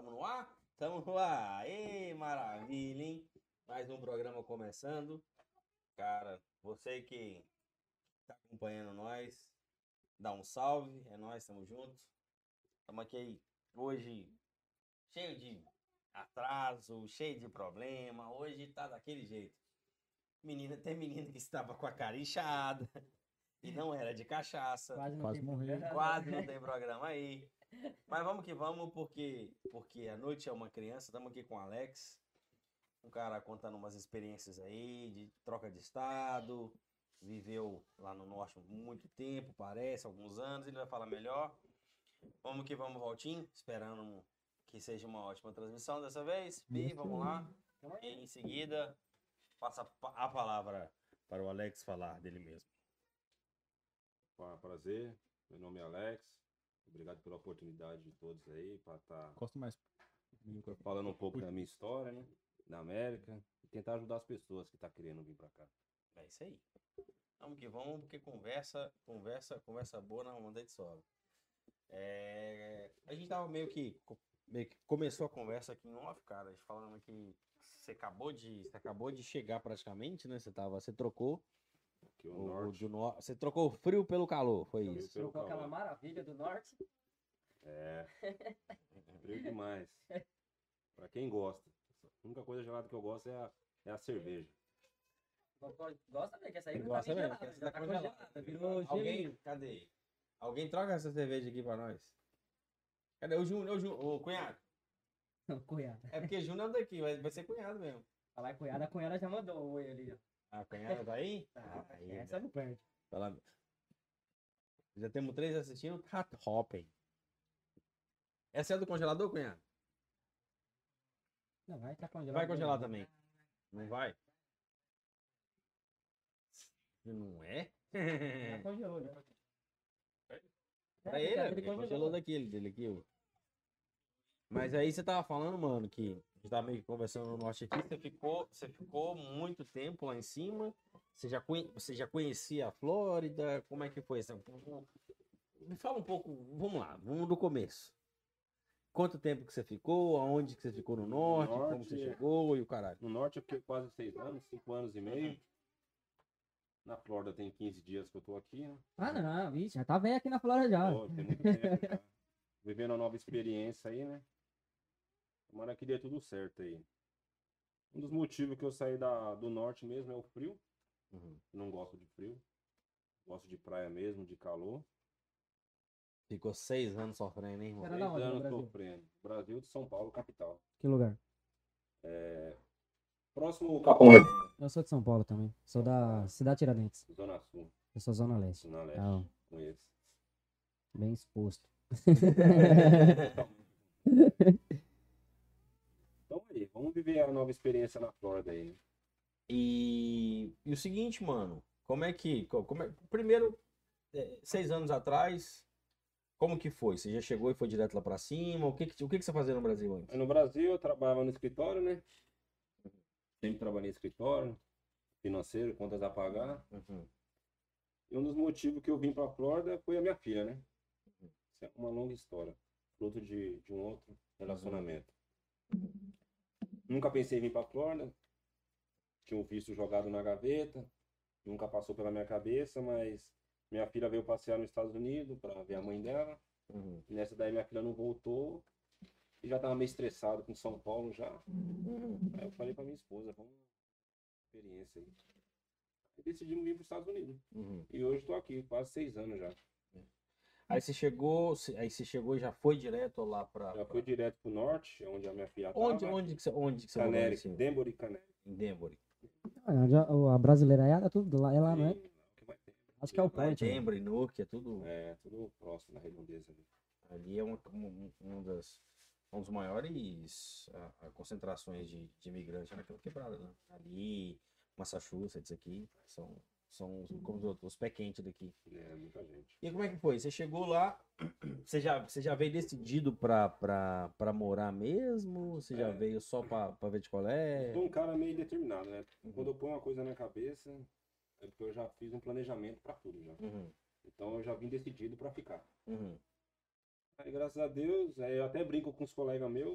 Tamo no ar? Tamo no ar. Ei, maravilha, hein? Mais um programa começando. Cara, você que tá acompanhando nós, dá um salve. É nós, tamo junto. Tamo aqui hoje cheio de atraso, cheio de problema. Hoje tá daquele jeito. Tem menina que estava com a cara inchada e não era de cachaça. Quase morreu. Quase não tem programa aí. Mas vamos que vamos, porque a noite é uma criança. Estamos aqui com o Alex, um cara contando umas experiências aí de troca de estado. Viveu lá no norte muito tempo, parece, alguns anos. Ele vai falar melhor. Vamos que vamos, Valtinho. Esperando que seja uma ótima transmissão dessa vez. Bi, vamos lá. E em seguida, passa a palavra para o Alex falar dele mesmo. Prazer, meu nome é Alex. Obrigado pela oportunidade de todos aí para estar falando um pouco da minha história, né? Da América e tentar ajudar as pessoas que estão querendo vir para cá. É isso aí. Vamos que vamos, porque conversa boa na onda de sobra. A gente tava meio que começou a conversa aqui em off, cara, a gente falando que você acabou de chegar praticamente, né? Você trocou Aqui o norte. você trocou o frio pelo calor, foi isso? Pelo Trocou aquela calor. maravilha do norte. É, frio demais. Para quem gosta. A única coisa gelada que eu gosto é a cerveja. Gosta mesmo, que essa aí não Gosta tá nem mesmo, que gelada, essa já tá tá congelada. congelada. Virou Alguém, gelinho. cadê? Alguém troca essa cerveja aqui pra nós? Cadê o Júnior? O cunhado? Cunhada. É porque Júnior é daqui, vai ser cunhado mesmo. Falar em cunhada, a cunhada já mandou um oi ali, ó. A cunhada tá aí? Tá, Aí, essa não perde. Fala- Já temos 3 assistindo. Hat Hoppen. Essa é do congelador, cunhado? Não, vai tá congelado. Vai congelar também. Não vai? Não é? Já congelou, já. Pra É, ele, porque porque congelou. congelou dele aqui, ó. Mas aí você tava falando, mano, que a gente tava meio que conversando no norte aqui, você ficou muito tempo lá em cima. Você já conhecia a Flórida? Como é que foi? Me fala um pouco, vamos lá, vamos do começo. Quanto tempo que você ficou? Aonde que você ficou no norte? Como você chegou e o caralho? No norte eu fiquei quase 6 anos, 5 anos e meio. Na Flórida tem 15 dias que eu tô aqui, né? Ah, não, vixe, já tá velho aqui na Flórida já. Pô, tem muito tempo já. Vivendo uma nova experiência aí, né? Tomara que dê tudo certo aí. Um dos motivos que eu saí do norte mesmo é o frio. Uhum. Não gosto de frio. Gosto de praia mesmo, de calor. Ficou 6 anos sofrendo, hein, irmão? Era 6 da onde, no anos Brasil? sofrendo. Brasil de São Paulo, capital. Que lugar? Próximo Capão Redondo, Eu sou de São Paulo também. Sou da cidade Tiradentes. Zona Sul, Eu sou Zona Leste. Zona Leste. Ah, Conheço. bem exposto. Então aí, vamos viver a nova experiência na Flórida aí, né? E o seguinte, mano, primeiro, 6 anos atrás, como que foi? Você já chegou e foi direto lá pra cima? O que você fazia no Brasil antes? Aí no Brasil eu trabalhava no escritório, né? Sempre trabalhei em escritório, financeiro, contas a pagar. Uhum. E um dos motivos que eu vim pra Flórida foi a minha filha, né? Isso é uma longa história, fruto de um outro relacionamento. Nunca pensei em vir pra Flórida, tinha um visto jogado na gaveta, nunca passou pela minha cabeça, mas minha filha veio passear nos Estados Unidos para ver a mãe dela. Uhum. E nessa daí minha filha não voltou e já tava meio estressado com São Paulo já. Aí eu falei pra minha esposa, vamos experiência aí. E decidimos vir para os Estados Unidos. Uhum. E hoje estou aqui, quase 6 anos já. Aí você chegou e já foi direto lá pra... Já fui direto pro norte, onde a minha filha Onde estava. que você morou? Canéric, Assim? Denver e Canéric. Em Denver. A brasileirada, tudo lá, é lá, não é? Que vai ter. Acho que é o Lá em Point. né? Denver, Newark, é tudo... É, tudo próximo na redondeza ali. Ali é um dos maiores concentrações de imigrantes naquela quebrada, né? Ali, Massachusetts aqui, são como os pé quentes daqui. É, muita gente. E como é que foi? Você chegou lá, você já veio decidido pra morar mesmo? Você já veio só pra ver de qual é? Eu sou um cara meio determinado, né? Quando eu ponho uma coisa na cabeça, é porque eu já fiz um planejamento para tudo já. Uhum, Então eu já vim decidido para ficar. uhum, Aí graças a Deus, eu até brinco com os colegas meus,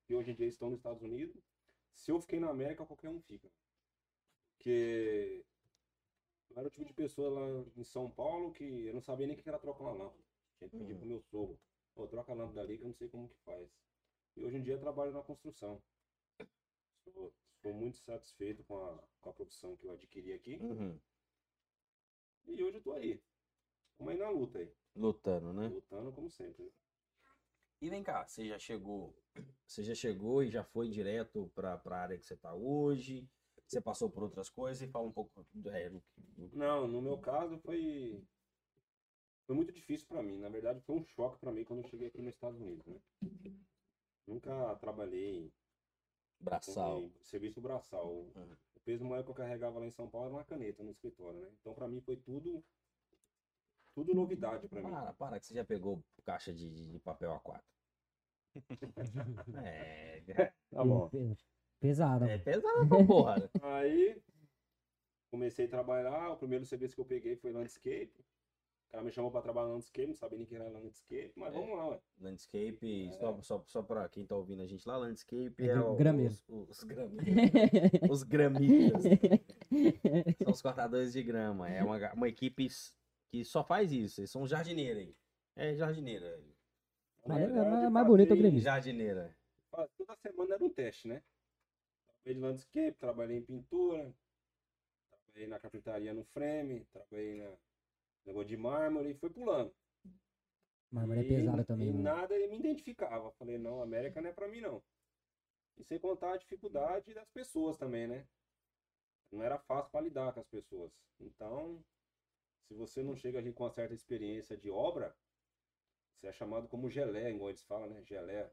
que hoje em dia estão nos Estados Unidos. Se eu fiquei na América, qualquer um fica. Porque eu era o tipo de pessoa lá em São Paulo que eu não sabia nem o que era trocar uma lâmpada. Tinha que pedir pro meu sogro. Pô, troca a lâmpada ali que eu não sei como que faz. E hoje em dia eu trabalho na construção. Sou muito satisfeito com a profissão que eu adquiri aqui. Uhum. E hoje eu tô aí. Vamos aí na luta aí. Lutando, né? Lutando como sempre, né? E vem cá, você já chegou e já foi direto para a área que você está hoje? Você passou por outras coisas e fala um pouco Não, no meu caso foi muito difícil para mim. Na verdade, foi um choque para mim quando eu cheguei aqui nos Estados Unidos, né? Nunca trabalhei braçal. em serviço braçal. O peso maior que eu carregava lá em São Paulo era uma caneta no escritório, né? Então, para mim, foi tudo novidade para mim. Para que você já pegou caixa de papel A4. É, Tá bom. Pesado. é pesado pra porra. Né? Aí, comecei a trabalhar. O primeiro serviço que eu peguei foi landscape. O cara me chamou para trabalhar no landscape, não sabia nem que era landscape, mas vamos lá, ué. Landscape, só para quem tá ouvindo a gente lá, landscape É é grameiro. os grameiros. Os gramistas. São os cortadores de grama. É uma equipe que só faz isso. Eles são jardineiros aí. É jardineira. Mas Na verdade, é mais bonito o passei- gremista. Jardineira. Toda semana era um teste, né? Trabalhei de landscape, trabalhei em pintura, trabalhei na carpintaria no frame, trabalhei na negócio de mármore e foi pulando. Mármore é E- pesado também, E mano. nada ele me identificava. Falei, não, América não é pra mim, não. E sem contar a dificuldade das pessoas também, né? Não era fácil para lidar com as pessoas. Então, se você não chega aqui com uma certa experiência de obra, você é chamado como gelé, igual eles falam, né? Gelé.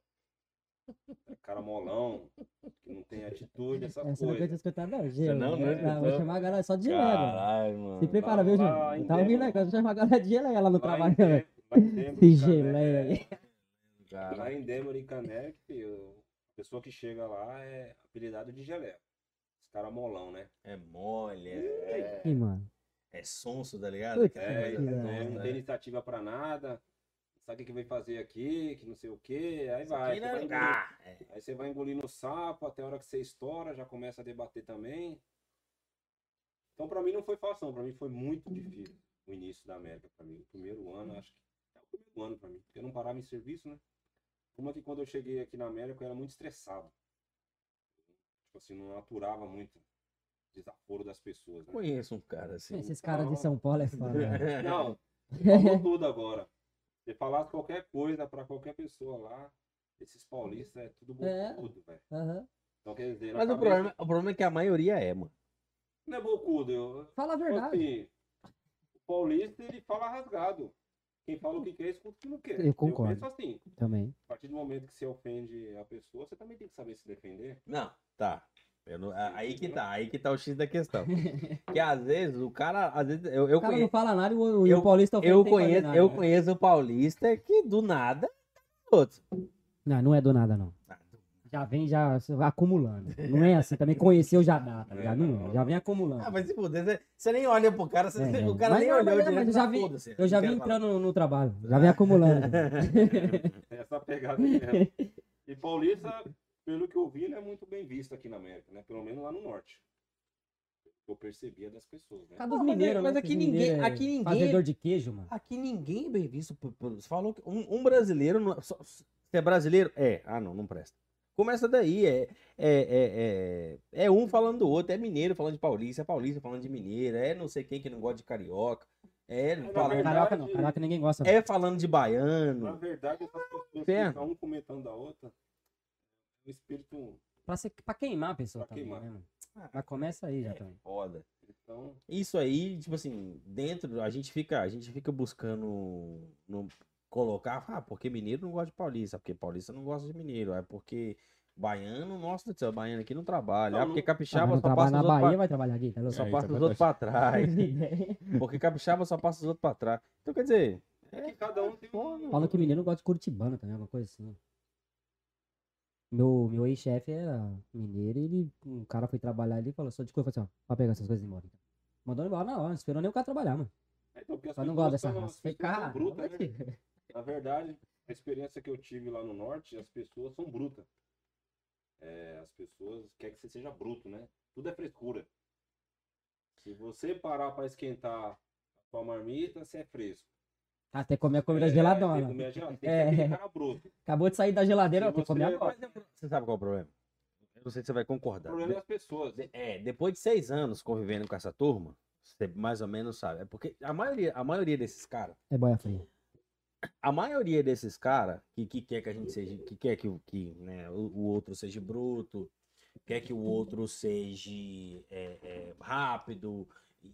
É cara molão, que não tem atitude, essas Essa não coisas. coisa escutar, não. Você não Vou escutou? chamar a galera só de gelé agora. Caralho, mano. Se prepara, viu, Lá gente? em Tá ouvindo, né? Denver. Quando chamar a galera de gelé lá no Lá em trabalho. Denver, lá em Denver, Esse em geleia Caneca, aí. Cara, lá em Denver e Caneca, a pessoa que chega lá é apelidado de gelé. Os caras molão, né? é mole, Ih, mano. é sonso, tá ligado? Putz, Aquela É, coisa que não sonsa, tem né? iniciativa pra nada. Sabe o que vai fazer aqui, que não sei o quê. Aí Isso vai. aqui Você não vai é engolir, lugar. aí você vai engolindo o sapo até a hora que você estoura, já começa a debater também. Então pra mim não foi fácil, não. Pra mim foi muito difícil o início da América pra mim. O primeiro ano, acho que é o primeiro ano pra mim. Porque eu não parava em serviço, né? Como é que quando eu cheguei aqui na América eu era muito estressado. Tipo assim, não aturava muito o desaforo das pessoas, né? Conheço um cara assim. Esses caras de São Paulo é foda. né? Não, falou tudo agora. Se falasse qualquer coisa pra qualquer pessoa lá, esses paulistas é tudo É. bocudo, velho. Aham. Então quer dizer, na Mas cabeça, o problema é que a maioria é, mano. não é bocudo. Fala a Tipo verdade. assim, o paulista ele fala rasgado. Quem fala o que quer, escuta o que não quer. Eu concordo. Eu penso assim, Também. a partir do momento que você ofende a pessoa, você também tem que saber se defender. Não, tá. Aí que tá o X da questão. Que às vezes o cara, às vezes eu O cara não conheço, fala nada e o paulista ofende eu sem fazer conheço, nada, eu né? conheço o paulista que do nada outro. Não é do nada, não. Já vem já acumulando. Não é assim, também conheceu já dá, tá ligado? Não, já vem acumulando. Ah, mas se fuder, você nem olha pro cara, É, o cara mas nem não, olhou mas direito, eu já mas vi- foda-se, Eu já não vim quero falar. entrando no trabalho, já vem acumulando. Essa pegada aí mesmo. E paulista, pelo que eu vi, não é muito bem visto aqui na América, né? Pelo menos lá no norte. Eu percebia das pessoas, né? Cada dos Ah, mas mineiros, mas né? aqui Esses ninguém- mineiros aqui ninguém- Fazedor de queijo, mano. Aqui ninguém é bem visto você falou que um brasileiro. Você é brasileiro? É. Ah, não presta. Começa daí. É um falando do outro. É mineiro falando de paulista. É paulista falando de mineiro. É não sei quem que não gosta de carioca. É na falando, verdade, Carioca não, carioca ninguém gosta. não. é falando de Na baiano. verdade, essas pessoas Ferro. ficam um comentando a outra. O espírito. Pra queimar a pessoa Pra também, queimar. né, mano? Mas começa aí já também. Foda. Então, Isso aí, tipo assim, dentro, a gente fica buscando colocar, porque mineiro não gosta de paulista, porque paulista não gosta de mineiro, é porque baiano, nossa do céu, baiano aqui não trabalha, Não, porque não- capixaba não só trabalha passa na os outros Bahia, vai trabalhar aqui, tá louco? só É, passa então os outros pra trás, Ideia. porque capixaba só passa os outros pra trás. Então, quer dizer, é que cada um tem um. Falam que mineiro não gosta de curitibano também, alguma coisa assim. Meu ex-chefe era mineiro e um cara foi trabalhar ali e falou, só de coisa, falou assim, ó, pra pegar essas coisas e ir embora. Então. Mandou embora na hora, não esperou nem o cara trabalhar, mano. Então, porque as Mas não pessoas gosto dessa são- raça. as Falei, pessoas são cara, brutas, né? vai te- Na verdade, a experiência que eu tive lá no norte, as pessoas são brutas. as pessoas querem que você seja bruto, né? Tudo é frescura. Se você parar para esquentar a sua marmita, você é fresco. Até comer a comida Tem que geladona. comer gelado. Tem que ser aquele cara bruto. Acabou de sair da geladeira, Se eu tenho que comer você- agora. Você sabe qual é o problema? Eu não sei se você vai O concordar. problema é as pessoas. Depois de 6 anos convivendo com essa turma, você mais ou menos sabe. É porque a maioria desses caras, É boia fria. a maioria desses caras que quer que a gente seja, que quer né, o outro seja bruto, quer que o outro seja rápido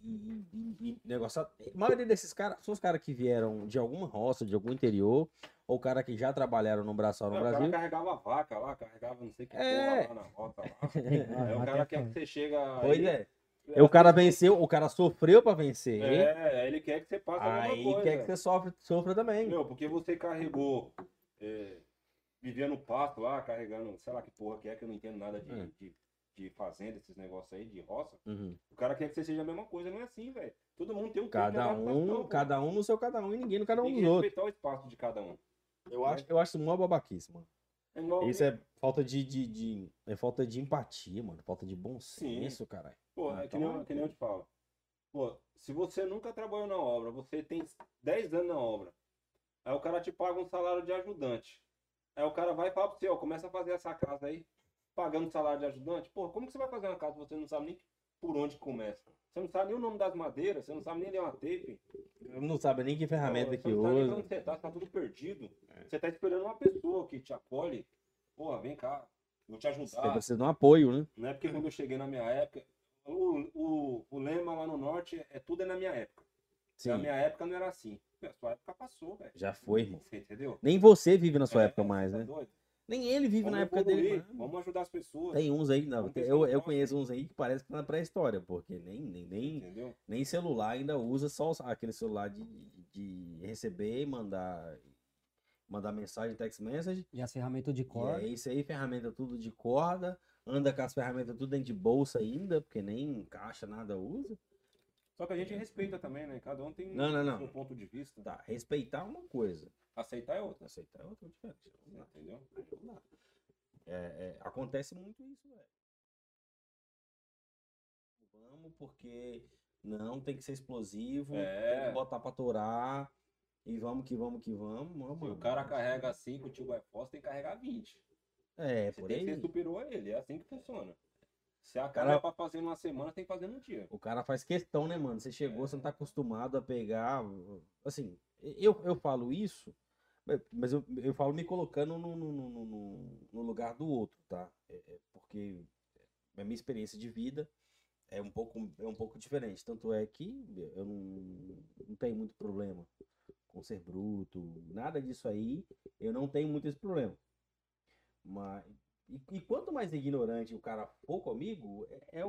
e negócio. A maioria desses caras são os caras que vieram de alguma roça, de algum interior, ou cara que já trabalharam no braçal no O cara Brasil. carregava vaca lá, carregava não sei que É. porra lá na rota lá. Aí o cara quer que você chega Pois aí, é. O cara venceu, o cara sofreu pra vencer. aí ele quer que você passe a mesma Aí coisa. quer que você sofra também. Meu, porque você carregou, vivia no pasto lá, carregando, sei lá que porra que é, que eu não entendo nada de fazenda, esses negócios aí, de roça. Uhum. O cara quer que você seja a mesma coisa, não é assim, velho. Todo mundo tem um tempo de Cada adaptação, pô. cada um no seu cada um e ninguém no cada um Tem dos que outros. respeitar o espaço de cada um. Eu acho uma babaquice, mano. É igual Isso é falta é falta de empatia, mano. Falta de bom senso, caralho. Pô, é que nem eu te falo. Pô, se você nunca trabalhou na obra, você tem 10 anos na obra, aí o cara te paga um salário de ajudante. Aí o cara vai e fala pro você, ó, começa a fazer essa casa aí, pagando salário de ajudante. Pô, como que você vai fazer uma casa se você não sabe nem por onde começa? Você não sabe nem o nome das madeiras, você não sabe nem ler uma tape. Não sabe nem que ferramenta que Você não sabe nem usa. onde você tá tudo perdido. Você tá esperando uma pessoa que te acolhe. Porra, vem cá, vou te Você ajudar. precisa de um apoio, né? Não é porque quando eu cheguei na minha época, o lema lá no norte tudo é na minha época. Na minha época não era assim. A sua época passou, velho. Já foi, irmão. Você entendeu? Nem você vive na sua época mais, você né? tá doido? Nem ele vive Vamos na época dele. evoluir, mano. vamos ajudar as pessoas. Tem uns aí, não. Vamos pensar no Eu próximo. conheço uns aí que parece que tá na pré-história, porque Entendeu? nem celular ainda usa só aquele celular de receber e mandar mensagem, text message. E as ferramentas de E corda. é isso aí, ferramenta tudo de corda. Anda com as ferramentas tudo dentro de bolsa ainda, porque nem caixa nada usa. Só que a gente respeita também, né? Cada um tem Não. seu ponto de vista. Tá, respeitar é uma coisa, Aceitar é outra. aceitar é outra diferente. Não dá, Entendeu? não dá. Acontece muito isso, velho. Vamos porque não tem que ser explosivo, tem que botar pra torar. E vamos que vamos que vamos. Se o cara carrega 5, o tio é forte, tem que carregar 20. É, Você por tem que aí. ser superior a ele. É assim que funciona. Se a Cara- cara é pra fazer numa semana, tem que fazer num dia. O cara faz questão, né, mano? Você chegou, você não tá acostumado a pegar. Assim, eu falo isso, mas eu falo me colocando no lugar do outro, tá? Porque a minha experiência de vida é um pouco diferente. Tanto é que eu não tenho muito problema com ser bruto, nada disso aí. Eu não tenho muito esse problema. Mas, e quanto mais ignorante o cara for comigo,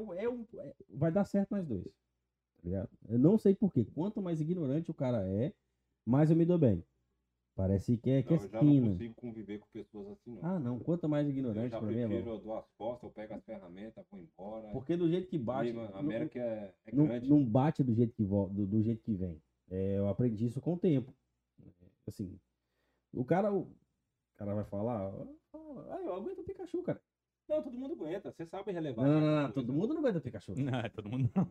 vai dar certo nós dois. Tá ligado? Eu não sei porquê. Quanto mais ignorante o cara é, mais eu me dou bem. Parece que é Não, eu já não esquina. consigo conviver com pessoas assim, não. Ah, não. Quanto mais Eu ignorante já pra mim é prefiro, bom. eu dou as costas, eu pego as ferramentas, vou embora. Porque do jeito que bate. A América é não, grande. não bate do jeito que do jeito que vem. Eu aprendi isso com o tempo. Assim, o cara vai falar, eu aguento o Pikachu, cara. Não, todo mundo aguenta. Você sabe relevar. Não, todo mundo não aguenta o Pikachu. Não, todo mundo não.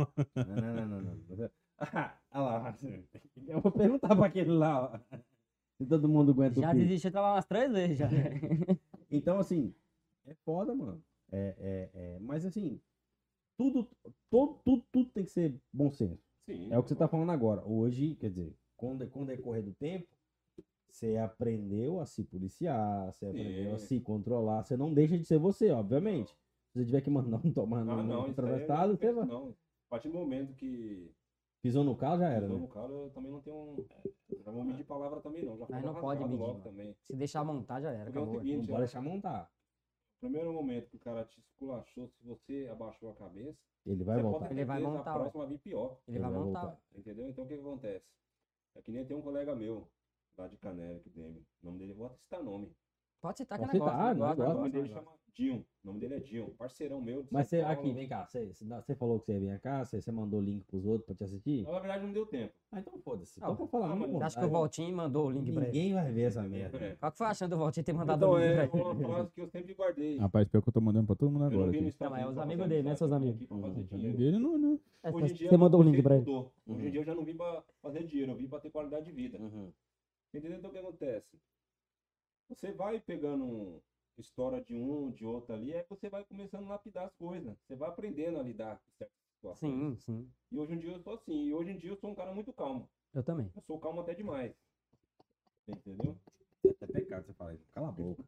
Não. Ah lá, eu vou perguntar pra aquele lá, ó, se todo mundo aguenta Já o Pikachu. desistiu de trabalhar umas 3 vezes já. Então, assim, é foda, mano. Mas, assim, tudo tem que ser bom senso. Sim. É o que você tá falando agora. Hoje, quer dizer, com o decorrer do tempo, você aprendeu a se policiar, você aprendeu a se controlar. Você não deixa de ser você, obviamente. Se você tiver que mandar um tomar Não, no isso aí atravessado, eu você não vai. penso, não. A partir do momento que Pisou no carro, já era, pisou né? no carro, eu também não tenho. Não vou medir palavra também, não. Já Mas fui não pode rasgado medir, logo mano. também. Se deixar montar, já era. Porque é o Acabou. seguinte, Não pode deixar montar. no primeiro momento que o cara te esculachou, se você abaixou a cabeça, Ele vai você voltar. pode ter Ele vai certeza, montar, a ué. próxima vai vir pior. Ele vai montar. voltar. Entendeu? Então o que acontece? É que nem tem um colega meu, lá de Canela, que tem. O nome dele, eu vou até citar nome. Pode citar que é Pode negócio. citar, negócio, O negócio. nome negócio, dele negócio. chama Dinho. O nome dele é Dinho. Parceirão meu de Mas São você, Paulo. aqui, vem cá, você falou que você ia vir cá, você mandou o link pros outros pra te assistir? Na verdade, não deu tempo. Ah, então foda-se. Ah, Então vou falar ah, mesmo. mas Você acha que o Valtinho mandou o link pra ele? Ninguém vai ver essa merda. É. Qual que foi a chance do Valtinho ter mandado Então, o link é pra ele? uma frase que eu sempre guardei. Rapaz, pior que eu tô mandando pra todo mundo Eu não agora vim no aqui. Estados Não, é os Unidos pra amigos fazer dele, né, amizade, seus eu vim amigos? aqui pra fazer Amigo dinheiro. dele não. Hoje em dia, Você mandou o eu link pra ele? mudou. Hoje em dia eu já não vim pra fazer dinheiro, eu vim pra ter qualidade de vida. Uhum. Entendeu? Então o que acontece? Você vai pegando história de um, de outro ali, aí você vai começando a lapidar as coisas. Você vai aprendendo a lidar com certas situações. Sim, sim. E hoje em dia eu sou assim. E hoje em dia eu sou um cara muito calmo. Eu também. Eu sou calmo até demais. Entendeu? É até pecado você falar isso. Cala a boca.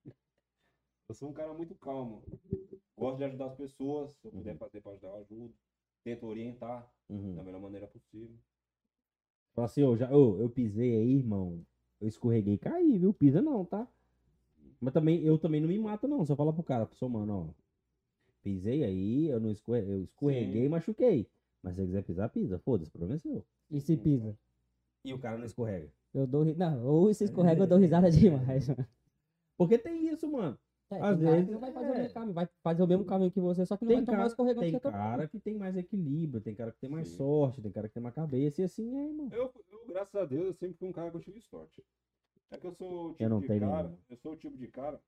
Eu sou um cara muito calmo. Gosto de ajudar as pessoas. Se eu puder fazer para ajudar, eu ajudo. Tento orientar Uhum. da melhor maneira possível. Fala assim, eu pisei aí, irmão. Eu escorreguei e caí, viu? Pisa não, tá? Mas também, eu também não me mato, não. Só fala pro cara, sou mano, ó. Pisei aí, eu escorreguei e machuquei. Mas se você quiser pisar, pisa. Foda-se, o problema é seu. E se pisa? E o cara não escorrega. Eu dou Não, ou se escorrega, eu dou risada demais. mano. Porque tem isso, mano. É, Às tem cara vezes, que não vai fazer o é. mesmo caminho, vai fazer o mesmo caminho que você, só que não vai tomar o escorregão que tem você tomou. cara que tem mais equilíbrio, tem cara que tem mais Sim. sorte, tem cara que tem mais cabeça, e assim é, irmão. Eu, graças a Deus, eu sempre fui um cara que eu tive sorte. É que eu sou o tipo Eu não de tenho cara, nenhuma. eu sou o tipo de cara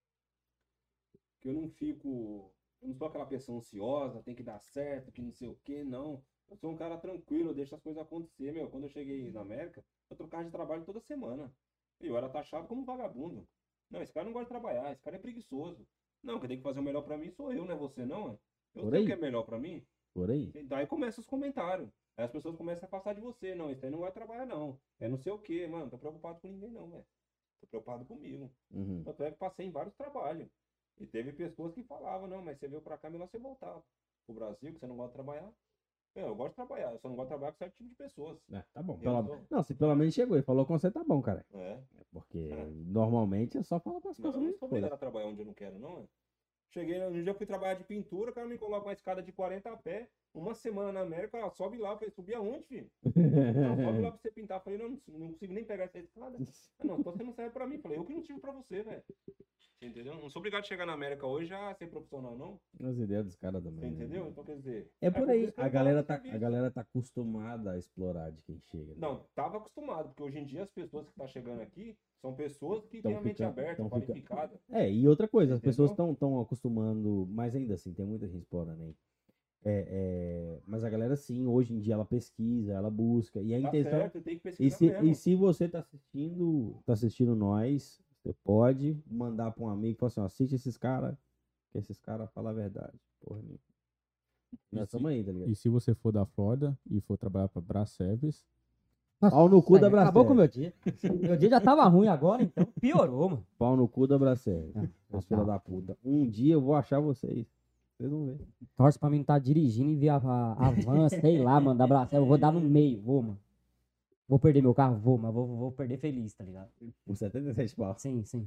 que eu não fico, eu não sou aquela pessoa ansiosa, tem que dar certo, que não sei o que, não. Eu sou um cara tranquilo, eu deixo as coisas acontecer, meu. Quando eu cheguei na América, eu trocava de trabalho toda semana. E eu era taxado como um vagabundo. Não, esse cara não gosta de trabalhar, esse cara é preguiçoso. Não, quem tem que fazer o melhor pra mim sou eu, não é você não, é? Eu Por sei o aí. que é melhor pra mim. Por aí. E daí começam os comentários. Aí as pessoas começam a afastar de você. Não, esse aí não vai trabalhar, não. É não sei o quê, mano. Não tô preocupado com ninguém, não, velho. Tô preocupado comigo. Uhum. Tanto é que passei em vários trabalhos. E teve pessoas que falavam, não, mas você veio pra cá, melhor você voltar pro Brasil, que você não gosta de trabalhar. Eu gosto de trabalhar, eu só não gosto de trabalhar com certo tipo de pessoas. É, tá bom. Eu sou- Não, se pelo menos chegou e falou com você, tá bom, cara. É. Porque normalmente é só falar com as Não, eu pessoas. não sou obrigado a trabalhar onde eu não quero, não, é. Cheguei, um dia eu fui trabalhar de pintura, o cara me coloca uma escada de 40 a pé, uma semana na América, ó, sobe lá. Eu falei, subir aonde, filho? Não, sobe lá pra você pintar. Eu falei, não consigo nem pegar essa escada. Ah, não, então você não serve pra mim. Eu falei, eu que não tive pra você, velho. Você entendeu? Não sou obrigado a chegar na América hoje já ser profissional, não. As ideias dos caras Você também. né? entendeu? Então, quer dizer... É por aí. isso que eu A falo galera, do tá, serviço. a galera tá acostumada a explorar de quem chega. né? Não, tava acostumado, porque hoje em dia as pessoas que estão chegando aqui são pessoas que Tão têm a mente ficando- aberta, tão ficando- qualificada. É, e outra coisa, as Entendeu? pessoas estão acostumando, mas ainda assim, tem muita gente explorando aí. Mas a galera sim, hoje em dia ela pesquisa, ela busca. E a Tá intenção. certo, tem que E pesquisar se, mesmo. e se você tá assistindo nós, você pode mandar pra um amigo e falar assim, ó, assiste esses caras, que esses caras falam a verdade. Porra nenhuma. Nós estamos aí, tá ligado? E se você for da Flórida e for trabalhar pra Bracervice, Pau no cu da Aí, acabou com o Bracel. meu dia. Meu dia já tava ruim agora, então piorou, mano. Pau no cu da Bracel. Ah, Seus tá. filhos da puta. Um dia eu vou achar vocês. Vocês vão ver. Torce pra mim não estar dirigindo e ver a van, sei lá, mano, da Bracel. Eu vou dar no meio, vou, mano. Vou perder meu carro? Vou, mas vou perder feliz, tá ligado? Por 77 pau. Sim. De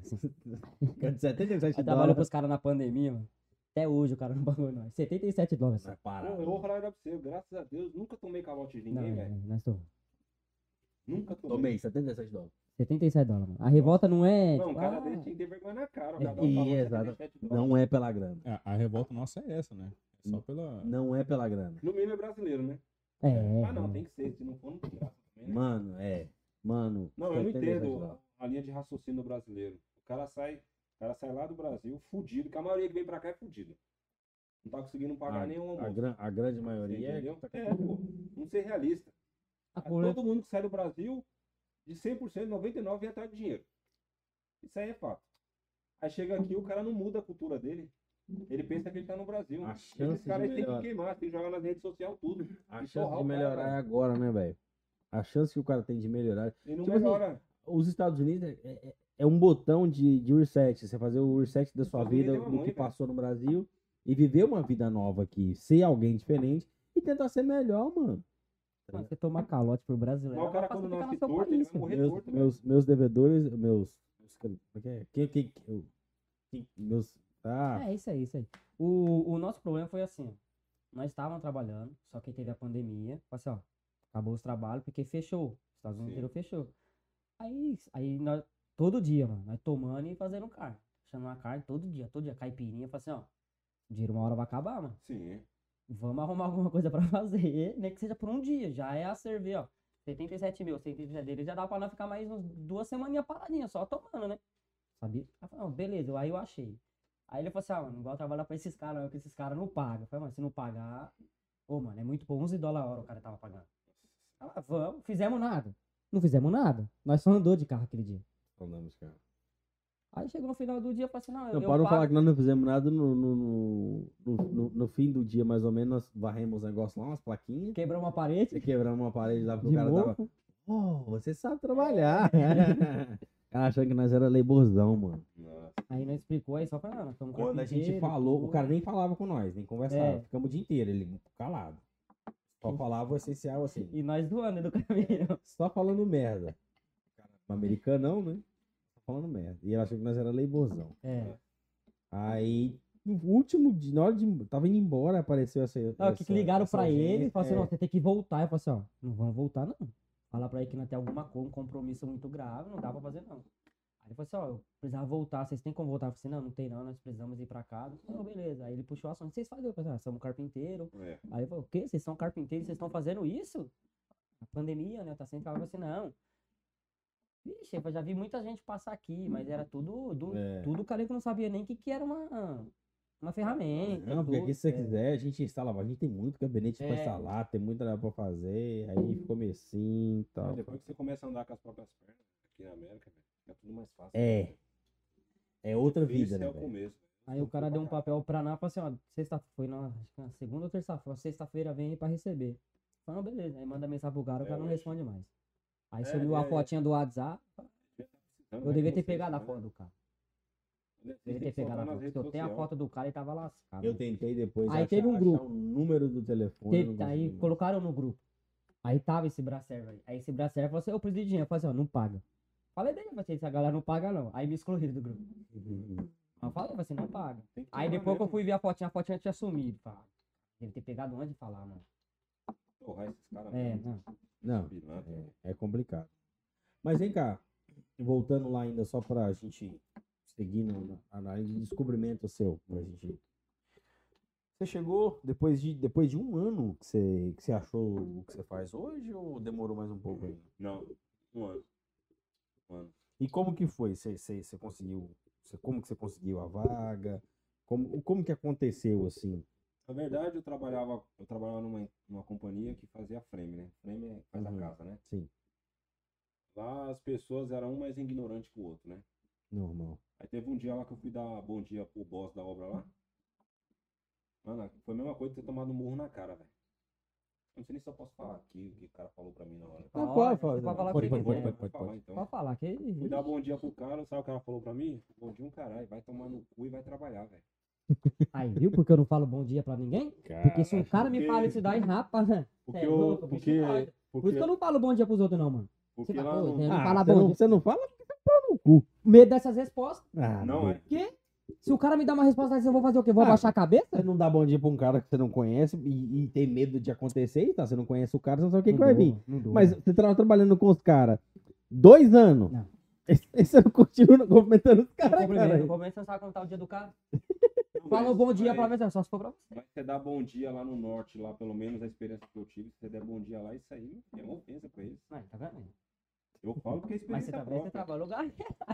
77 Eu trabalho dólares. pros caras na pandemia, mano. Até hoje o cara não pagou nós. 77 dólares. Não é Pô, parado. eu vou falar pra você, graças a Deus, nunca tomei calote de Não, ninguém, velho. nós tô. Nunca tomei. Tomei 77 dólares. 77 dólares, mano. A revolta não é. Não, o tipo, cara ah, dele tinha que ter vergonha na cara. O É, cara dá um calote de exato. 77 dólares. Não é pela grana. a revolta nossa é essa, né? É só pela. Não é pela grana. No mínimo é brasileiro, né? É. Ah, não, tem que ser. Se não for, não tem graça também, né? Mano, Mano. Não, eu não 77 entendo dólares. a linha de raciocínio do brasileiro. O cara sai lá do Brasil fudido, que a maioria que vem pra cá é fudido. Não tá conseguindo pagar nenhum almoço. A grande maioria é. Entendeu? Pô, não ser realista. A coluna- Todo mundo que sai do Brasil, de 100%, 99% vem atrás de dinheiro. Isso aí é fato. Aí chega aqui, o cara não muda a cultura dele. Ele pensa que ele tá no Brasil. A Esses chance de caras têm que melhorar. queimar, tem que jogar nas redes sociais tudo. A E chance torrar de o cara, melhorar é velho. agora, né, velho? A chance que o cara tem de melhorar. E não Tipo assim, melhora. Os Estados Unidos é um botão de reset. Você fazer o reset da sua Estados vida, Unidos é uma do mãe, que velho. passou no Brasil, e viver uma vida nova aqui. Ser alguém diferente e tentar ser melhor, mano. Você tomar calote por brasileiro. Mas o cara, vai quando facilitar nasce no seu torto, ele país, vai morrer Meus, torto. meus, meus devedores, como é que é? É isso aí, isso aí. O nosso problema foi assim, ó. Nós estávamos trabalhando, só que teve a pandemia. Assim, ó, acabou os trabalhos porque fechou. Os Estados Unidos Sim. inteiro fechou. Aí nós Todo dia, mano. Nós tomando e fazendo carne. Chamando a carne todo dia. Caipirinha. Falei assim, ó. O dinheiro uma hora vai acabar, mano. Sim. Vamos arrumar alguma coisa pra fazer. Nem que seja por um dia. Já é a cerveja, ó. 77 mil, 77 dele. Já dá pra nós ficar mais uns 2 semaninhas paradinhas, só tomando, né? Sabia? Aí eu falei, não, beleza. Aí eu achei. Aí ele falou assim, ah, mano, não gosto de trabalhar pra esses caras, não, que esses caras não pagam. Eu falei, mano, se não pagar... Ô, mano, é muito bom. $11 a hora o cara tava pagando. Ah, vamos. Fizemos nada. Não fizemos nada. Nós só andou de carro aquele dia. Andamos, cara. Aí chegou no final do dia e falou assim, não, Não, eu para não pago. falar que nós não fizemos nada no fim do dia, mais ou menos, nós varremos o negócio lá, umas plaquinhas. Quebramos uma parede. Quebramos uma parede lá porque De o cara tava. mofo. Oh, você sabe trabalhar. O cara achando que nós era leiborzão, mano. Nossa. Aí nós explicou, aí só falou, não, nós somos Quando a gente carpinteiro, falou, tudo. o cara nem falava com nós, nem conversava. É. Ficamos o dia inteiro, ele calado. Só falava o essencial assim. E nós doando do caminho. Só falando merda. Americanão, né? Só falando merda. E ele achou que nós era leiborzão. É. Aí, no último dia, na hora de. Tava indo embora, apareceu essa. Não, que ligaram essa pra ele e urgência, falaram assim, é. não, você tem que voltar. Eu falei assim, ó, não vamos voltar não. Falar pra ele que não tem um compromisso muito grave, não dá pra fazer não. Aí ele falou assim, ó, eu precisava voltar, vocês têm como voltar? Eu falei assim, não, não tem não, nós precisamos ir pra casa. Eu falei, não, beleza. Aí ele puxou o assunto, vocês fazem? Eu falei, ah, somos carpinteiro. É. Aí ele falou, o quê? Vocês são carpinteiros, vocês estão fazendo isso? A pandemia, né, tá sem trabalho. Eu falei assim, não. Vixe, eu já vi muita gente passar aqui, mas era tudo cara que não sabia nem que era uma ferramenta. Não, porque aqui se você tudo, quiser, a gente instala, a gente tem muito gabinete pra É. instalar, tem muita nada pra fazer, aí ficou meio assim e tal. Depois que você começa a andar com as próprias pernas, aqui na América, velho, fica tudo mais fácil. É outra Difícil vida, né, é o velho? começo. Aí o cara deu um papel pra nós e falou assim, ó, foi na segunda ou terça-feira, sexta-feira vem aí pra receber. Falei, não, beleza. Aí manda mensagem pro cara, o cara não hoje. responde mais. Aí É, subiu a é. fotinha do WhatsApp, eu devia ter pegado a né? foto do cara. Devia ter pegado a foto. Se eu tenho a foto do cara, ele tava lascado. Eu tentei depois Aí teve um grupo. o número do telefone. não Aí consegui, não. colocaram no grupo. Aí tava esse Bracerva aí. Aí esse Bracerva falou assim, eu preciso de dinheiro. Eu falei assim, ó, não paga. Falei dele, mas se a galera não paga não. Aí me excluíram do grupo. Eu falei assim, não paga. Tem que Aí tomar depois que eu mesmo. fui ver a fotinha tinha sumido. Falei, deve ter pegado antes de falar, mano. Porra, esses caras É, mesmo, não. Não, pilantra. é complicado. Mas vem cá, voltando lá ainda só pra gente seguir na análise de descobrimento seu, pra gente. Você chegou depois de um ano que você achou o que você faz hoje ou demorou mais um pouco ainda? Não, um ano. Um ano. E como que foi? Você conseguiu? Como que você conseguiu a vaga? Como que aconteceu assim? Na verdade, eu trabalhava numa companhia que fazia frame, né? Frame faz Uhum. a casa, né? Sim, Lá as pessoas eram um mais ignorante que o outro, né? normal. Aí teve um dia lá que eu fui dar bom dia pro boss da obra lá. Mano, foi a mesma coisa de ter tomado um murro na cara, velho. Eu não sei nem se eu posso falar aqui o que o cara falou pra mim na hora. Não, Pode, pode, você pode falar o pode, que pode, quiser. pode. falar, então. Pode falar, que Fui dar bom dia pro cara, sabe o que ela falou pra mim? Bom dia um caralho, vai tomar no cu e vai trabalhar, velho. Aí, viu? Porque eu não falo bom dia pra ninguém? Porque se um cara me porque- fala isso daí, rapaz, né? Porque É eu. louco, Porque. bicho doido. Por isso que eu Porque, não falo bom dia pros outros, não, mano. porque Você tá lá doido, no. né? Não fala você bom não, dia. você não fala porque você pau no cu. Medo dessas respostas. Ah, Não, é. Porque se o cara me dá uma resposta dessa, eu vou fazer o quê? Vou Ah, abaixar a cabeça? Você não dá bom dia pra um cara que você não conhece e tem medo de acontecer e tá? Você não conhece o cara, você não sabe o que, Não que vai dou, vir. não dou. Mas você tava trabalhando com os caras 2 anos. Não. E você não continua cumprimentando os caras, Cumprimento, cara. você não sabe contar o dia do cara. Não, Falou mas- bom dia mas- pra mim, só se for pra você. Mas você dá bom dia lá no norte, lá pelo menos a experiência que eu tive, se você der bom dia lá, isso aí é uma ofensa pra eles. Aí, tá vendo? Eu falo porque é Mas você experiência também, você própria. trabalha no lugar.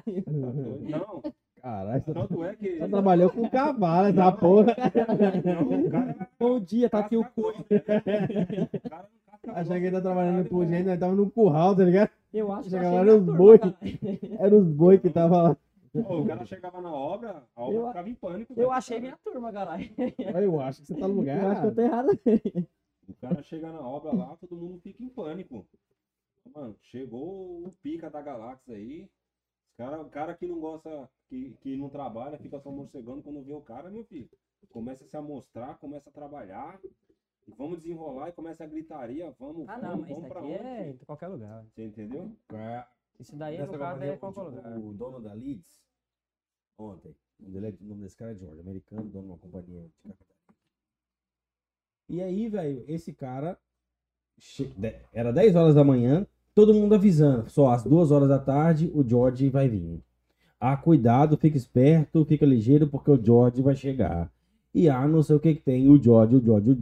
Não, Caralho, você tanto é que. só trabalhou com cavalo, essa Não. porra. Não, o cara Bom dia, tá aqui o casca cu. grossa, né? O cara não casca Achei que ele tá grossa, trabalhando caralho, com velho. gente, nós tava num curral, tá ligado? Eu acho que Chega achei lá minha nos turma, boi. cara. Era os boi que tava lá. Pô, o cara chegava na obra, a obra Eu- ficava em pânico. Eu velho. achei minha turma, caralho. Eu acho que você tá no lugar Eu acho que eu errado. tô errado. O cara chega na obra lá, todo mundo fica em pânico. Mano, chegou o pica da galáxia aí. O cara que não gosta, que não trabalha, fica só morcegando quando vê o cara, meu filho. Começa a se amostrar, começa a trabalhar. E vamos desenrolar e começa a gritaria, vamos, Ah, não, vamos, mas isso vamos pra daqui onde? é filho? em qualquer lugar. Você entendeu? Isso daí, Nessa no caso, companhia, é qualquer lugar. O dono da Leeds, ontem, o nome desse cara é George, americano, dono de uma companhia de carpintaria. E aí, velho, esse cara, era 10 horas da manhã, todo mundo avisando, só às 2 horas da tarde o George vai vir. Ah, cuidado, fica esperto, fica ligeiro, porque o George vai chegar. E não sei o que que tem, o George.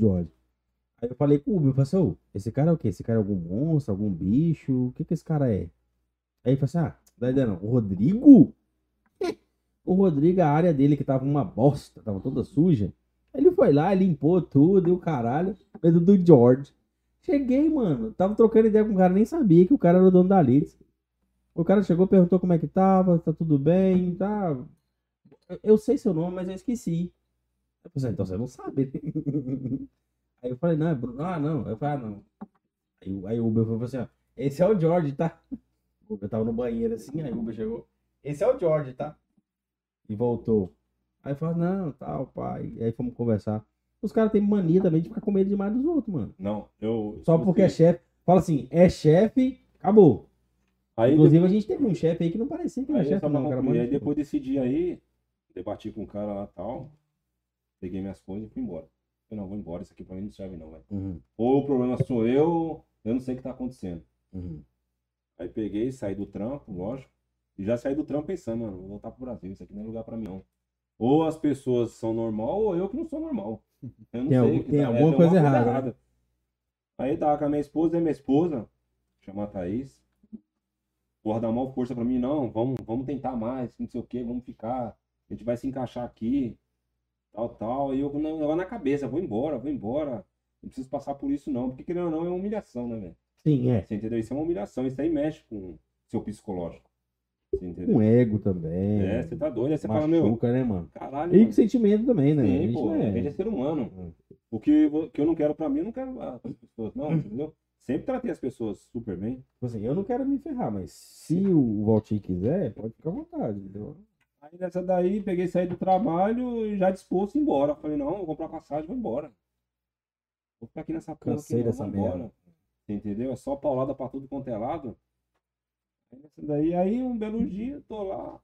Aí eu falei com o Uber, eu falei assim, ô, esse cara é o quê? Esse cara é algum monstro, algum bicho? O que que esse cara é? Aí ele falou assim, não dá ideia não. O Rodrigo? O Rodrigo, a área dele que tava uma bosta, tava toda suja. Ele foi lá, limpou tudo e o caralho, medo do George. Cheguei, mano, tava trocando ideia com o cara, nem sabia que o cara era o dono da Litz. O cara chegou, perguntou como é que tava, tá tudo bem, tá. Eu sei seu nome, mas eu esqueci. Eu falei, então você não sabe. Aí eu falei, não, é Bruno. Ah, não. Eu falei, não. Aí o Uber falou assim, ó, esse é o George, tá? O Uber tava no banheiro assim, aí o Uber chegou, esse é o George, tá? E voltou. Aí eu falei, não, tal, pai. E aí fomos conversar. Os caras têm mania também de ficar com medo demais dos outros, mano. Não, eu. Só tipo porque é assim, chefe. Fala assim, é chefe, acabou. Aí Inclusive, a gente teve um chefe aí que não parecia que era Aí, chefe, só pra não, cara. concluir, aí depois desse dia aí, debati com o cara lá e tal, peguei minhas coisas e fui embora. Falei, não, vou embora, isso aqui pra mim não serve não, velho. Uhum, Ou o problema sou eu não sei o que tá acontecendo. uhum. Aí peguei, saí do trampo, lógico, e já saí do trampo pensando, mano, vou voltar pro Brasil, isso aqui não é lugar pra mim não. Ou as pessoas são normal, ou eu que não sou normal. Eu não Tem sei. algum- tem tem alguma coisa errada, né? Aí tava com a minha esposa, e minha esposa, chama a Thaís, porra, dá mal força pra mim, não, vamos tentar mais, não sei o que, vamos ficar, a gente vai se encaixar aqui, tal, e eu não na cabeça, vou embora, não preciso passar por isso não, porque querendo ou não é uma humilhação, né, velho? Sim, é. Você entendeu? Isso é uma humilhação, isso aí mexe com o seu psicológico, você entendeu? Com ego também. É, você tá doido, aí você fala, meu, Machuca, né, mano? caralho, E mano, com sentimento também, né? A sim, gente pô, não a gente é ser humano, o que eu não quero pra mim, eu não quero para as pessoas, não, entendeu? Sempre tratei as pessoas super bem. Tipo assim, eu não quero me ferrar, mas se o Valtinho quiser, pode ficar à vontade, entendeu? Aí nessa daí, peguei, saí do trabalho e já disposto a ir embora. Falei, não, vou comprar passagem, vou embora. Vou ficar aqui nessa porra aqui, Cansei não, dessa vou embora. merda. Você entendeu? É só paulada pra tudo quanto é lado. Aí nessa daí, aí um belo dia, tô lá.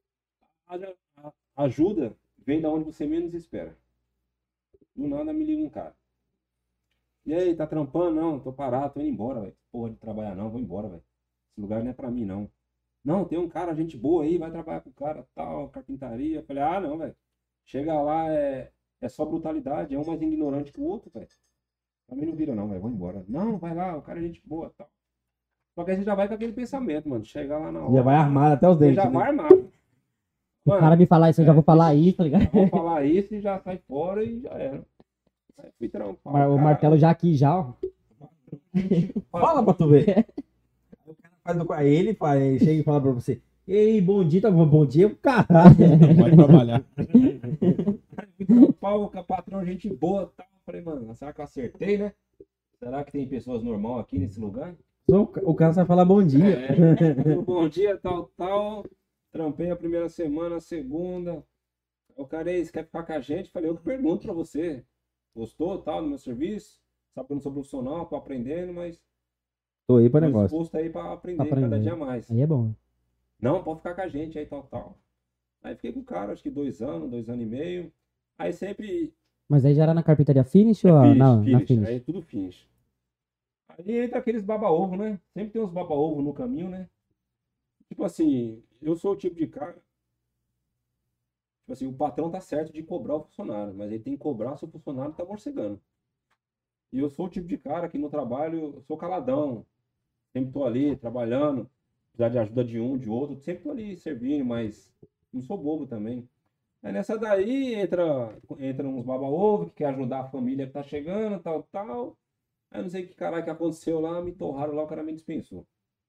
Ajuda vem da onde você menos espera. Do nada me liga um cara. E aí, tá trampando? Não, tô parado, tô indo embora, velho. Porra de trabalhar não, vou embora, velho. Esse lugar não é pra mim, não. Não, tem um cara, gente boa aí, vai trabalhar com o cara, tal, carpintaria. Eu falei, ah, não, velho. Chega lá, é só brutalidade, é um mais ignorante que o outro, velho. Pra mim não vira, não, velho, vou embora. Não, vai lá, o cara é gente boa, tal. Só que a gente já vai com aquele pensamento, mano. Chegar lá na hora. Já vai armado até os você dentes, já né? vai armado. O cara me falar isso, eu já vou falar isso, tá ligado? Vamos falar isso e já sai fora e já era. Aí fui trampar. O cara. martelo já aqui, já, ó. Fala pra tu ver. Aí o cara aí ele faz, ele chega e fala pra você, ei, bom dia, tá bom? Bom dia, caralho. Vai trabalhar. Fui trampar, com a patrão, gente boa, tal. Falei, mano, será que eu acertei, né? Será que tem pessoas normais aqui nesse lugar? Só o cara sabe falar bom dia. Bom dia, tal. Trampei a primeira semana, a segunda. O cara aí, você quer ficar com a gente? Falei, eu que pergunto pra você. Gostou, tal, do meu serviço? Sabe que eu não sou profissional, tô aprendendo, mas Tô aí pra tô negócio. disposto aí pra aprender Pra aprender. cada dia mais. Aí é bom. Não, pode ficar com a gente aí, tal. Aí fiquei com o cara, acho que 2 anos, 2 anos e meio. Aí sempre Mas aí já era na carpintaria finish ou finish, na finish, finish? aí tudo finish. Aí entra aqueles baba-ovo, né? Sempre tem uns baba-ovo no caminho, né? Tipo assim, eu sou o tipo de cara. Tipo assim, o patrão tá certo de cobrar o funcionário, mas ele tem que cobrar se o funcionário tá morcegando. E eu sou o tipo de cara que no trabalho eu sou caladão. Sempre tô ali trabalhando, precisar de ajuda de um, de outro, sempre tô ali servindo, mas não sou bobo também. Aí nessa daí entra uns baba-ovo que quer ajudar a família que tá chegando, tal. Aí não sei o que caralho que aconteceu lá, me torraram lá, o cara me dispensou.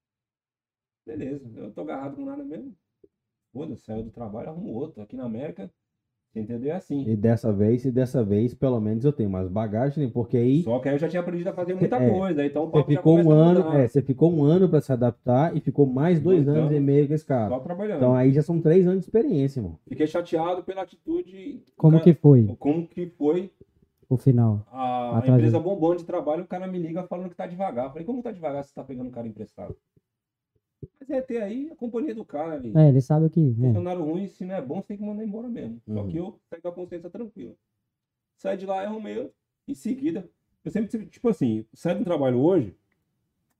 Beleza, eu tô agarrado com nada mesmo. Foda-se, saiu do trabalho, arrumo outro. Aqui na América, você entendeu? É assim. E dessa vez, pelo menos eu tenho mais bagagem, né? Porque aí Só que aí eu já tinha aprendido a fazer muita É, coisa, então o você papo já ficou um começa a ano, mudar. você ficou um ano pra se adaptar e ficou mais 2 2 anos e anos. meio com esse cara. Só trabalhando. Então aí já são 3 anos de experiência, irmão. Fiquei chateado pela atitude. Como que foi Como que foi o final? a Atrás empresa dele. bombando de trabalho, o cara me liga falando que tá devagar. Eu falei, como tá devagar se você tá pegando o cara emprestado? Mas é ter aí a companhia do cara ali. É, ele sabe que. Funcionário ruim, se não é bom, você tem que mandar embora mesmo. Só Uhum. que eu saí com a consciência tranquila. Saí de lá e arrumei em seguida. Eu sempre, tipo assim, saí do trabalho hoje,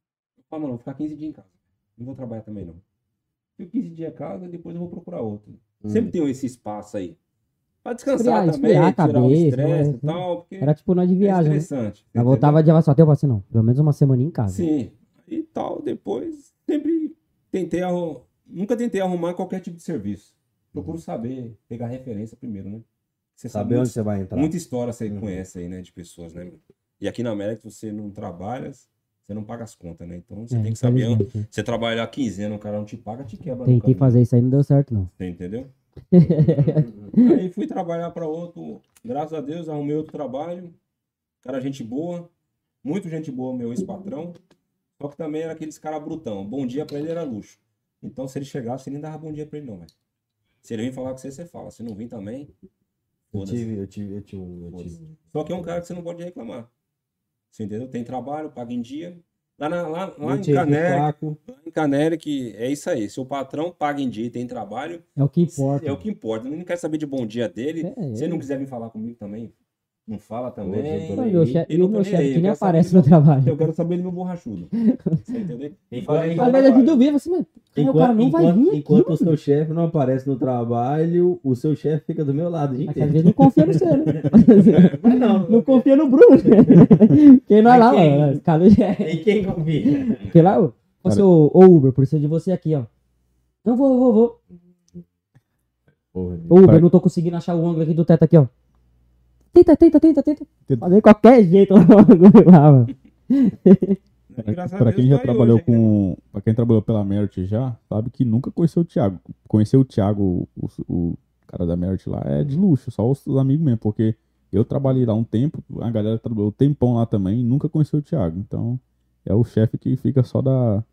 Fala, mano, vou ficar 15 dias em casa. Não vou trabalhar também, não. Fico 15 dias em casa, depois eu vou procurar outro. Sempre tem esse espaço aí. Pra descansar também, Esfriar a tirar o cabeça, estresse né? e tal, porque Era tipo nós de é viagem, né? estressante. Eu entendeu? voltava de só, eu falei assim, não, pelo menos uma semana em casa. Sim, e tal. Depois, sempre nunca tentei arrumar qualquer tipo de serviço. Procuro saber, pegar referência primeiro, né? Você Saber onde você vai entrar. muita história você Uhum. conhece aí, né, de pessoas, né? E aqui na América, se você não trabalha, você não paga as contas, né? Então, você tem que saber. Infelizmente, né? Você trabalhar 15 anos, o cara não te paga, te quebra no Tentei caminho. fazer isso aí, não deu certo, não. Você entendeu? Aí fui trabalhar para outro, graças a Deus, arrumei outro trabalho. Cara, gente boa, muito gente boa, meu ex-patrão. Só que também era aqueles cara brutão. Bom dia para ele era luxo. Então, se ele chegasse, você nem dava bom dia para ele, não, velho. Se ele vir falar com você, você fala. Se não vir também, Eu foda-se. tive. Só que é um cara que você não pode reclamar. Você entendeu? Tem trabalho, paga em dia. Lá Não em tive Canérico, saco. em Canérico, é isso aí. Seu patrão paga em dia e tem trabalho, É o que importa. é o que importa. Eu não quero saber de bom dia dele. É, Se ele não quiser vir falar comigo também, não fala também. Hoje eu tô Não, nem meu aí. chefe- Eu E o não tô meu nem chefe aí, que eu nem quero saber aparece ele no meu- trabalho. Eu quero saber ele meu borrachudo. Você entendeu? Às vezes a gente duvida, assim, mas cara, o cara não vai vir aqui, enquanto o mano. seu chefe não aparece no trabalho, o seu chefe fica do meu lado o dia Mas às inteiro. vezes não confia no você, né? Mas não, Não confia no Bruno, né? Quem não é Mas lá, quem? mano. Cara, Em quem confia? Porque lá, ô, ô Uber, preciso de você aqui, ó. Não, vou. Porra, Ô Uber, não tô conseguindo achar o ângulo aqui do teto aqui, ó. Tenta. Fazer de qualquer jeito lá, mano. Graças a Pra Deus, quem já tá aí trabalhou hoje, né? Pra quem trabalhou pela Merit já, sabe que nunca conheceu o Thiago. Conheceu o Thiago, o cara da Merit lá, é de luxo, só os amigos mesmo, porque eu trabalhei lá um tempo, a galera trabalhou um tempão lá também e nunca conheceu o Thiago. Então, é o chefe que fica só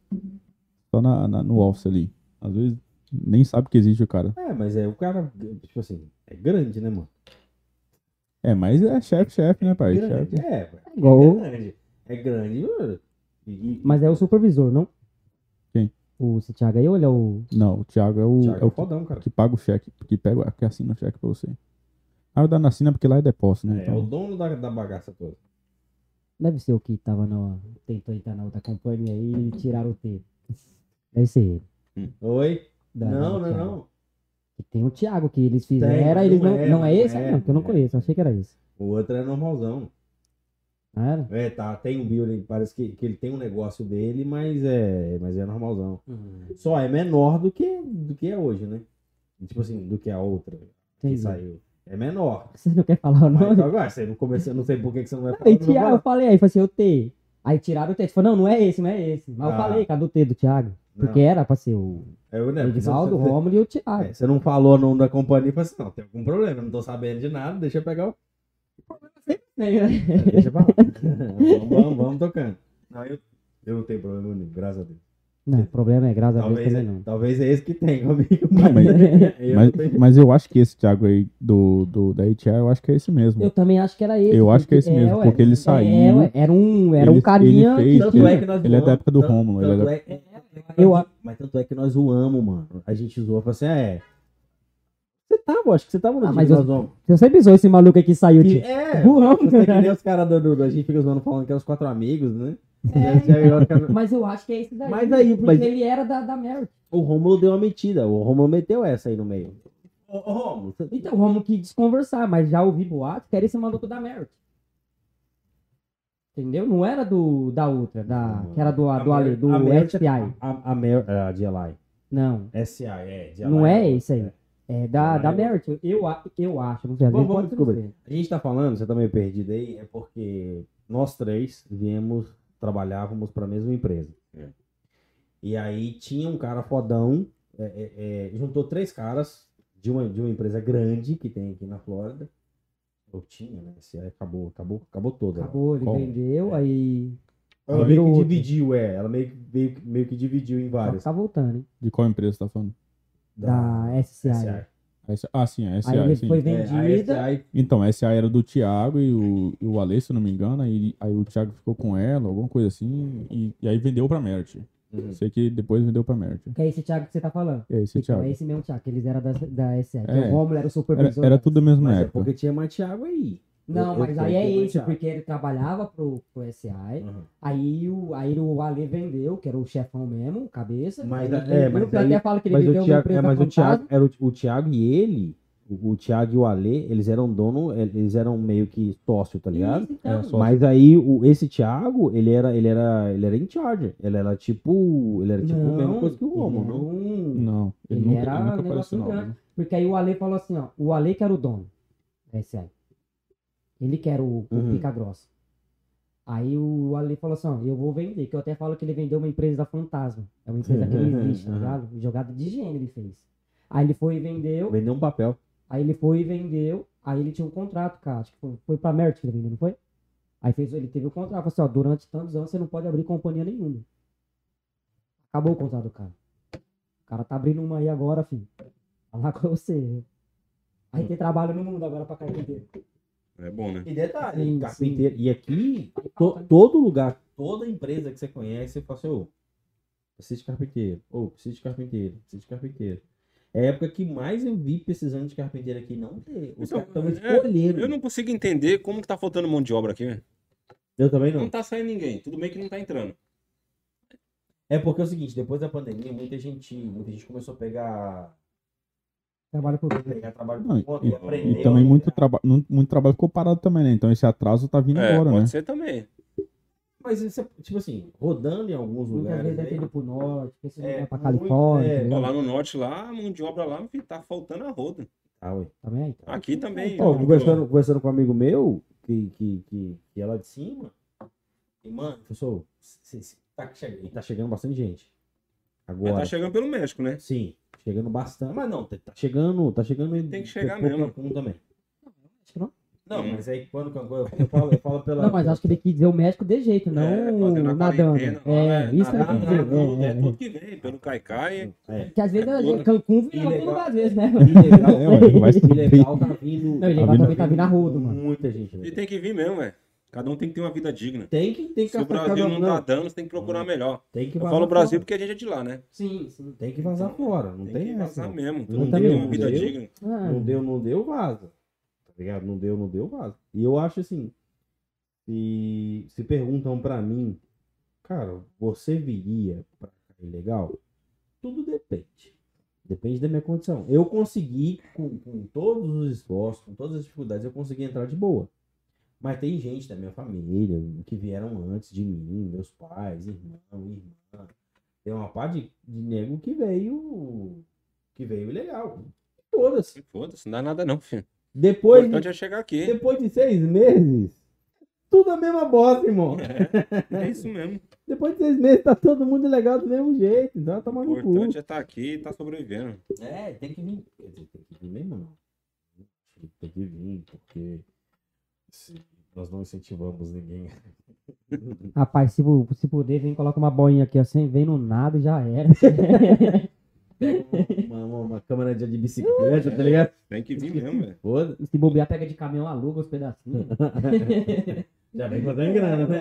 no office ali. Às vezes nem sabe que existe o cara. É, mas o cara, tipo assim, é grande, né, mano? É, mas é chefe, né, pai? Grande, Chefe. Igual- É grande, mano. Mas é o supervisor, não? Quem? O esse Thiago aí, ou ele é o... Não, o Thiago é o, Thiago é o fodão, cara. que paga o cheque, que assina o cheque pra você. Ah, o da não assina porque lá é depósito, né? É o Então, dono da bagaça toda. Deve ser o que tentou entrar na outra companhia aí e tiraram o T. Deve ser ele. Oi? Da- Não, da- não. E tem o Thiago que eles fizeram, Tem, eles não não, é, não é não esse? é, Não, que eu não não é. conheço, achei que era esse. O outro é normalzão. Ah, era? É, tá, tem um building, parece que ele tem um negócio dele, mas é normalzão. Só é menor do que é hoje, né? Tipo assim, do que a outra que Entendi. saiu. É menor. Você não quer falar o Mas nome? agora, você não começou, não sei por que você não vai falar. Aí, não vou Thiago, eu falar. falei, aí falei assim, o T. Aí tiraram o T. Você falou, não é esse. Mas eu Ah. falei, cadê o T do Thiago? Porque Não. era pra ser o Né, porque Edivaldo, o Rômulo e o Thiago. você não falou o nome da companhia e falou assim, não, tem algum problema, não tô sabendo de nada, deixa eu pegar o. Deixa pra lá. vamos tocando. Não, eu não tenho problema nenhum, graças a Deus. Não, o problema é, graças a Deus, Talvez, também não. talvez é esse que tem comigo. Não, mas- eu não tenho. mas eu acho que esse Thiago aí da HR, eu acho que é esse mesmo. Eu também acho que era esse. Eu acho que é esse porque- mesmo, ué, porque ele saiu, ué, era um carinha ele fez, que... Tanto é que nós ele é da zoamos, época do tanto- Rômulo. ele é tanto da- é que- Eu- Mas tanto é que nós zoamos, mano. A gente zoou, falou assim, Acho que você tava no Ah, dia mas que eu- nós zoamos. Você sempre zoou esse maluco aí que saiu, tio. Burrão. Você que nem os caras a gente fica zoando falando que eram os 4 amigos, né? Já- já- Mas eu acho que é esse daí. Mas aí, porque mas- ele era da Merit. O Rômulo deu uma metida. O Rômulo meteu essa aí no meio. Ô, Rômulo, você... Então, vamos que desconversar, mas já ouvi boato que era esse maluco da Merit. Entendeu? Não era da outra, que era do Ale, do a Merit- SPI. a DLI. Não, SI, DLI. não é esse aí. É da DLI. Merit. Eu acho, não sei. Às Vamos vezes pode descobrir. ser. A gente tá falando, você tá meio perdido aí, é porque nós três trabalhávamos para a mesma empresa. E aí tinha um cara fodão, juntou 3 caras de uma empresa grande que tem aqui na Flórida. Ou tinha, né? Esse aí acabou toda. Acabou, ele Qual? vendeu, aí Ela meio virou que outra. dividiu, ela meio que dividiu em só várias. tá voltando, hein? De qual empresa você tá falando? Da SCI. Sim, a SA, Aí ele sim. foi A vendida. SI, Então, a SA era do Thiago e o Ale, se eu não me engano, aí o Thiago ficou com ela, alguma coisa assim, e aí vendeu pra Merit. Sei que depois vendeu pra Merit. Que é esse Thiago que você tá falando. É esse Então, Thiago. é esse mesmo Thiago, que eles eram da SCI. Que É. o Rômulo era o supervisor. Era tudo da mesma mas é época. porque tinha mais Thiago aí. Não, Eu mas sei aí que é o isso, Thiago. porque ele trabalhava pro SI, Uhum. aí o Ale vendeu, que era o chefão mesmo, o cabeça. Mas, aí ele vendeu, mas eu aí, até falo que ele mas vendeu o uma Thiago, empresa mas o Thiago, fantasma. era o Thiago e ele, o Thiago e o Alê, eles eram dono, eles eram meio que sócio, tá ligado? Isso, então. sócio. Mas aí esse Thiago, ele era in charge, ele era tipo a mesma coisa que o Romo, ele era não? Não, ele Ele nunca, era ele nunca um apareceu negocinho na obra, grande. né? Porque aí o Ale falou assim, ó, o Ale que era o dono da SI. Ele que era o Uhum. pica grossa. Aí o Ale falou assim, ó, eu vou vender, que eu até falo que ele vendeu uma empresa da Fantasma. É uma empresa que não existe, tá ligado? Jogada de gênio ele fez. Aí ele foi e vendeu, Vendeu um papel. aí ele foi e vendeu, aí ele tinha um contrato, cara, acho que foi pra Mert que ele vendeu, não foi? Aí ele teve o contrato, falou assim, ó, durante tantos anos você não pode abrir companhia nenhuma. Acabou o contrato do cara. O cara tá abrindo uma aí agora, filho. Falar com você. Aí tem trabalho no mundo agora pra carpinteiro. É bom, né? E detalhe, Sim, carpinteiro. E aqui, falta, né? todo lugar, toda empresa que você conhece, você fala assim, ô, preciso de carpinteiro, ô, preciso de carpinteiro, preciso de carpinteiro. É a época que mais eu vi precisando de carpinteiro aqui, não tem. Os Então, caras estão escolhendo. eu não consigo entender como que tá faltando mão de obra aqui, velho. Eu também não. Não tá saindo ninguém. Tudo bem que não tá entrando. É porque é o seguinte, depois da pandemia, muita gente começou a pegar Trabalho por trabalho Não, por conta e aprendeu. E também muito trabalho ficou parado também, né? Então esse atraso tá vindo agora, pode né? ser também. Mas isso é, tipo assim, rodando em alguns muitas lugares. vezes é aí, ter ido pro norte, precisa É, ir pra muito, Califórnia, é. tá Ó, ligado? lá no norte, lá, a mão de obra lá, filho, tá faltando a roda. Ah, ué. Também aí. Aqui também. Ó, pelo conversando com um amigo meu, que é lá de cima, e, mano, professor, ele tá chegando bastante gente. Mas Agora, tá chegando pelo México, né? sim, chegando bastante. Mas não, tá chegando Tem que chegar por mesmo. Cancún também. Acho que não. Não, mas aí quando eu falo pela. Não, mas acho que ele quis dizer o México de jeito, não fazendo a nadando. quarentena lá, É, isso que ele nadando, quis dizer. tudo, É, tudo que vem, pelo Caicai. É. Porque às vezes tudo. Cancún vira Ilegal. todo lugar às vezes, né? Ilegal, Vai subir. ilegal tá vindo. Não, ilegal também tá vindo a rodo, mano. Muita gente. E velho. tem que vir mesmo, velho. Cada um tem que ter uma vida digna. Tem que Se o Brasil não tá dando, você tem que procurar melhor. Tem que Eu vazar falo Brasil fora. porque a gente é de lá, né? Sim, sim. Tem que vazar fora. Não Tem tem que essa. vazar não. mesmo. Todo Não mundo tem que ter deu, uma vida deu. digna. Ah, Não deu, vaza. Tá ligado? Não deu, vaza. E eu acho assim, se perguntam pra mim, cara, você viria pra cá ilegal? Tudo depende. Depende da minha condição. Eu consegui, com todos os esforços, com todas as dificuldades, eu consegui entrar de boa. Mas tem gente da minha família que vieram antes de mim, meus pais, irmão, irmã. Tem uma parte de nego que veio ilegal. Foda-se. Foda-se, não dá nada não, filho. O Depois importante é chegar aqui. depois de 6 meses, tudo a mesma bosta, irmão. É isso mesmo. Depois de 6 meses tá todo mundo legal do mesmo jeito. Então tá O tomando no cu. importante é estar aqui e tá sobrevivendo. É, tem que vir. Quer dizer, tem que vir mesmo, não. Tem que vir, porque nós não incentivamos ninguém. Rapaz, se puder, vem coloca uma boinha aqui assim, vem no nada e já era. Pega uma câmera de bicicleta, tá ligado? Tem que vir mesmo, velho. Foda. Se bobear, pega de caminhão, aluga os pedacinhos. Já vem fazendo grana, né?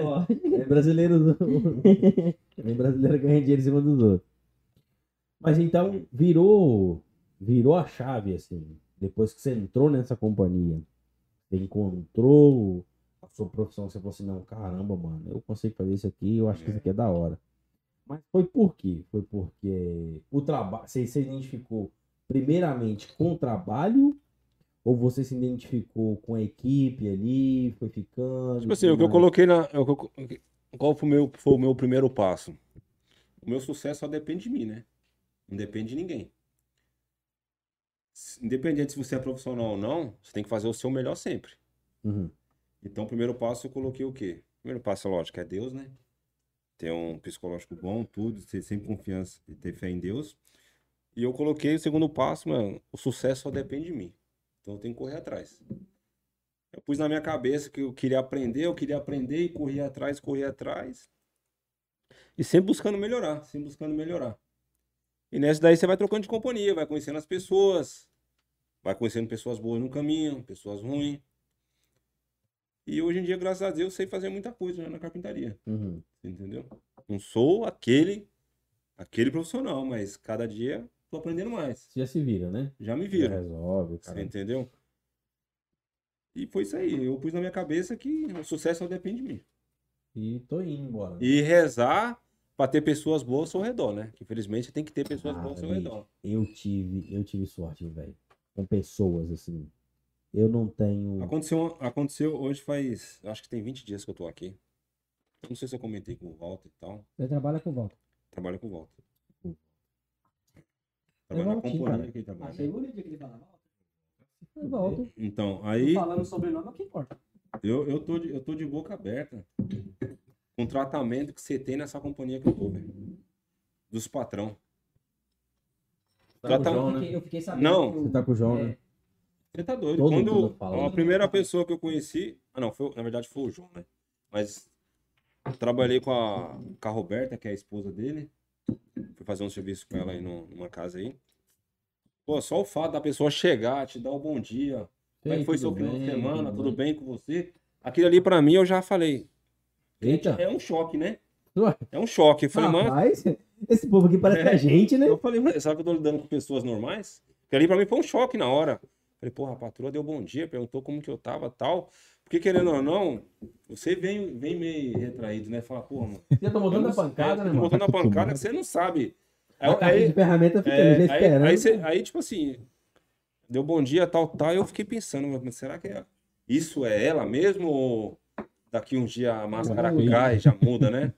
Vem brasileiro ganha dinheiro em cima dos outros. Mas então, virou a chave, assim. Depois que você entrou nessa companhia, você encontrou a sua profissão, você falou assim, não, caramba, mano, eu consigo fazer isso aqui, eu acho que isso aqui é da hora. Mas foi por quê? Foi porque o trabalho, você se identificou primeiramente com o trabalho, ou você se identificou com a equipe ali, foi ficando... Tipo assim, o que eu coloquei na. Qual foi o meu primeiro passo? O meu sucesso só depende de mim, né? Não depende de ninguém. Independente se você é profissional ou não, você tem que fazer o seu melhor sempre. Uhum. Então, o primeiro passo eu coloquei o quê? O primeiro passo, lógico, é Deus, né? Ter um psicológico bom, tudo, ter sempre confiança e ter fé em Deus. E eu coloquei o segundo passo, mano, o sucesso só depende de mim. Então eu tenho que correr atrás. Eu pus na minha cabeça que eu queria aprender e corria atrás. E sempre buscando melhorar, sempre buscando melhorar. E nessa daí você vai trocando de companhia, vai conhecendo as pessoas, vai conhecendo pessoas boas no caminho, pessoas ruins. E hoje em dia, graças a Deus, eu sei fazer muita coisa, né, na carpintaria. Uhum. Entendeu? Não sou aquele profissional, mas cada dia tô aprendendo mais. Você já se vira, né? Já me Já viro. resolve, Você cara. entendeu? E foi isso aí. Eu pus na minha cabeça que o sucesso só depende de mim. E tô indo embora. E rezar pra ter pessoas boas ao redor, né? Que infelizmente tem que ter pessoas boas ao bicho, redor. eu tive sorte, velho. Com pessoas, assim. Eu não tenho. Aconteceu hoje faz. Acho que tem 20 dias que eu tô aqui. Eu não sei se eu comentei com o Walter e tal. Você trabalha com volta. Trabalho com o Walter. Hum. Trabalho na Valtinho, companhia cara. que ele trabalha. Achei bonito que ele falava. Volta. Então, aí Falando o sobrenome é o que importa. eu tô de boca aberta com o tratamento que você tem nessa companhia que eu tô, velho. Dos patrão. Tá com o João, né? Eu fiquei sabendo. Não. que o- Você tá com o João, é, né? Você tá doido. Todo Quando mundo fala. a primeira pessoa que eu conheci. Ah, não, na verdade foi o João, né? Mas eu trabalhei com a Roberta, que é a esposa dele. Fui fazer um serviço com ela aí numa casa aí. Pô, só o fato da pessoa chegar, te dar um bom dia. Como é que foi seu tudo final de bem, semana? tudo Tudo bem com você? Aquilo ali pra mim eu já falei. Eita. É um choque, né? Ué. É um choque. Eu falei, mano. Rapaz, esse povo aqui parece a gente, né? Eu falei, mas sabe que eu tô lidando com pessoas normais? Porque ali pra mim foi um choque na hora. Falei, porra, a patroa deu bom dia, perguntou como que eu tava tal. Porque querendo ou não, você vem meio retraído, né? Fala, porra, mano. Você tomou tanta pancada, né, mano? Botando a Tá pancada acostumado. que você não sabe. A caixa de ferramenta fica ali, já esperando. Aí, tipo assim, deu bom dia, tal, tal. E eu fiquei pensando, mas será que isso é ela mesmo? Ou daqui uns dias a máscara cai, já muda, né?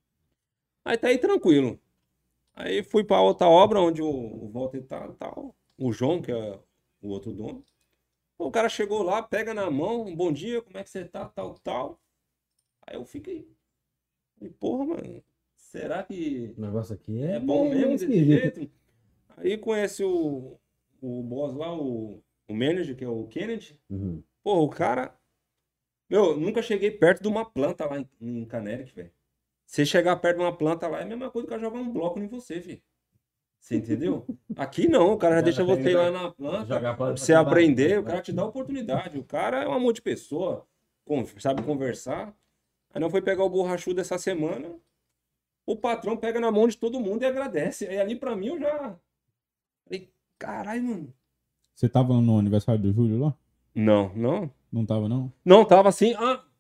Aí tá aí tranquilo. Aí fui pra outra obra onde o Walter tá, tal. O João, que é o outro dono. Pô, o cara chegou lá, pega na mão, bom dia, como é que você tá, tal, tal. Aí eu fiquei. E porra, mano, será que O negócio aqui é bom meio mesmo desse esquisito. jeito? Aí conhece o boss lá, o manager, que é o Kennedy. Uhum. Pô, o cara. Meu, nunca cheguei perto de uma planta lá em Canéric, velho. Você chegar perto de uma planta lá é a mesma coisa que jogar um bloco em você, filho. Você entendeu? Aqui não, o cara já deixa você ir lá na planta, Jogar pra pra você aprender, o cara te dá oportunidade. O cara é um amor de pessoa, sabe conversar. Aí não foi pegar o borrachudo essa semana. O patrão pega na mão de todo mundo e agradece. Aí ali pra mim eu já. Falei, caralho, mano. Você tava no aniversário do Júlio lá? Não, não. Não tava, não? Não, tava assim.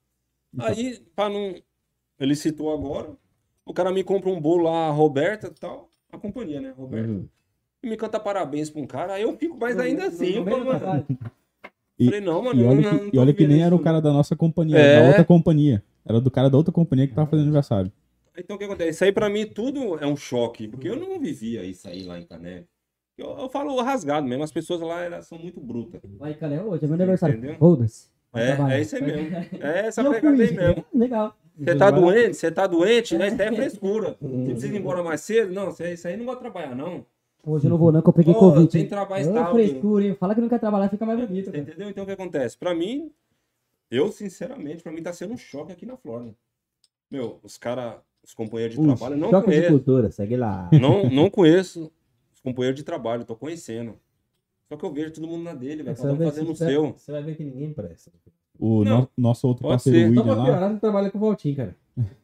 Aí, pra não. Ele citou agora. O cara me compra um bolo lá, a Roberta e tal. A companhia, né? Roberta. Uhum. E me canta parabéns pra um cara. Aí eu fico mais ainda assim. No Eu meio do falo, mano. trabalho. E- Falei, não, mano. E olha não que, tô e olha que vivendo nem era o isso, cara da nossa companhia, É. era da outra companhia. Era do cara da outra companhia que tava fazendo aniversário. Então o que acontece? Isso aí pra mim tudo é um choque, porque eu não vivia isso aí lá em Caneco. Eu falo rasgado mesmo, as pessoas lá elas são muito brutas. Lá em Cané hoje, é meu aniversário. Entendeu? Foda-se. Vai trabalhar. É isso aí mesmo. É essa E eu pegada fui, aí mesmo. Legal. Você tá doente, né? Isso aí é frescura. Você precisa ir embora mais cedo? Não, isso aí não vai trabalhar, não. Hoje eu não vou não, que eu peguei Ô, Covid. tem trabalho Ô, estável. frescura, hein? Fala que não quer trabalhar, fica mais bonito. Você cara. entendeu? Então o que acontece? Pra mim, eu sinceramente, pra mim tá sendo um choque aqui na Flórida. Meu, os companheiros de trabalho, eu não Choque de conheço. cultura, segue lá. Não conheço os companheiros de trabalho, tô conhecendo. Só que eu vejo todo mundo na dele, velho. Cada um fazendo o seu. Você vai ver que ninguém presta. O Não, nosso outro pode parceiro ser. Só William pra lá, piorar, você trabalha com o Valtinho, cara.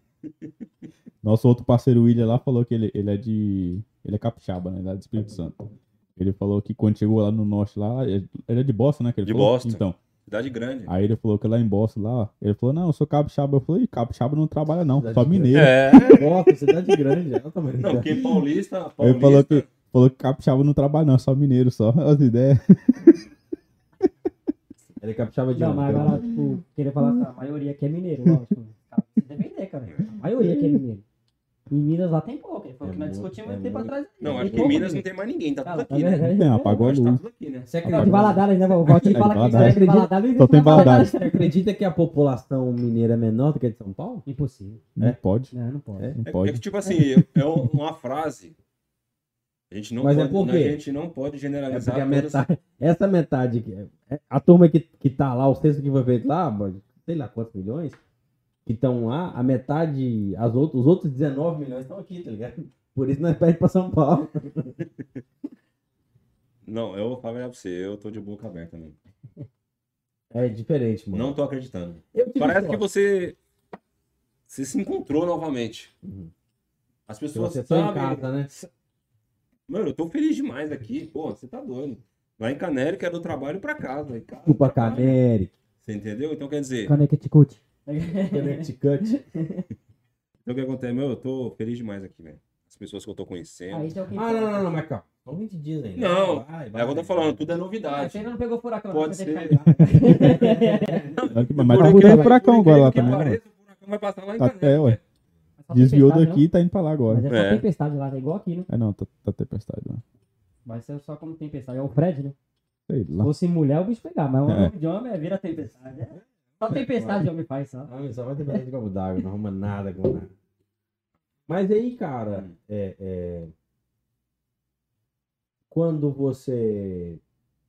nosso outro parceiro William lá falou que ele é capixaba, né, lá do Espírito Santo. Ele falou que quando chegou lá no norte lá, ele é de Boston, né, que ele De falou? Boston. Então, Cidade grande. aí ele falou que lá em Boston lá, ele falou: "Não, eu sou capixaba". Eu falei: "Capixaba não trabalha não, Cidade só grande. mineiro". É. Nossa, cidade grande. Olha o tamanho Não, dela. porque paulista. Aí ele falou que capixaba não trabalha não, só mineiro só. As ideias. Ele capixaba de Não, onde? mas agora, tipo, queria falar assim, a maioria aqui é mineiro, lógico. Cara, você defender, cara. A maioria aqui é mineiro. Em Minas lá tem pouco. Ele falou que nós muito, discutimos é muito tempo muito. atrás. Não, Tem acho que em pouco Minas não aqui. tem mais ninguém, tá tudo Cara, aqui, tá né? vendo? É, apagou a Acho que tá luz. tudo aqui, né? Você Não, de acredita, Valadares, né? O Valtinho É, fala que Valadares. de Valadares. Só tem Valadares. você acredita que a população mineira é menor do que a de São Paulo? Impossível. Não pode, Não, não pode. É? não É pode. que, tipo assim, é uma frase. A gente não Mas é pode, por quê? a gente não pode É generalizar porque a todas- metade, essa metade, a turma que tá lá, o censo que foi feito lá, sei lá quantos milhões, que estão lá, a metade, os outros 19 milhões estão aqui, tá ligado? Por isso nós perdemos pra São Paulo. Não, eu vou falar pra você, eu tô de boca aberta mesmo. É diferente, mano. Não tô acreditando. Eu tive Parece sorte. que você se encontrou novamente. Uhum. As Se pessoas você tá em sabem. casa, né? Mano, eu tô feliz demais aqui. Pô, você tá doido. Lá em Canérica é do trabalho pra casa. E, cara, Desculpa, trabalho. Canéric. Você entendeu? Então quer dizer, Connecticut. Connecticut. então o que acontece? Meu, eu tô feliz demais aqui, velho. As pessoas que eu tô conhecendo. Aí tem o que Ah, não, mas calma. São 20 dias ainda. Não, Vai, é o que eu tô falando, tudo é Ah, novidade. você ainda não pegou furacão, Pode não, você ser. tem que Mas Por tá incrível- tendo furacão por agora lá incrível que também, né? pareça, o furacão vai passar lá em Tá, Canela, ué. velho. Desviou tempestade, daqui e tá indo pra lá agora. Não? Mas é só É. tempestade lá, é igual aqui, né? É, não, tá tempestade lá. Vai ser só como tempestade. É o Fred, né? Sei Se lá. fosse mulher, o bicho pegava. Mas o É. nome de homem é vira tempestade. É. Só tempestade de homem faz, só. Ah, só vai ter pedaço de copo d'água, não arruma nada com nada. Mas aí, cara, quando você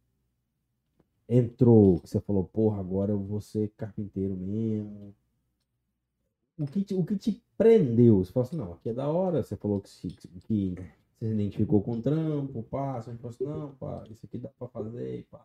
entrou, que você falou, porra, agora eu vou ser carpinteiro mesmo. O que te prendeu? Você falou assim, não, aqui é da hora. Você falou que você se identificou com o trampo, pá. Você falou assim, não, pá, isso aqui dá pra fazer, pá.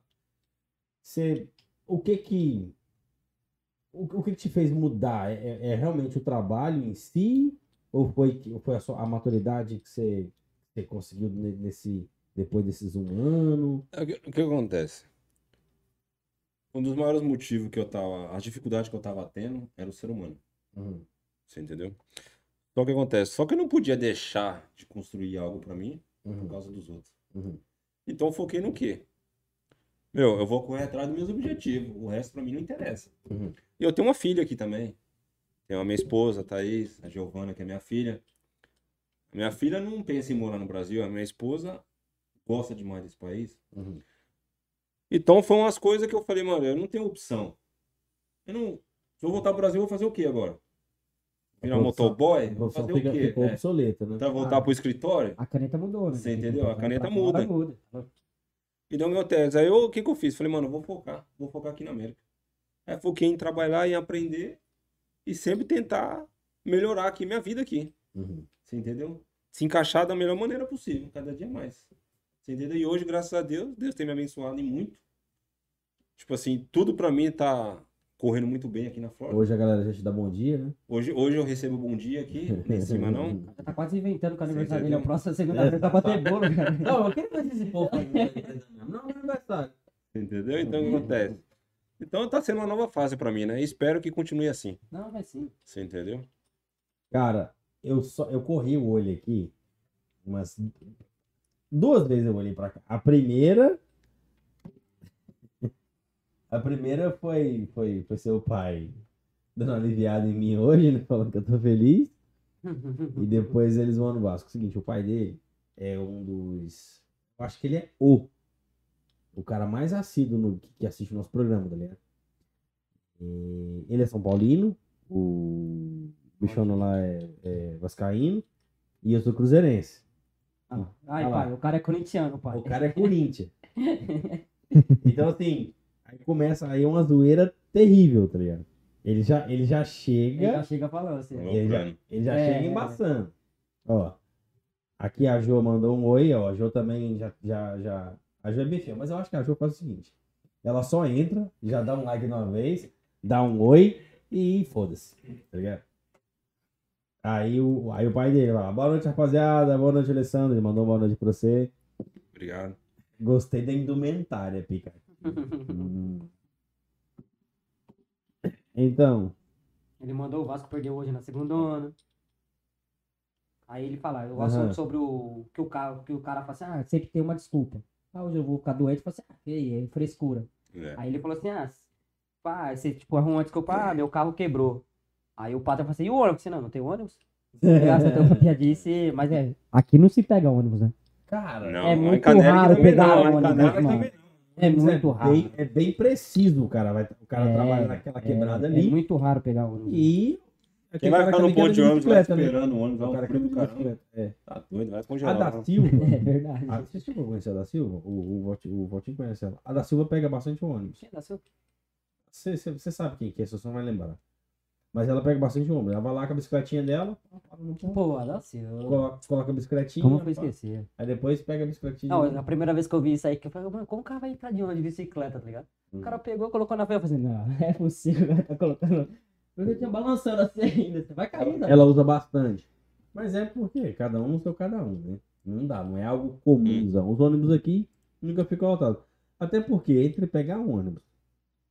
O que que te fez mudar? É realmente o trabalho em si? Ou foi a maturidade que você conseguiu depois desses 1 ano? O que acontece? Um dos maiores motivos que a dificuldade que eu tava tendo era o ser humano. Uhum. Você entendeu? Só o que acontece? Só que eu não podia deixar de construir algo pra mim por Uhum. causa dos outros. Uhum. Então eu foquei no quê? Meu, eu vou correr atrás dos meus objetivos. O resto pra mim não interessa. Uhum. E eu tenho uma filha aqui também. Tenho a minha esposa, a Thaís, a Giovana, que é minha filha. A minha filha não pensa em morar no Brasil. A minha esposa gosta demais desse país. Uhum. Então foi umas coisas que eu falei, mano, eu não tenho opção. Se eu voltar pro Brasil, eu vou fazer o quê agora? Virar motoboy? Vou fazer o quê? Ficou obsoleta, né? Então, voltar pro escritório? A caneta mudou, né? Você entendeu? A caneta Pra muda. fora, muda. Então, meu tese. Aí o que eu fiz? Falei, mano, eu vou focar aqui na América. Aí foquei em trabalhar, em aprender e sempre tentar melhorar aqui minha vida aqui. Uhum. Você entendeu? Se encaixar da melhor maneira possível, cada dia mais. Você entendeu? E hoje, graças a Deus, Deus tem me abençoado em muito. Tipo assim, tudo pra mim tá correndo muito bem aqui na Flórida. Hoje a galera já te dá bom dia, né? Hoje eu recebo bom dia aqui, lá em cima não. Já tá quase inventando que o aniversário Você dele é o entendeu? próximo segunda-feira pra bater bolo, cara. Não, eu queria ver esse povo fazendo não, é aniversário. Entendeu? Então o que acontece? Então tá sendo uma nova fase pra mim, né? E espero que continue assim. Não, vai sim. Você entendeu? Cara, eu corri o olho aqui umas 2 vezes eu olhei pra cá. A primeira foi seu pai dando uma aliviada em mim hoje, né? Falando que eu tô feliz. E depois eles vão no Vasco. O seguinte, o pai dele é um dos... Eu acho que ele é o cara mais assíduo que assiste o nosso programa, tá ligado? E ele é São Paulino, o bichano lá é vascaíno, e eu sou cruzeirense. Ah, ai, Ah lá. pai, o cara é corintiano, pai. O cara é Corinthians. Então, assim, aí começa aí uma zoeira terrível, tá ligado? Ele já Ele já chega... chega falando assim. Ele já É, chega é. embaçando. Ó, aqui a Jo mandou um oi, ó. A Jo também já... A Jo é bem fiel, mas eu acho que a Jo faz o seguinte. Ela só entra, já dá um like de uma vez, dá um oi e foda-se, tá ligado? Aí o pai dele vai lá, boa noite, rapaziada, boa noite, Alessandro. Ele mandou boa noite pra você. Obrigado. Gostei da indumentária, pica. Então, Ele mandou o Vasco perder hoje na segunda ano. Aí ele fala, o Aham. assunto sobre o que o cara fala assim, ah, sempre tem uma desculpa. Ah, hoje eu vou ficar doente, fala assim, ah, e aí, é frescura. É. Aí ele falou assim, ah, pá, você tipo arruma uma desculpa, ah, meu carro quebrou. Aí o padre falou assim, e o ônibus? Não tem ônibus? Graças a Deus, uma piadice, mas aqui não se pega ônibus, né? cara, Não, É em muito Canélia raro também pegar não, em ônibus, Canélia mano. também não. É muito raro. é bem preciso, cara. O cara trabalha naquela quebrada É ali. muito raro pegar ônibus. E Quem vai ficar no também ponto de anda ônibus vai bicicleta, né? esperando o ônibus, vai O um cara que frio anda do de caramba. bicicleta. É. Tá doido, vai A congelar. da Silva. É verdade. Você chegou a conhecer a da Silva? O Valtinho conhece ela. A da Silva pega bastante ônibus. Quem nasceu? Você sabe quem que é, você só não vai lembrar. Mas ela pega bastante ônibus. Ela vai lá com a bicicletinha dela, Pô, a Silva. coloca a bicicletinha. Como eu pá. esqueci? Aí depois pega a bicicletinha. Não, a primeira vez que eu vi isso aí, que eu falei, mano, como o cara vai entrar de onde de bicicleta, tá ligado? O cara pegou, colocou na frente, eu falei, não, é possível, o cara tá colocando. Porque eu tinha balançando assim ainda, você vai cair, né? Ela usa bastante. Mas é porque cada um no seu cada um, né? Não dá, não é algo comum. Os ônibus aqui nunca ficam lotados. Até porque entre pegar um ônibus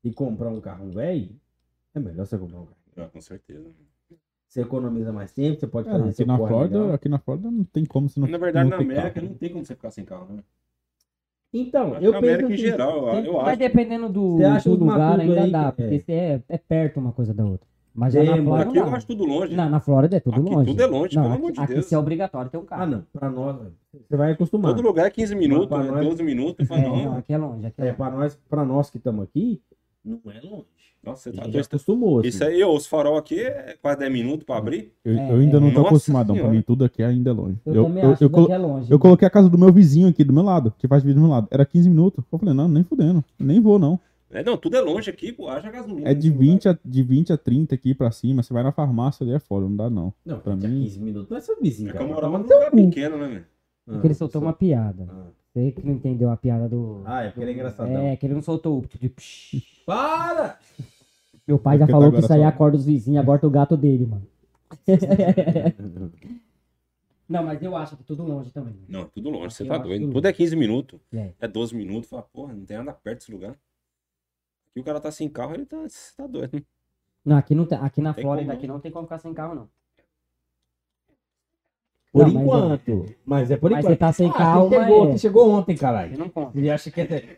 e comprar um carro velho, é melhor você comprar um carro. Ah, com certeza. Você economiza mais tempo, você pode É, fazer aqui seu na corre Flórida, legal. aqui na Flórida não tem como você não Na verdade, não na ter América carro. não tem como você ficar sem carro, né? Então, Acho eu que na penso América em assim, geral, eu Mas acho. dependendo do, Você acha do os lugar matutos ainda aí dá, que- porque você é perto uma coisa da outra. Mas já na Tem, Flórida Aqui não eu dá. acho tudo longe. Na Flórida é tudo Aqui longe. tudo é longe, não, pelo aqui, amor de aqui Deus. você é obrigatório ter um carro. Ah, não, pra nós, você vai acostumar. Todo lugar é 15 minutos, pra né? nós- 12 minutos. Eu falo, Não, não, aqui é longe. Aqui é longe. Pra nós que estamos aqui, não é longe. nossa, você A tá gente já doido. acostumou, assim. Isso aí, os farol aqui é quase 10 minutos pra abrir. Eu ainda não tô Nossa acostumadão. Pra Senhora. mim, tudo aqui ainda é longe. Eu também acho que aqui é longe. Eu coloquei a casa do meu vizinho aqui do meu lado, que faz vídeo do meu lado. Era 15 minutos. Eu falei, não, nem fudendo. Nem vou, não. É, não, tudo é longe aqui, pô. Haja gasolina. É nesse de 20 a 30 aqui pra cima. Você vai na farmácia ali, é foda, não dá não. Não, Pra pra mim- 15 minutos não é seu vizinho, lugar. É cara. que eu morava Tá num no lugar seu cu. pequeno, né, velho? Porque ele soltou uma piada. Ah. Você que não entendeu a piada do. Ah, é porque ele é engraçadão. É, que ele não soltou o de psh. Para! Meu pai já Porque falou tá que isso aí agora só- acorda os vizinhos, acorda o gato dele, mano. Não, mas eu acho que tudo longe também. Não, tudo longe, você Eu tá acho doido. tudo Tudo é 15 minutos. É. É 12 minutos. Fala, porra, não tem nada perto desse lugar. Aqui o cara tá sem carro, ele tá, você tá doido. Não, aqui, não tem, aqui na Tem Flórida como aqui não tem como ficar sem carro, não. Por Não, mas enquanto. Mas é por Mas enquanto. você tá sem Ah, carro, você chegou, mas é. você chegou ontem, Você caralho. não conta. Você acha que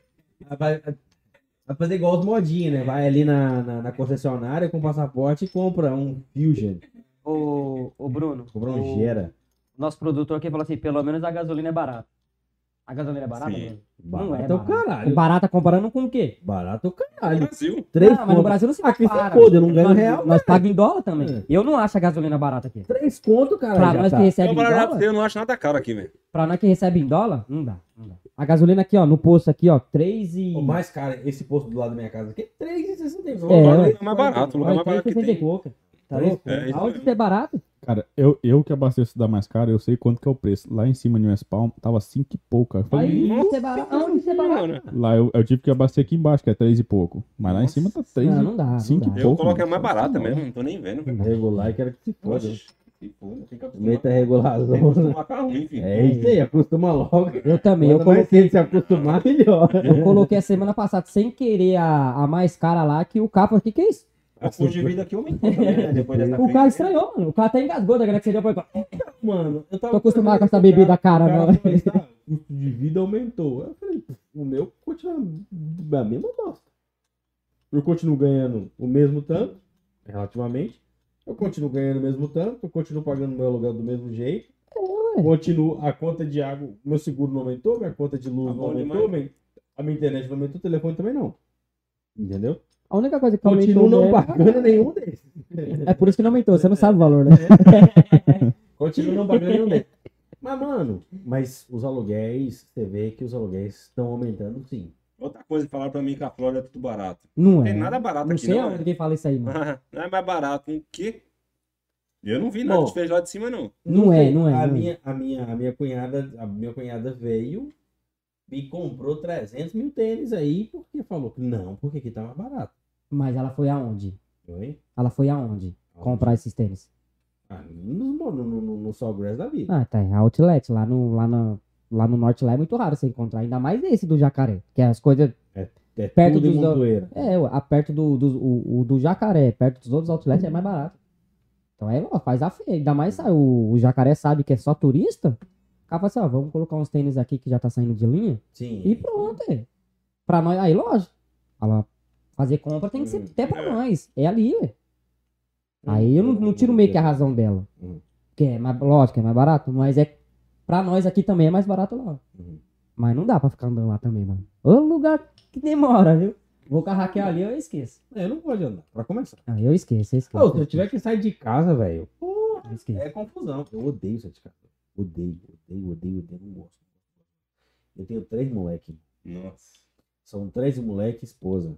vai fazer igual os modinhos, né? Vai ali na concessionária com o passaporte e compra um Fusion. Ô Bruno, Compra um o Gera. nosso produtor aqui falou assim, pelo menos a gasolina é barata. A gasolina é barata, Sim. Bruno? Barato Não é é o barato. caralho. Barata comparando com o quê? Barato é o No caralho. Brasil. 3 Ah, mas no Brasil não se Aqui compara. se foda, eu não ganho nós, real, Nós pagamos em dólar também. É. Eu não acho a gasolina barata aqui. 3 conto, caralho. Pra já nós tá. que recebe em Eu dólar, não acho nada caro aqui, velho. pra nós que recebe em dólar, não dá. A gasolina aqui, ó, no posto aqui, ó, 3 e... O mais caro, esse posto do lado da minha casa aqui é 3,69. É, O ué. lugar mais barato, o lugar mais barato que 3,60 e tem. pouco. Tá Três louco? É, isso Aonde mesmo. isso é barato? Cara, eu que abasteço da mais cara, eu sei quanto que é o preço. Lá em cima de West Palm, tava 5 e pouco. Cara. Eu falei, Aí, nossa isso é barato. Aonde isso é barato? Senhora. lá eu tive que abastecer aqui embaixo, que é 3 e pouco. Mas lá em Nossa. cima tá 3 Não, e não dá, não 5 dá. e Eu pouco. coloco a mano. mais barata Nossa, mesmo, não tô nem vendo. velho. Regular e quero que se foda. Oxe, se foda, tem que acostumar. Meta Tem que regulação. acostumar com a ruim, filho. É isso aí, acostuma logo. Eu também, eu Quanto mais coloquei, cedo se acostumar, melhor. eu coloquei a semana passada sem querer a mais cara lá, que o capa, o que é isso? O custo de vida aqui aumentou também, né? Depois dessa O crise. cara estranhou, mano. O cara até engasgou da grana que você deu pra ele. Mano, eu tava Tô acostumado com essa conversando bebida o cara, cara não. falou assim, "Ah, o custo de vida aumentou." Eu falei, o meu continua a mesma bosta. Eu continuo ganhando o mesmo tanto, relativamente. Eu continuo ganhando o mesmo tanto, eu continuo pagando meu aluguel do mesmo jeito. Continuo, a conta de água, meu seguro não aumentou, minha conta de luz Tá não bom aumentou, demais. a minha internet não aumentou, o telefone também não. Entendeu? A única coisa que Continuo aumentou não mesmo- pagando nenhum desses. É por isso que não aumentou, você não sabe o valor, né? Continuo não pagando nenhum deles. Mas, mano, os aluguéis, você vê que os aluguéis estão aumentando sim. Outra coisa, falaram pra mim que a Flórida é tudo barato. Não Não é. tem nada barato Não aqui, sei não. aonde quem fala isso aí, mano. Não é mais barato. O quê? Eu não vi nada Bom, de feijoada de cima, não. Não é, sei, não é, A não é. minha cunhada veio e comprou 300 mil tênis aí, porque falou que não, porque aqui tá mais barato. Mas ela foi aonde? Oi? Ela foi aonde? Comprar esses tênis. Ah, no Sawgrass da vida. Ah, tá. É Outlet. Lá no norte lá é muito raro você encontrar. Ainda mais esse do Jacaré. Que é as coisas. É perto tudo em dos- Montoeira. É, ué, perto do Jacaré, perto dos outros outlets é mais barato. Então ó, faz a feia. Ainda mais o Jacaré sabe que é só turista. O cara fala assim, ó, vamos colocar uns tênis aqui que já tá saindo de linha. Sim. E pronto, é. Pra nós, aí lógico. Fala, fazer compra tem que ser até pra nós. É ali, ué. Aí eu não tiro meio que a razão dela. Uhum. Que é mais, lógico, é mais barato, mas é pra nós aqui também é mais barato lá. Uhum. Mas não dá pra ficar andando lá também, mano. Ô lugar que demora, viu? Vou com a Raquel ali, eu esqueço. Eu não gosto de andar, pra começar. Ah, eu esqueço, eu esqueço. Pô, se eu tiver que sair de casa, velho, Eu esqueço. é confusão. Eu odeio sair de casa. Odeio, não gosto. Eu tenho 3 moleques. Nossa. São 3 moleques e esposa.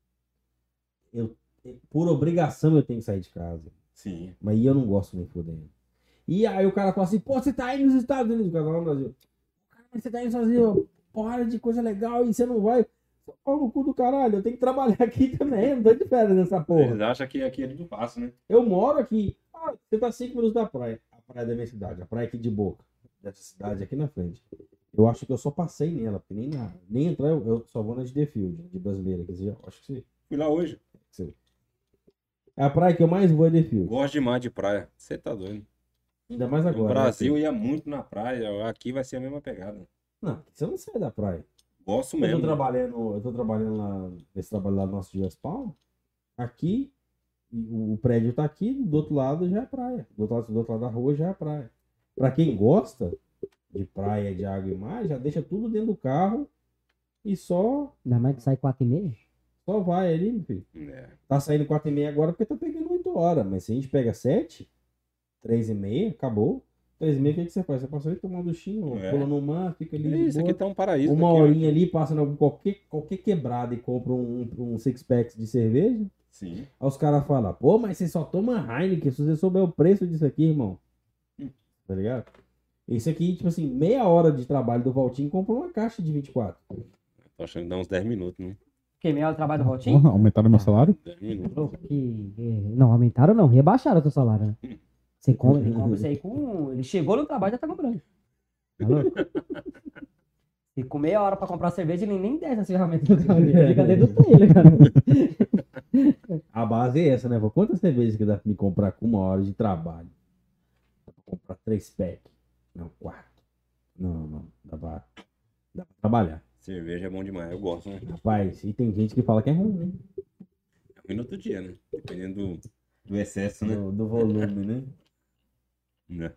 Por obrigação eu tenho que sair de casa. Sim. Mas eu não gosto nem fodendo. E aí o cara fala assim, pô, você tá aí nos Estados Unidos, o cara lá no Brasil. Cara, mas você tá aí nos Estados Unidos, porra de coisa legal e você não vai. Pô, no cu do caralho, eu tenho que trabalhar aqui também, eu não tô de férias nessa porra. Eles acham que aqui é tudo fácil, né? Eu moro aqui. Ah, você tá 5 minutos da praia. A praia da minha cidade, a praia aqui de Boca. Dessa cidade aqui na frente. Eu acho que eu só passei nela, porque nem entrar, eu só vou na de The Field, de brasileira. Quer dizer, eu acho que você Fui lá hoje. É a praia que eu mais vou é Deerfield. Gosto demais de praia. Você tá doido. Ainda mais agora. No né, Brasil filho? ia muito na praia. Aqui vai ser a mesma pegada. Não, você não sai da praia. Gosto Eu mesmo. tô trabalhando lá, nesse trabalho lá do nosso de Palm. Aqui, o prédio tá aqui, do outro lado já é praia. Do outro lado da rua já é praia. Pra quem gosta de praia, de água e mar, já deixa tudo dentro do carro e só Ainda mais que sai 4h30. vai ali, meu filho. É. Tá saindo 4h30 agora porque tá pegando 8 horas. Mas se a gente pega 7, 3h30, acabou. 3h30, o que você faz? Você passa ali, toma um duchinho, É. pula no mar, fica ali. de Isso boa. aqui tá um paraíso. Uma aqui, ó. horinha ali, passa em qualquer quebrada e compra um six-pack de cerveja. Sim. Aí os caras falam, pô, mas você só toma Heineken, se você souber o preço disso aqui, irmão. Tá ligado? Esse aqui, tipo assim, meia hora de trabalho do Valtinho comprou uma caixa de 24. Tô achando que dá uns 10 minutos, né? Que meia hora de trabalho do Valtinho? Porra, aumentaram meu salário? 10 minutos. Louco, não, aumentaram não, rebaixaram o teu salário, né? Você compra, ele compra isso aí com. Ele chegou no trabalho e já tá comprando. Tá louco? E com meia hora pra comprar cerveja, ele nem desce essa ferramenta do carro. Ele fica dentro do trailer, cara. A base é essa, né? Vô? Quantas cervejas que dá pra me comprar com uma hora de trabalho? Dá pra comprar 3 packs. Não, 4. Não. Dá pra trabalhar. Cerveja é bom demais. Eu gosto, né? Rapaz, e tem gente que fala que é ruim, né? É ruim no outro dia, né? Dependendo do excesso, né? Do volume, né? Né?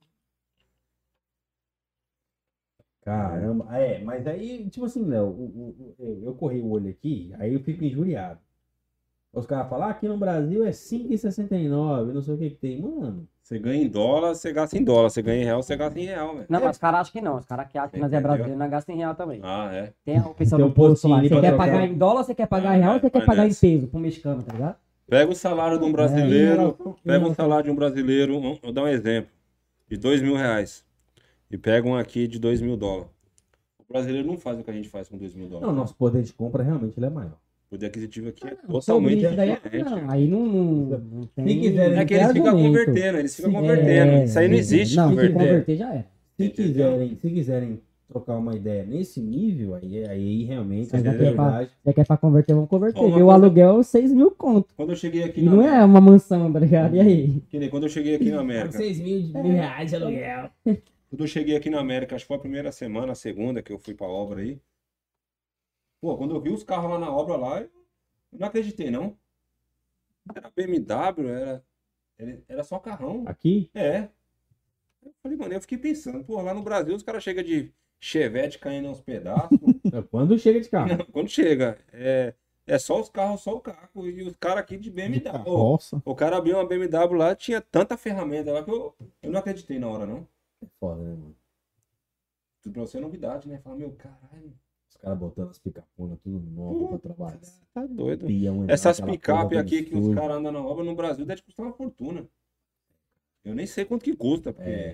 Caramba, mas aí, tipo assim, Léo, eu corri o olho aqui, aí eu fico injuriado. Os caras falam, aqui no Brasil é 5,69, não sei o que tem. Mano, Você ganha em dólar, você gasta em dólar. Você ganha em real, você gasta em real, velho. Não, mas os caras acham que não. Os caras que acham que nós é Entendeu? brasileiro, nós gastamos em real também. Ah, é. Tem a opção Tem do um posto lá. postinho ali Você pra quer trocar. pagar em dólar, você quer pagar em real, ou você quer vai pagar em nessa. peso pro mexicano, tá ligado? Pega o salário de um em brasileiro. relação- em Pega um relação- salário de um brasileiro. Vou dar um exemplo. De R$ 2.000. E pega um aqui de $2.000. O brasileiro não faz o que a gente faz com $2.000. Não, nosso poder de compra realmente ele é maior. O poder aquisitivo aqui é Sobre totalmente isso daí, diferente. não, aí não tem. Se quiserem- É que eles ficam convertendo, eles ficam convertendo. Isso aí não existe, Não, se converter. converter já é. Se quiserem trocar uma ideia nesse nível, aí realmente, Mas na aqui é pra- verdade, Você quer pra converter, vamos converter. Ó, uma Meu coisa- aluguel é 6.000 conto. Quando eu cheguei aqui E na não é uma mansão, tá ligado? E aí? Que nem quando eu cheguei aqui na América. 6 mil reais de aluguel. Quando eu cheguei aqui na América, acho que foi a primeira semana, a segunda que eu fui pra obra aí. Pô, quando eu vi os carros lá na obra lá, eu não acreditei, não. Era BMW, era só carrão. Aqui, É. Eu falei, mano, eu fiquei pensando, pô, lá no Brasil os caras chegam de Chevette caindo aos pedaços. quando chega de carro. Não, quando chega, é só os carros, só o carro. E os caras aqui de De BMW. Ô, carroça. o cara abriu uma BMW lá, tinha tanta ferramenta lá que eu não acreditei na hora, não. É foda, né, mano? Tudo pra você é novidade, né? Fala, meu caralho, Os caras botando as picaponas tudo novo pra trabalhar. tá doido. Peão, Essas aquela picape porra aqui que os absurda. caras andam na obra no Brasil deve custar uma fortuna. Eu nem sei quanto que custa, porque. É.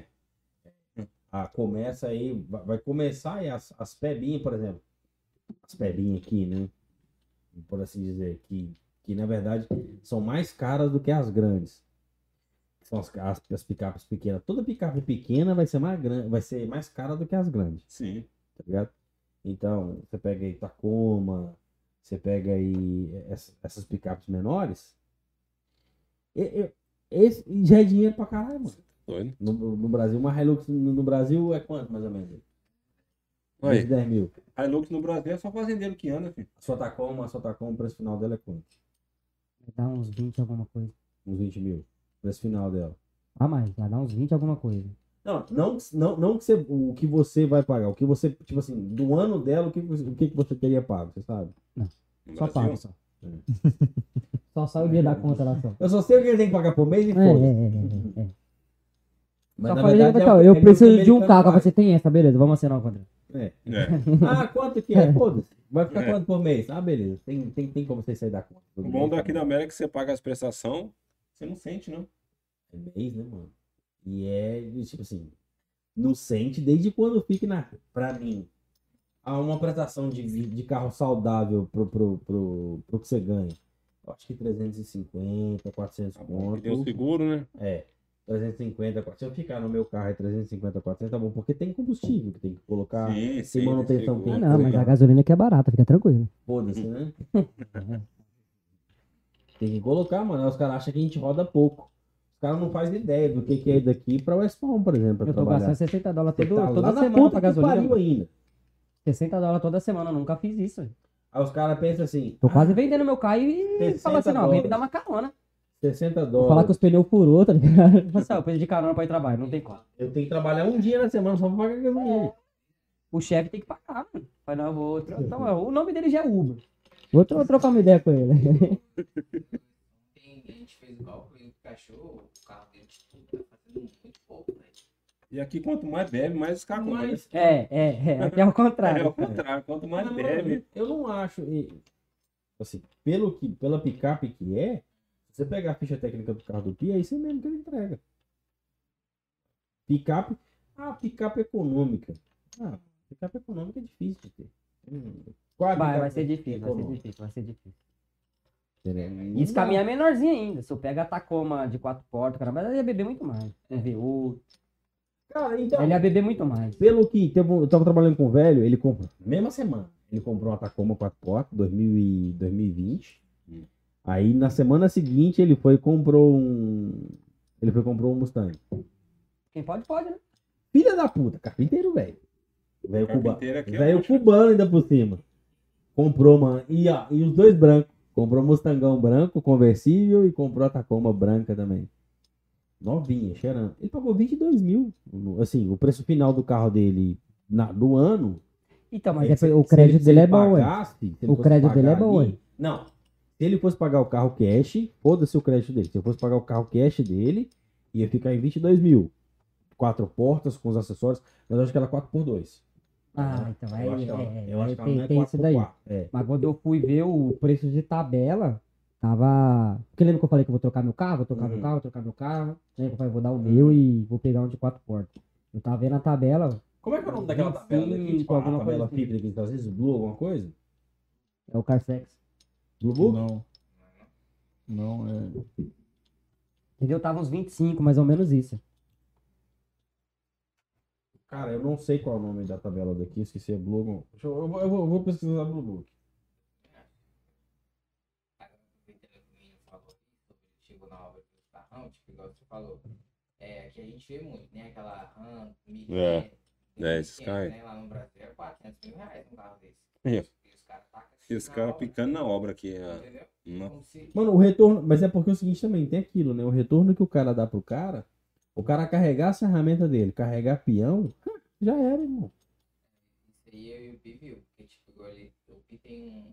Começa aí, vai começar aí as pebinhas, por exemplo. As pebinhas aqui, né? Por assim dizer, que na verdade são mais caras do que as grandes. São as picapes pequenas. Toda picape pequena vai ser mais cara do que as grandes, Sim. tá ligado? Então, você pega aí Tacoma, você pega aí essas picapes menores. Esse já é dinheiro pra caralho, mano. Doido. No Brasil, uma Hilux no Brasil é quanto, mais ou menos? Mais de Aí, 10 mil. Hilux no Brasil é só fazendeiro que anda, filho. A sua Tacoma, o preço final dela é quanto? Vai dar uns 20 alguma coisa. Uns 20 mil. O preço final dela. Ah, mais, vai dar uns 20 alguma coisa. Não que o que você vai pagar. O que você, tipo assim, do ano dela, o que você teria pago, você sabe? No Só Brasil. paga, só. Só sai o dia da conta lá só. Eu só sei o que ele tem que pagar por mês e foda-se. É. Mas Só na falei, verdade, então, é o eu que preciso o de um americano carro, faz. você tem essa, beleza, vamos assinar o contrato. É. Quanto que é? Foda-se. Vai ficar É. quanto por mês? Ah, beleza. Tem como você sair da conta. O bom daqui da América é que você paga as prestações, você não sente, não. É mês, né, mano? E tipo assim, não sente desde quando fica pra mim. Há uma prestação de carro saudável pro que você ganha. Eu acho que 350, 400 Tá bom, que pontos. tem o seguro, né? 350, 400. Se eu ficar no meu carro é 350, 400, tá bom. Porque tem combustível que tem que colocar. Sim, manutenção tem tem Ah, seguro. não, mas a gasolina aqui é barata, fica tranquilo. Foda-se, né? Tem que colocar, mano. Aí os caras acham que a gente roda pouco. Os caras não fazem ideia do que é daqui pra West Palm, por exemplo, pra Eu tô trabalhar. gastando $60 Você tá lá toda na semana puta pra que gasolina. pariu mano. ainda. $60 toda semana, eu nunca fiz isso. velho. Aí os caras pensam assim, Tô quase vendendo meu carro e 60 falo assim, não, alguém me dá dólares. uma carona. 60 Vou falar que dólares. os pneus furou, tá ligado? Fala assim, ó, eu preciso de carona pra ir trabalhar, não tem como. Eu tenho que trabalhar um dia na semana só pra pagar gasolina. O chefe tem que pagar, mano. Fala, não, eu vou... Então, o nome dele já é Uber. Vou trocar uma ideia com ele. A gente fez o cálculo e o cachorro, o carro dele de tudo, tá fazendo muito pouco, velho. E aqui, quanto mais bebe, mais os caras compram. Mas, Aqui é o É contrário. o contrário. Quanto mais mas, bebe. mano, eu não acho. Assim, pela picape que é, se você pegar a ficha técnica do carro do Pia, é isso mesmo que ele entrega. Picape. Picape econômica. Picape econômica é difícil de ter. Qual é a Vai picape ser difícil, econômica? vai ser difícil. Não Isso dá. caminha menorzinho ainda. Se eu pego a Tacoma de 4 portas, cara, mas ele ia beber muito mais. V8. Cara, então, Ele ia beber muito mais. pelo que eu tava trabalhando com o velho, ele comprou, mesma semana, ele comprou uma Tacoma 4 portas, 2020. Aí na semana seguinte ele foi e comprou um Mustang. Quem pode, pode, né? Filha da puta, carpinteiro, velho. Velho Carpinteiro aqui é velho luxo. cubano ainda por cima. Comprou, mano. E os dois brancos. Comprou um Mustangão branco, conversível, e comprou a Tacoma branca também. Novinha, cheirando. Ele pagou 22 mil. Assim, o preço final do carro dele do ano. Então, mas Se- o se crédito se dele é ele bom, ué. pagasse, se ele O fosse crédito dele é pagar bom, ali- ué. Não. Se ele fosse pagar o carro cash, foda-se o crédito dele. Se eu fosse pagar o carro cash dele, ia ficar em 22 mil. 4 portas com os acessórios. Mas eu acho que era 4x2. Então Eu acho que ela, eu acho que ela não é tem isso daí. 4x4. É. Mas quando eu fui ver o preço de tabela, tava. Porque lembra que eu falei que eu vou trocar meu carro, vou trocar meu carro, vou trocar meu carro. Lembra que eu falei, vou dar o meu e vou pegar um de 4 portas. Eu tava vendo a tabela, Como é que é o nome daquela tabela daqui? 25, Tipo, a alguma tabela coisa assim. fibra que às vezes Blue, alguma coisa? é o Carsex. Blue Book? Não. Não, é. Entendeu? Tava uns 25, mais ou menos isso. Cara, eu não sei qual é o nome da tabela daqui, esqueci, é Blue. Eu vou pesquisar Blue Book. Aproveitando que o menino falou sobre chegou na obra do carrão, tipo, igual você falou. Que a gente vê muito, né? Aquela RAM, 1.500, Esses caras. né? Lá no Brasil é 400 mil reais um carro desse. É. E os caras tacam E os na caras obra, picando na obra aqui. entendeu? Não. Como se... Mano, o retorno. Mas é porque é o seguinte também, tem aquilo, né? O retorno que o cara dá pro cara, o cara carregar as ferramentas dele, carregar peão, já era, irmão. Isso aí eu e o Pi viu. Porque, tipo, igual ele, o Pi tem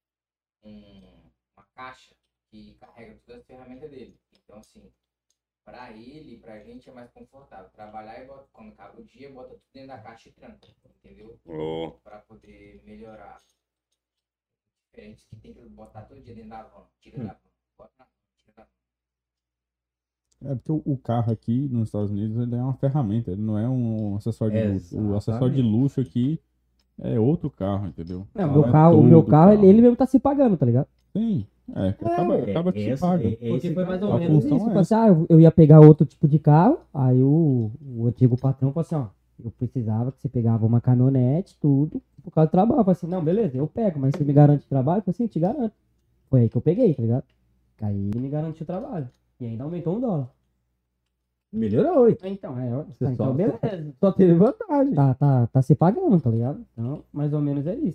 uma caixa que carrega todas as ferramentas dele. Então, assim, pra ele e pra gente é mais confortável. Trabalhar e bota, quando acaba o dia, bota tudo dentro da caixa e tranca. Entendeu? Oh. Pra poder melhorar. Diferente que tem que botar todo dia dentro da van. Tira da van. Bota na van, tira da van. É porque o carro aqui nos Estados Unidos ele é uma ferramenta, ele não é um acessório de luxo. O acessório de luxo aqui é outro carro, entendeu? Não, Não meu é carro, o todo meu carro, ele mesmo tá se pagando, tá ligado? Sim, acaba que se esse- paga. Porque foi mais ou A menos função isso. é Tipo assim, eu ia pegar outro tipo de carro, aí o antigo patrão falou assim, ó, eu precisava que você pegava uma caminhonete, tudo, por causa do trabalho. Eu falei assim, não, beleza, eu pego, mas você me garante trabalho? Eu falei assim, eu te garanto. Foi aí que eu peguei, tá ligado? Aí ele me garantiu trabalho. E ainda aumentou $1. Melhorou, hein? Então, Você então só- beleza. Só teve vantagem. Tá se pagando, tá ligado? Então, mais ou menos é isso.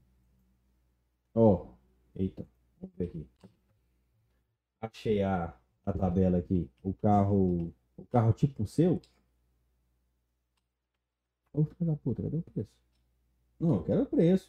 Ó, eita, vamos ver aqui. Achei a tabela aqui. O carro tipo o seu. Ô, filho da puta, cadê o preço? Não, eu quero o preço.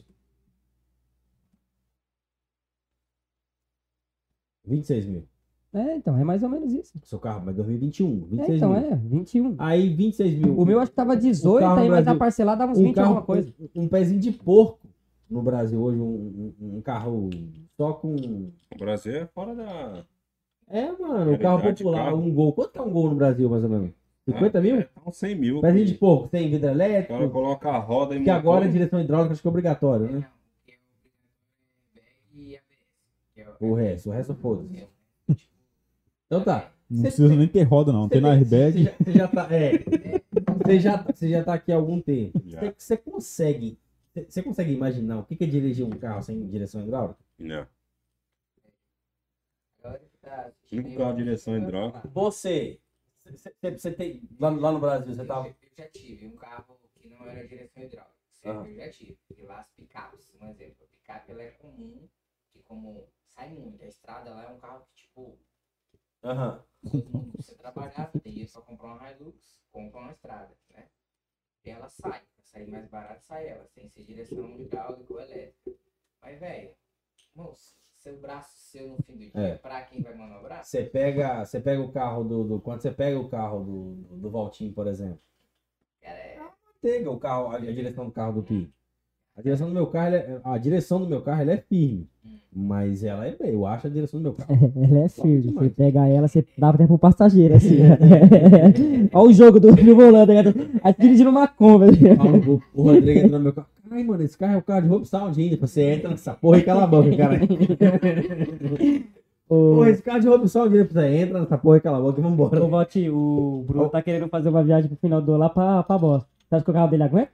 26 mil. Então, é mais ou menos isso. Seu carro, mas 2021, 26 Então, mil. 21. Aí 26 mil. O meu acho que tava 18, carro no aí mais Brasil- a parcelada dava uns um 20 carro, alguma coisa. um pezinho de porco no Brasil hoje, um carro só com... O Brasil é fora da. É, mano, o carro Realidade, popular, carro. um Gol. Quanto que é um Gol no Brasil, mais ou menos? 50 mil? É, uns 100 mil. Pezinho de que porco, sem vidro O cara elétrico, coloca a roda e que agora é direção hidráulica, acho que é obrigatório, né? E ABS. que é O resto foda-se. Então tá. Não precisa nem ter roda não, tem na airbag. Você já tá, você já tá aqui há algum tempo. Já. Você consegue imaginar o que é dirigir um carro sem direção hidráulica? Não. A Nunca a direção hidráulica. Você tem. Lá no Brasil, você tava. Eu já tive um carro que não era direção hidráulica. Ah. Eu já tive. E lá as picapes, um exemplo. A picape ela é comum, que como sai muito. A estrada lá é um carro que, tipo, Aham. todo mundo precisa trabalhar, tem dinheiro pra comprar uma Hilux, compra uma estrada, né? E ela sai. Pra sair mais barato, sai ela, sem ser direção hidráulica ou elétrica. Mas, velho, moço, seu braço seu no fim do dia, É. pra quem vai manobrar? Você pega o carro quando você pega o carro do Valtinho, por exemplo. Cara, Pega o carro, a direção do carro do Pi. A direção do meu carro, a direção do meu carro ela é firme. Mas ela é, eu acho a direção do meu carro. Ela é firme. Você demais. pega ela, você dá até pro passageiro, assim. Olha o jogo do volante. Aí dirigindo uma Kombi. O Rodrigo entra no meu carro. Ai, mano, esse carro é o carro de Hope Sound ainda. Você entra nessa porra e cala a boca, cara. Porra, esse carro de Hope Sound ainda. Você entra nessa porra e cala a boca e vambora. Ô, Valtinho, o Bruno tá querendo fazer uma viagem pro final do ano lá pra Boston. Você acha que o carro dele aguenta?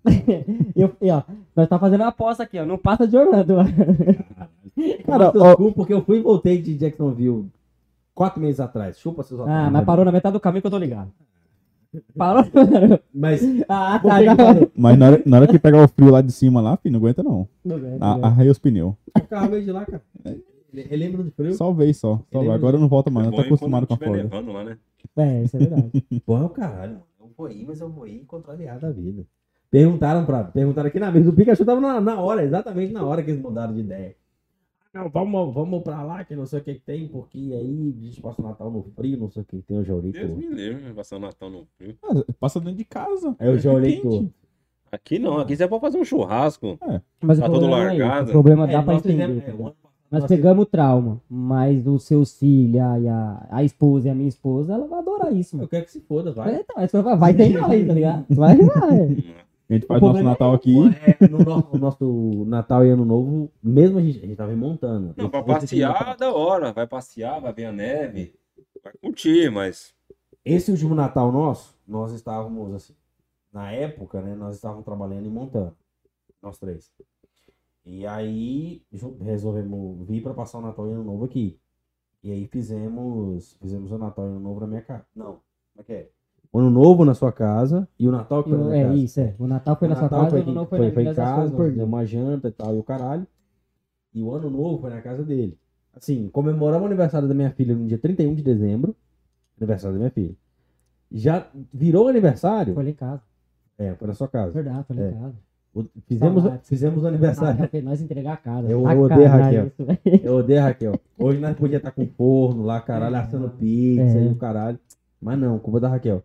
E ó, nós tá fazendo uma aposta aqui, ó. Não passa de Orlando. Cara, porque eu fui e voltei de Jacksonville 4 meses atrás. Chupa seus Ah, otários. mas parou na metade do caminho que eu tô ligado. Parou? Mas Ah, por tá. que Já que parou? Mas na hora que pegar o frio lá de cima lá, filho, não aguenta não. Tudo bem, tudo bem. Arraia os pneus. O carro veio de lá, cara. Ele lembra do frio. Só vez só. Ele Agora não volta mais, não Bom, tá e acostumado quando com a tiver Flórida. nevando lá, né? É, isso é verdade. Porra, é o caralho, mano. Eu vou ir, mas eu vou ir contrariado a vida. Perguntaram aqui na mesa. O Pikachu tava na hora, exatamente na hora que eles mudaram de ideia. Não, vamos pra lá, que não sei o que tem, porque aí a gente passa o Natal no frio, não sei o que tem. Eu já olhei Deus todo. me livre, passar o Natal no frio. Ah, passa dentro de casa. Aí eu já olhei Quente. todo. Aqui não, aqui você pode fazer um churrasco. Mas Tá o todo problema não é isso. largado. O problema dá pra nós entender. fizemos- o ano passado Nós nós pegamos o trauma, mas os seus filhos, a esposa e a minha esposa, ela vai adorar isso, Eu mano. quero que se foda, vai. Então, aí você vai ter nós, tá ligado? Vai. A gente faz O nosso problema Natal é aqui. No nosso Natal e Ano Novo, mesmo a gente tava remontando. Não, pra Esse passear da hora. Vai passear, vai ver a neve. Vai curtir, mas. Esse último Natal nosso, nós estávamos assim, na época, né, nós estávamos trabalhando em Montana, nós três. E aí resolvemos vir para passar o Natal e Ano Novo aqui. E aí fizemos o Natal e Ano Novo na minha casa. Não, como é que é? O Ano Novo na sua casa e o Natal que foi na minha É casa. isso, é. O Natal foi O na sua Natal casa, foi, o Ano Novo foi, foi foi na em casa, casa, deu uma janta e tal, e o caralho. E o Ano Novo foi na casa dele. Assim, comemoramos o aniversário da minha filha no dia 31 de dezembro. Aniversário da minha filha. Já virou aniversário? Foi lá em casa. Foi na sua casa. Verdade, foi lá É. em casa. Fizemos o Ah, aniversário. já fez nós entregar a casa. Eu Ah, odeio a caralho, Raquel. isso, velho. Eu odeio a Raquel. Hoje nós podíamos estar com forno lá, caralho, assando pizza É. e o caralho. Mas não, culpa da Raquel.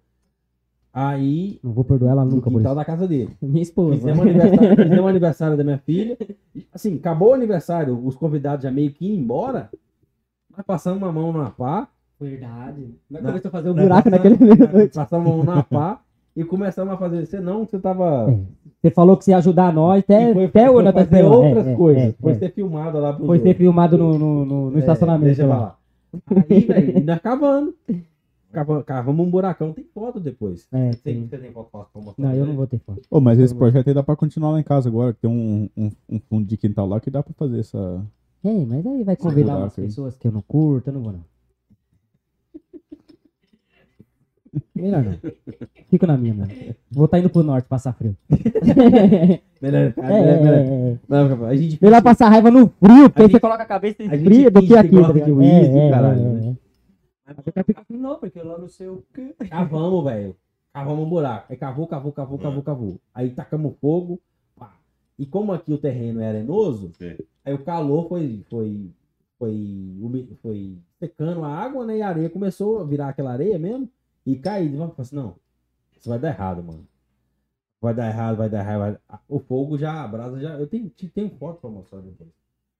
Aí, Não vou perdoar ela no nunca por quintal isso. da casa dele. Minha esposa. Fizemos o aniversário da minha filha. Assim, acabou o aniversário, os convidados já meio que iam embora. Nós passamos uma mão numa pá. Verdade. Nós Na- começamos a fazer um nós buraco passamos- naquele meio noite. Passamos uma mão numa pá e começamos a fazer. Você tava. Você falou que você ia ajudar nós, até, E foi o Natal fazer esperou. outras coisas. Foi Foi ser filmado lá pro ser filmado no estacionamento. Deixa eu lá. lá. Aí, velho, nós cavando. Cavamos um buracão, tem foto depois. É, Você sim. tem foto pra mostrar? Não, eu pra não ele? vou ter foto. Ô, mas esse projeto aí dá pra continuar lá em casa agora, que tem um fundo de quintal lá que dá pra fazer essa. É, mas aí vai convidar buraco umas aí. pessoas que eu não curto, eu não vou não. Melhor não. Fico na minha, mano. Vou estar indo pro norte passar frio. Melhor, É. Não, a gente Melhor passar raiva no frio, porque A aí gente- você coloca a cabeça a em gente frio do finge que que aqui. gosta tá de ligado? uísque, caralho, Mas eu fico assim, não, porque lá não sei o quê. cavamos, velho. Cavamos um buraco. Aí cavou. Aí tacamos fogo. Pá. E como aqui o terreno é arenoso, Sim. aí o calor foi secando a água, né? E a areia começou a virar aquela areia mesmo. E cair. Eu falei assim, não, isso vai dar errado, mano. Vai dar errado. O fogo já, a brasa já. Eu tenho foto pra mostrar depois.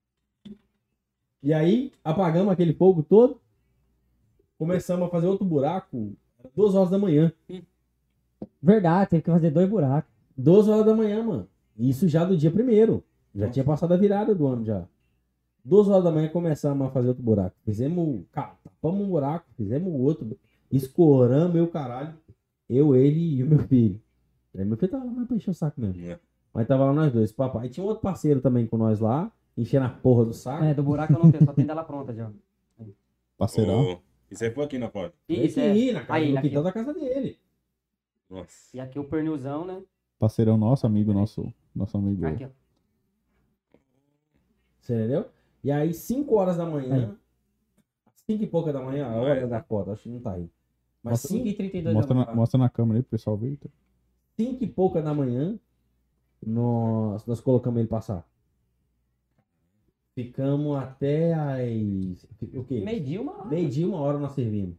E aí, apagamos aquele fogo todo. Começamos a fazer outro buraco. 2 horas da manhã. Verdade, teve que fazer 2 buracos. 12 horas da manhã, mano. Isso já do dia 1º. Já tinha passado a virada do ano já. 12 horas da manhã começamos a fazer outro buraco. Tapamos um buraco, fizemos o outro. Escoramos meu caralho. Eu, ele e o meu filho. Aí meu filho tava lá pra encher o saco mesmo. É. Mas tava lá nós dois. Papai tinha um outro parceiro também com nós lá. Enchendo a porra do saco. É, do buraco eu não tenho, só tem dela pronta já. Parceirão. Ô, isso aí foi aqui na porta. Isso, Aqui, na casa, Aí, no aqui. quintal da casa dele. Nossa. E aqui o pernilzão, né? Parceirão nosso, amigo nosso amigo. Aqui, ó. Você entendeu? E aí, 5 horas da manhã, 5 e pouca da manhã, a hora da foto, acho que não tá aí. Mas 5h32 Mostra na câmera aí pro pessoal ver. 5 e pouca da manhã, nós colocamos ele passar. Ficamos até as. O quê? Meio-dia, 1 hora. Meio-dia, 1 hora nós servimos.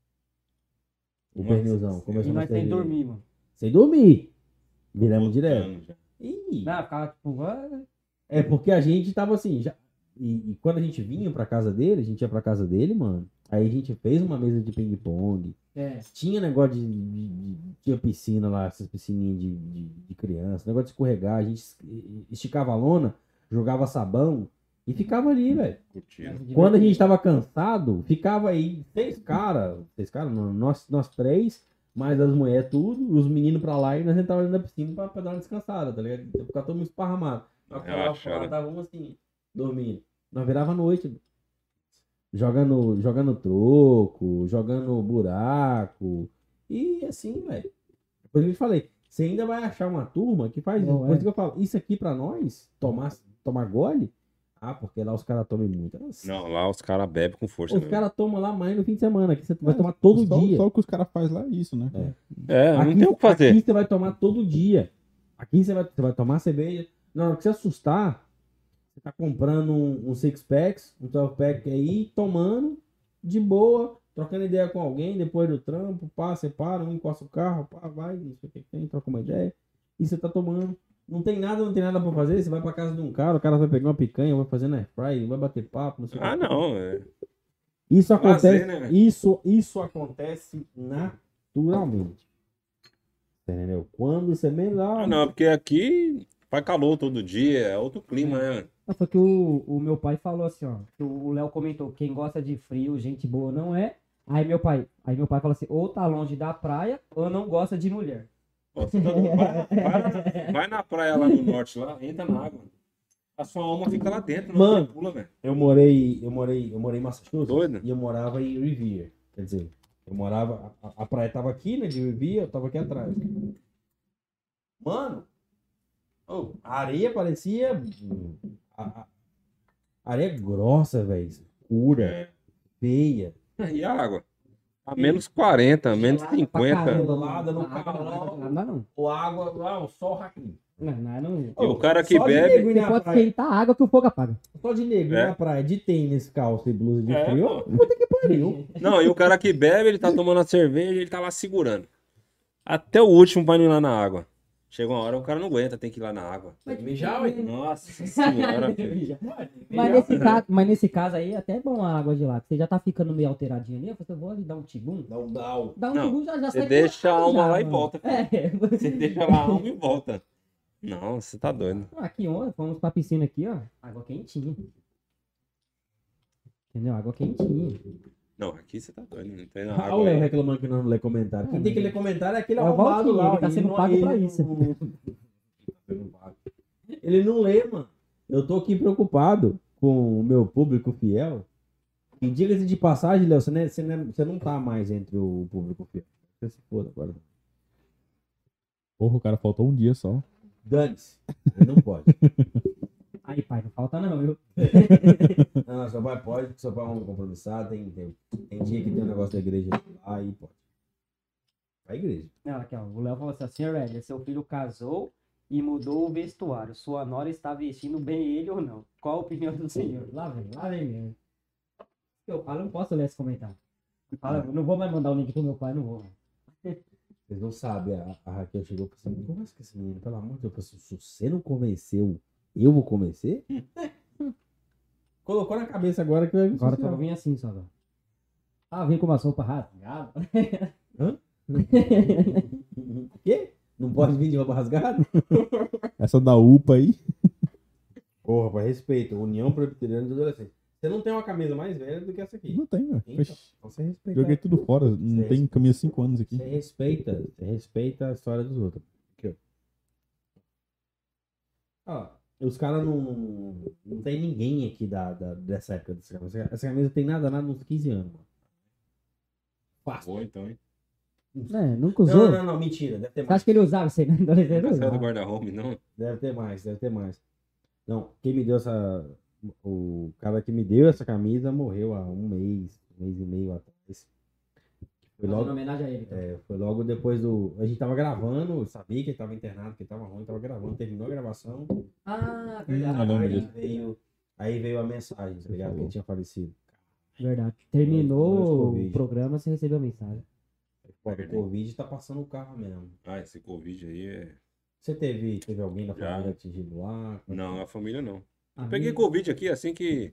O Nossa pernilzão. E Começamos a nós sem servir. dormir, mano. Sem dormir. Viramos direto. Voltando já. Ih, Não, ficava tipo, é porque a gente tava assim, já. E quando a gente vinha pra casa dele, a gente ia pra casa dele, mano. Aí a gente fez uma mesa de ping-pong. Tinha negócio tinha piscina lá, essas piscininhas de criança, negócio de escorregar. A gente esticava a lona, jogava sabão e ficava ali, velho. Curtindo. Quando a gente tava cansado, ficava aí 6 caras, não, nós 3, mais as mulheres tudo, os meninos pra lá e nós entrávamos na piscina pra dar uma descansada, tá ligado? Então, ficar todo mundo esparramado. Nós Relaxado. estávamos assim, dormindo. Nós virava a noite, jogando troco, jogando buraco. E assim, velho. Por isso que eu falei, você ainda vai achar uma turma que faz isso. Não, Por isso que eu falo, isso aqui pra nós, tomar gole, porque lá os caras tomam muito. Nossa, Não, lá os caras bebem com força os mesmo. caras tomam lá mais no fim de semana, aqui você vai tomar todo dia. Só o que os caras fazem lá é isso, né? É, Aqui, não tem o que fazer. aqui você vai tomar todo dia. Aqui você vai tomar cerveja. Na hora que você assustar, você tá comprando um six-packs, um 12-pack aí, tomando, de boa, trocando ideia com alguém, depois do trampo, pá, você para, um encosta o carro, pá, vai, não sei o que tem, troca uma ideia. E você tá tomando. Não tem nada pra fazer, você vai pra casa de um cara, o cara vai pegar uma picanha, vai fazer na airfry, vai bater papo, não sei o que. Ah, não. É. Isso acontece, Lazer, né, velho? isso acontece naturalmente. Entendeu? Quando você menos. Ah, não, porque aqui faz calor todo dia, é outro clima, né? Só que o meu pai falou assim, ó. Que o Léo comentou, quem gosta de frio, gente boa não é. Aí meu pai falou assim, ou tá longe da praia, ou não gosta de mulher. Você tá doido? Vai na praia lá no norte, lá, entra na água. A sua alma fica lá dentro, não Mano. você pula, velho. Eu morei em Massachusetts. Doido? E eu morava em Revere. Quer dizer, eu morava. A praia tava aqui, né? De Revere, eu tava aqui atrás. Mano, a areia parecia. A areia grossa, velho. Escura, É. feia. E a água? A menos 40, menos Gelada pra 50. caramba. Gelada no A água calor. Não dá não. Ou água, lá, o sol aqui. Não. E o cara que Só de bebe- nego ir Você na pode praia- esquentar a água que o fogo apaga. Só de nego ir É. na praia de tênis, calça e blusa de É, frio. pô. Puta que pariu. Não, e o cara que bebe, ele tá tomando a cerveja, ele tá lá segurando. Até o último pra não ir lá na água. Chega uma hora, o cara não aguenta, tem que ir lá na água. Tem que mijar, ué. Nossa senhora, filho. Mas nesse caso aí, até é bom a água gelada. Você já tá ficando meio alteradinho ali, eu vou ali dar um tibum. Não dá. Dá um Não, tibum, já Você sai deixa a com alma já, lá e mano. volta. É, Você deixa lá a alma e volta. Não, você tá doido. Aqui ontem, fomos pra piscina aqui, ó. Água quentinha. Entendeu? Água quentinha. Não, aqui você tá doido. Não tem na Ah, o água. Léo reclamando que não lê comentário. Quem tem que ler comentário é aquele É o arrombado Valtinho, lá. ele tá sendo pago pra isso. Ele não lê, mano. Eu tô aqui preocupado com o meu público fiel. E diga-se de passagem, Léo, você não tá mais entre o público fiel. Você se foda agora. Porra, o cara faltou um dia só. Dane-se. Ele não pode. Aí, pai, não falta não, viu? Não, seu pai pode, porque seu pai é um compromissado. Tem dia que tem um negócio da igreja lá e pode. Vai à igreja. Não, aqui, ó. O Léo falou assim, senhor Edler, seu filho casou e mudou o vestuário. Sua nora está vestindo bem ele ou não? Qual a opinião do senhor? Lá vem mesmo. Eu falo, não posso ler esse comentário. Fala, eu não vou mais mandar o link pro meu pai, não vou. Vocês não sabem, a Raquel chegou e falou assim, conversa com esse menino, pelo amor de Deus. Se você não convenceu, eu vou convencer? Colocou na cabeça agora que vai vir Agora só social. vou vir assim, só agora. Ah, vem com uma sopa rasgada. O quê? Não pode vir de roupa rasgada? Essa da UPA aí. Porra, rapaz, respeito. União Presbiteriana dos Adolescentes. Você não tem uma camisa mais velha do que essa aqui. Não tem, velho. Então você respeita. Joguei tudo fora. Não Você tem camisa 5 anos aqui. Você respeita a história dos outros. Aqui, ó. Ó, Os caras não tem ninguém aqui dessa época dessa camisa. Essa camisa tem nada uns 15 anos, mano. Fácil. Boa, então, hein? É, nunca usou? Não, mentira. Deve ter Você mais. acha que ele usava isso aí na adolescência? Não Não saiu do usava. guarda-roupa, não. Deve ter mais. Não, quem me deu essa. O cara que me deu essa camisa morreu há um mês e meio atrás. Foi Fazendo logo, homenagem a ele. Então. foi logo depois do. A gente tava gravando, eu sabia que ele tava internado, que ele tava ruim, tava gravando, terminou a gravação. Ah, eu verdade. lembro Aí disso. veio a mensagem, tá ligado? Que ele tinha falecido. Verdade. Dois Terminou Covid. o programa, você recebeu a mensagem. Pô, o Covid tá passando o carro mesmo. Ah, esse Covid aí é... Você teve alguém da Já. família atingido lá? Não, a família não. A Eu peguei minha- Covid aqui assim que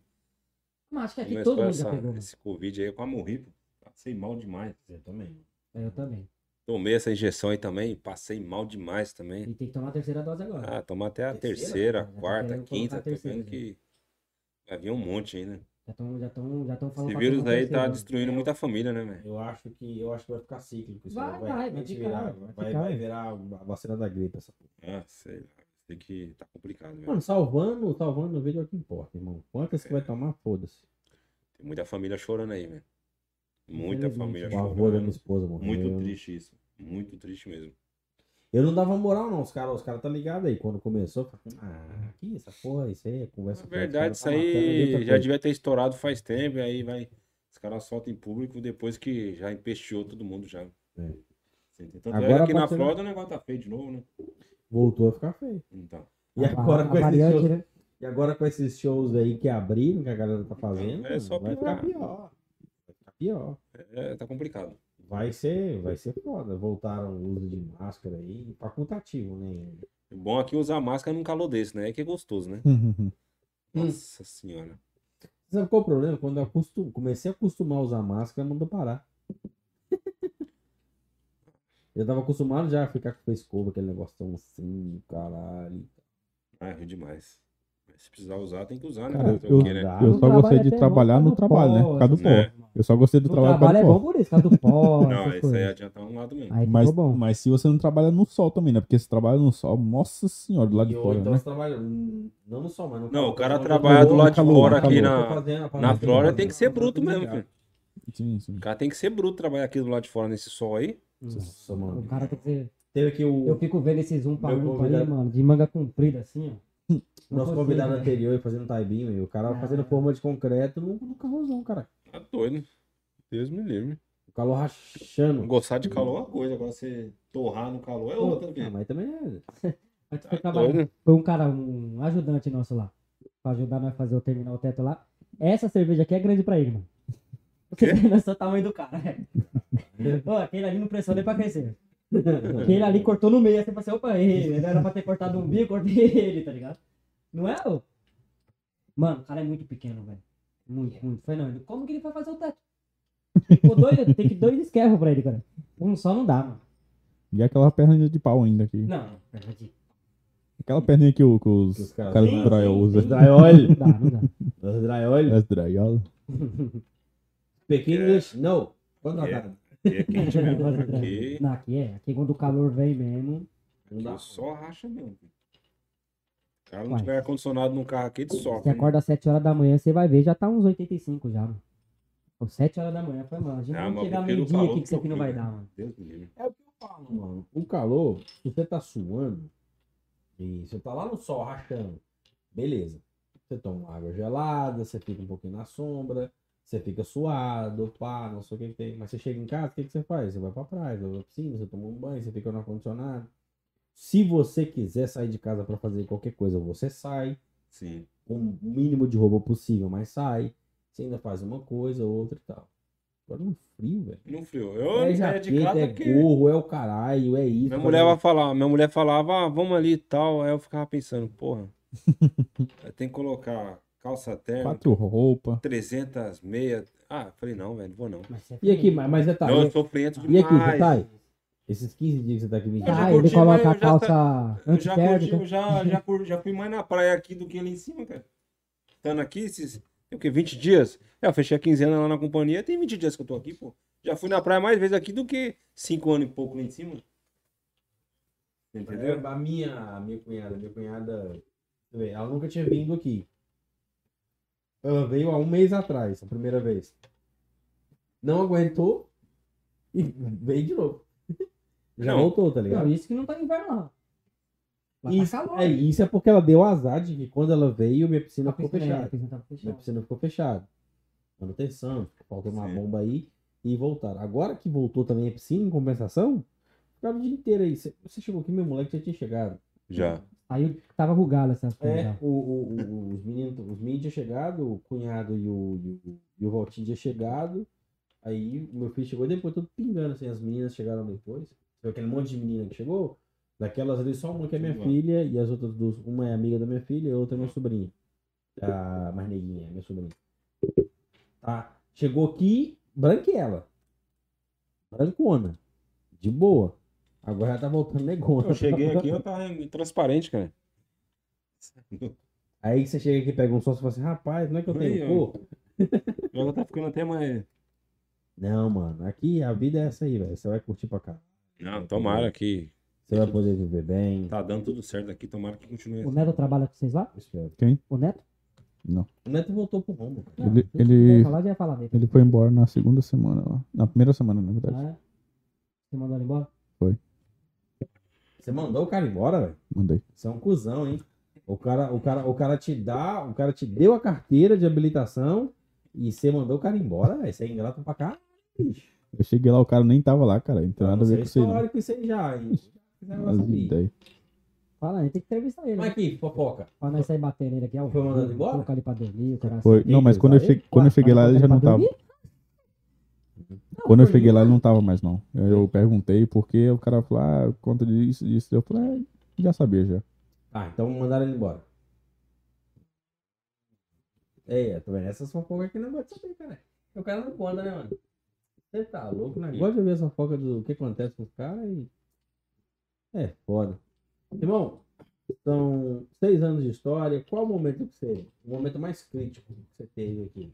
Mas acho que aqui começou todo mundo já pegou. esse Covid aí, eu quase morri, pô. Passei mal demais. Eu também. Eu também. Tomei essa injeção aí também, passei mal demais também. E tem que tomar a terceira dose agora. Ah, tomar até a Terceira? terceira, Já tá quarta, querendo quinta, colocar a tô terceira, vendo que vai vir um monte ainda. Já estão falando Esse pra vírus tomar a aí terceira tá dose. destruindo muita família, né, velho? Eu acho que vai ficar cíclico. Isso Vai realmente ficar, vai ficar. vai virar a vacina da gripe. Essa porra. Ah, sei lá. Sei que tá complicado, velho. Mano, salvando o vídeo é o que importa, irmão. Quantas que vai tomar, foda-se. Tem muita família chorando aí, velho. Muita Infelizmente. família O avô da minha chorando. esposa morreu. Muito triste isso. Muito triste mesmo. Eu não dava moral, não. Os caras tá ligados aí. Quando começou, eu falei, que essa porra, isso aí é conversa Na fiada, verdade, os isso caras tá matando de aí outra já coisa. devia ter estourado faz tempo, e aí vai. Os caras soltam em público depois que já empesteou todo mundo já. É. Você entende? Tanto Agora é que aqui na bateu- Flórida o negócio tá feio de novo, né? Voltou a ficar feio. Então. E agora, A com esses variante, shows, né? e agora com esses shows aí que abriram, que a galera tá fazendo, É só vai ficar piorar. pior. Vai ficar pior. Tá complicado. Vai ser foda. Voltaram o uso de máscara aí, facultativo, né? O bom aqui é usar máscara num calor desse, né? É que é gostoso, né? Hum. Nossa senhora. Sabe qual é o problema? Quando eu comecei a acostumar a usar máscara, mandou parar. Eu tava acostumado já a ficar com a escova, aquele negócio tão assim, caralho. Ah, é ruim demais. Mas se precisar usar, tem que usar, né? Cara, Fazer o quê, né? dá. Eu O só trabalho gostei é de até trabalhar bom no por causa do trabalho, né? pó, Por causa do pó. né? Eu só gostei do O trabalho por trabalho é causa do bom pó. por isso, por causa do pó, Não, essas isso aí coisas. adianta um lado mesmo. Aí Mas, ficou bom. mas se você não trabalha no sol também, né? Porque se trabalha no sol, nossa senhora, do lado de E fora, então né? você trabalha, não no sol, mas no Não, calor. o cara Tô trabalha falando do lado de calor, fora calor. aqui tô na fazendo a Flórida, fazenda, tem que ser tá bruto tudo mesmo, ligado. filho. Sim, sim. O cara tem que ser bruto trabalhar aqui do lado de fora nesse sol aí. Nossa, mano. O cara tem que ser... Teve aqui Eu fico vendo esses zoom parando aí, convidado- mano, de manga comprida assim, ó. Não nosso consigo, convidado velho. anterior fazendo taibinho, e o cara fazendo forma de concreto no calorzão, cara. Tá doido. Deus me livre. O calor rachando. Gostar de calor é uma coisa, agora você torrar no calor é outra, Ah, filho. mas também é. Aí tu foi Tá trabalhar. doido. Foi um cara, um ajudante nosso lá, pra ajudar nós a fazer o terminar o teto lá. Essa cerveja aqui é grande pra ele, mano. Você tem noção do tamanho do cara. Pô, aquele ali não pressionou nem pra crescer. Aquele ali cortou no meio, assim, pra ser, opa, ele não era pra ter cortado um bico, cortei ele, tá ligado? Não é, ô? Mano, o cara é muito pequeno, velho. Muito. Fernando, como que ele vai fazer o teto? Ficou doido, tem que 2 esquerros pra ele, cara. Um só não dá, mano. E aquela perninha de pau ainda aqui. Não, verdade. Aquela perninha que os os caras- caras Sim, do drywall usam. Drywall. Não dá, não dá. Os drywall. As drywall. Speak English? No. Quando É. nada. Aqui é quente mesmo. Aqui, Não, aqui é. Aqui quando o calor vem mesmo. Não dá. aqui só racha mesmo. filho. Se o cara não Uai. tiver ar-condicionado no carro aqui, ele Você sofre. hein? acorda às 7 horas da manhã, você vai ver, já tá uns 85 já, mano. Ou 7 horas da manhã, foi, mano. A gente Ah, vai mas chegar eu prefiro o meio-dia calor aqui do que isso aqui não vai frio, dar, né? mano. Deus me livre. É o que eu falo, mano. O calor, se você tá suando e você tá lá no sol rachando, beleza. Você toma uma água gelada, você fica um pouquinho na sombra, você fica suado, pá, não sei o que que tem. Mas você chega em casa, o que que você faz? Você vai pra praia, você vai pra piscina, você toma um banho, você fica no ar-condicionado. Se você quiser sair de casa pra fazer qualquer coisa, você sai, Sim. com o mínimo de roupa possível, mas sai. Você ainda faz uma coisa, outra e tal. Agora no frio, velho. No frio. Eu É saía de jaqueta, casa é porque gorro, é o caralho, é isso. minha mulher falava, ah, vamos ali e tal. Aí eu ficava pensando, porra, tem que colocar calça térmica, 4 roupas. 300 meias. Ah, eu falei, não, velho, não vou não. Mas você E aqui, mas detalhe. Não, eu sou friento E aqui, demais. detalhe. Esses 15 dias que você tá aqui me Eu já Ah, ele curti, coloca mas a eu já calça Eu já antitérmica. curti, já fui mais na praia aqui do que ali em cima, cara. Estando aqui, esses, tem o quê, 20 dias? É, eu fechei a quinzena lá na companhia, tem 20 dias que eu tô aqui, pô. Já fui na praia mais vezes aqui do que 5 anos e pouco lá em cima. Entendeu? A minha cunhada, vê, ela nunca tinha vindo aqui. Ela veio há um mês atrás, a primeira vez. Não aguentou e veio de novo. Já Não. voltou, tá Não, ligado? isso que não tá no inverno lá. Lá tá Isso, calor. isso é porque ela deu azar de que quando ela veio, minha piscina A ficou piscina- fechada. a piscina tava Minha fechada. piscina ficou fechada. Manutenção, faltou uma Sim. bomba aí e voltaram. Agora que voltou também a piscina, em compensação, ficaram o dia inteiro aí. Você chegou aqui, meu moleque já tinha chegado. Já. Aí tava rugado essas coisas. É, já. os meninos tinham chegado, o cunhado e o Valtinho tinham chegado. Aí o meu filho chegou depois, tudo pingando, assim, as meninas chegaram depois. Foi aquele monte de menina que chegou. Daquelas ali, só uma que é minha Sim, filha e as outras duas, uma é amiga da minha filha e a outra é minha sobrinha. A mais neguinha, minha sobrinha. Tá? Chegou aqui, branquela. Brancona. De boa. Agora já tá voltando negona. Eu cheguei aqui, eu tava transparente, cara. Aí você chega aqui e pega um sócio e fala assim, rapaz, não é que eu tenho Aí, cor? Ela tá ficando até mais. Não, mano, aqui a vida é essa aí, velho. Você vai curtir pra cá. Não, tomara que Você vai poder viver bem. tá dando tudo certo aqui, tomara que continue O assim. Neto trabalha com vocês lá? Espero. O Neto? Não. O Neto voltou pro rumo. Ah, Ele- se você ele- quiser falar, já ia falar dele. Ele foi embora na segunda semana, ó. Na primeira semana, na verdade. Ah, é? Você mandou ele embora? Você mandou o cara embora, velho? Mandei. Você é um cuzão, hein? O cara te deu a carteira de habilitação e você mandou o cara embora, velho. Você é ingrato pra cá. Eu cheguei lá, o cara nem tava lá, cara. Não tem nada a ver com isso aí, não. histórico isso aí já, hein? As ideias. Fala, a gente tem que entrevistar ele. Mas Né? aqui, fofoca. Pra nós sair batendo ele aqui. Ó, Foi mandado embora? Colocar ele pra dormir, o cara Foi. assim. Não, mas quando eu cheguei lá, ele já não tava. Quando eu cheguei lá, ele não tava mais, não. Eu perguntei porque o cara falou, ah, conta disso, disso. Eu falei, ah, já sabia já. Ah, então mandaram ele embora. É, tô vendo? Essas fofocas aqui não gosto de saber, cara. O cara não conta, né, mano? Você tá louco, né? Gosta de ver essa fofoca do que acontece com os caras e. É foda. Irmão, são 6 anos de história. Qual o momento que você. O momento mais crítico que você teve aqui?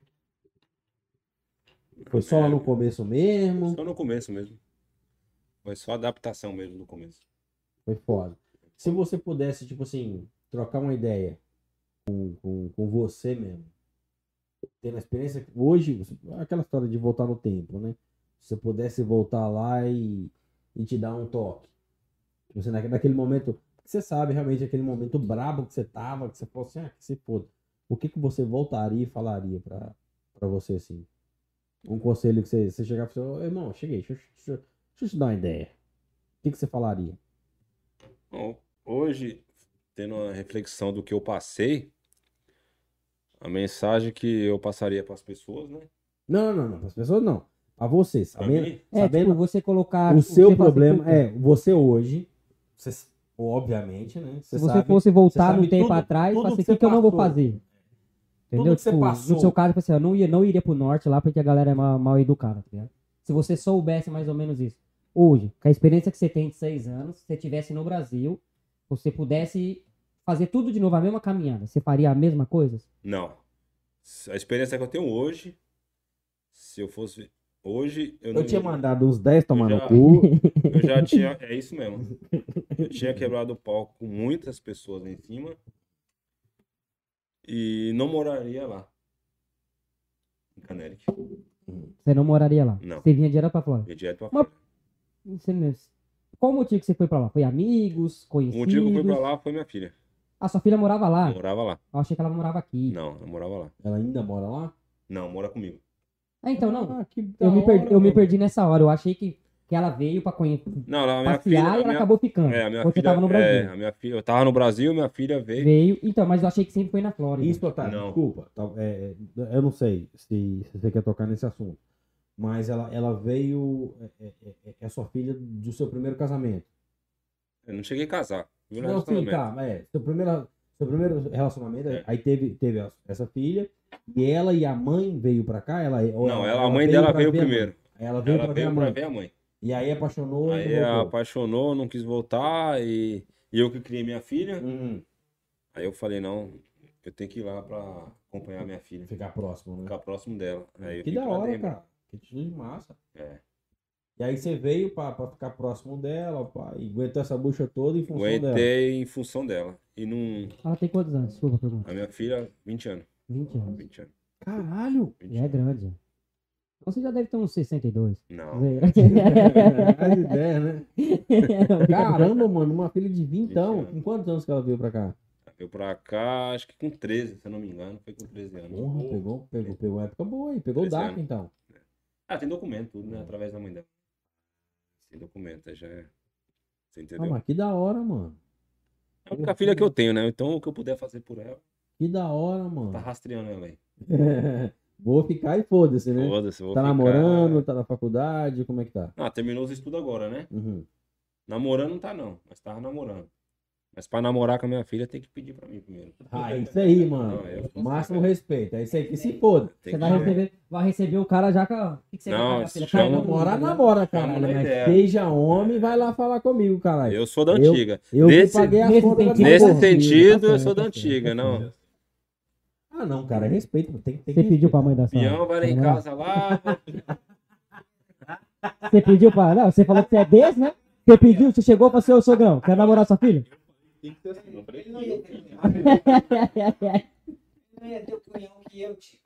Foi só lá no começo mesmo? Só no começo mesmo. Foi só adaptação mesmo no começo. Foi foda. Se você pudesse, tipo assim, trocar uma ideia com você mesmo, tendo a experiência hoje, aquela história de voltar no tempo, né? Se você pudesse voltar lá e te dar um toque. Você naquele momento, você sabe realmente aquele momento brabo que você tava, que você falou assim, ah, que se foda. O que você voltaria e falaria pra você assim? Um conselho que você chegar e falar, ô, irmão, cheguei, deixa eu te dar uma ideia. O que você falaria? Bom, hoje, tendo uma reflexão do que eu passei, a mensagem que eu passaria para as pessoas, né? Não, para as pessoas não. Pra você, Pra sabendo, mim? É, sabendo tipo, você colocar. o tipo, seu você fala assim, problema puta, é você hoje, você, obviamente, né? Se você fosse voltar sabe no tempo tudo- atrás, tudo fala assim, que o que, você que eu não vou passou. fazer? Entendeu? que você Tipo, passou. no seu caso, tipo assim, eu não iria pro norte lá porque a galera é mal educada, tá ligado? Se você soubesse mais ou menos isso. Hoje, com a experiência que você tem de 6 anos, se você estivesse no Brasil, você pudesse fazer tudo de novo, a mesma caminhada, você faria a mesma coisa? Não. A experiência que eu tenho hoje, se eu fosse hoje, eu Eu não tinha mandado uns 10 tomar no já- cu. Eu já tinha, é isso mesmo. Eu tinha quebrado o pau com muitas pessoas lá em cima e não moraria lá. Em Canéric. Você não moraria lá? Não. Você vinha direto pra Flórida? Ia direto pra Mas- fora. Qual o motivo que você foi pra lá? Foi amigos, O conhecidos? motivo que eu fui pra lá foi minha filha. A sua filha morava lá? Eu morava lá. Eu achei que ela morava aqui. Não, eu morava lá. Ela ainda mora lá? Não, mora comigo. Ah, então não. Ah, que da Eu me hora, mano. perdi nessa hora. Eu achei que ela veio pra conhecer, Não, a minha passear filha. e ela acabou ficando. É, a minha Quando você filha. tava no Brasil. É, a minha filha. Eu tava no Brasil, minha filha veio. Veio. Então, mas eu achei que sempre foi na Flórida. Isso, Otávio, Não. desculpa. Eu não sei se você quer tocar nesse assunto. Mas ela veio. É sua filha do seu primeiro casamento. Eu não cheguei a casar. Viu, Não, sim, tá. Seu primeiro relacionamento. É. Aí teve essa filha. E ela e a mãe veio pra cá? A mãe dela veio pra ver a primeiro. mãe. Ela veio Ela pra ver a veio pra mãe. ver a mãe. E aí apaixonou Aí e ela voltou. apaixonou, não quis voltar e eu que criei minha filha. Uhum. Aí eu falei, não, eu tenho que ir lá pra acompanhar minha filha, Ficar próximo, né? ficar próximo dela. Aí eu Que vim da pra hora, Denver. cara. Que atitude massa. É. E aí você veio pra ficar próximo dela, pá, e aguentou essa bucha toda em função dela. Aguentei em função dela. e não. Ela tem quantos anos? Desculpa a pergunta. A minha filha, 20 anos. 20 anos. 20 anos. Caralho. 20 Já é grande. Então você já deve ter uns 62. Não. Faz ideia, né? Caramba, mano, uma filha de 20 então. 20 anos. Com quantos anos que ela veio pra cá? Veio pra cá, acho que com 13, se eu não me engano. Foi com 13 anos. Porra, pegou uma época boa aí. Pegou o 13 DACA, anos. então. Ah, tem documento, tudo, né? Através da mãe dela. Tem documento, aí já é. Você Ah, entendeu? mas que da hora, mano. É a única filha que eu tenho, né? Então o que eu puder fazer por ela, Que da hora, tá mano. rastreando ela aí. Vou ficar e foda-se, né? Foda-se, vou Tá ficar- namorando, tá na faculdade, como é que tá? Ah, terminou os estudos agora, né? Uhum. Namorando não tá não, mas tava namorando. Mas pra namorar com a minha filha tem que pedir pra mim primeiro. Ah, isso aí, mano. Não, eu sou Máximo assim, respeito. É isso aí que se foda. Tem Você que- vai receber o cara já com a... O que você Não, quer com a filha? chama- Cara, Namorar, né? namora, caralho. Chama na Mas ideia. seja homem, vai lá falar comigo, caralho. Eu sou da Eu- antiga. Eu Nesse- que paguei as nesse contas da sentido- Nesse porra. sentido, eu tá sou da certo, antiga, tá não. certo. Ah, não, cara, respeito. Tem Você pediu pra mãe da sua... Peão vai lá em sua namorada? casa lá. Você pediu pra... Não, você falou que você é desse, né? Você pediu, você chegou pra ser o sogrão. Quer namorar sua filha? Ele não ia ter o cunhão que eu tinha.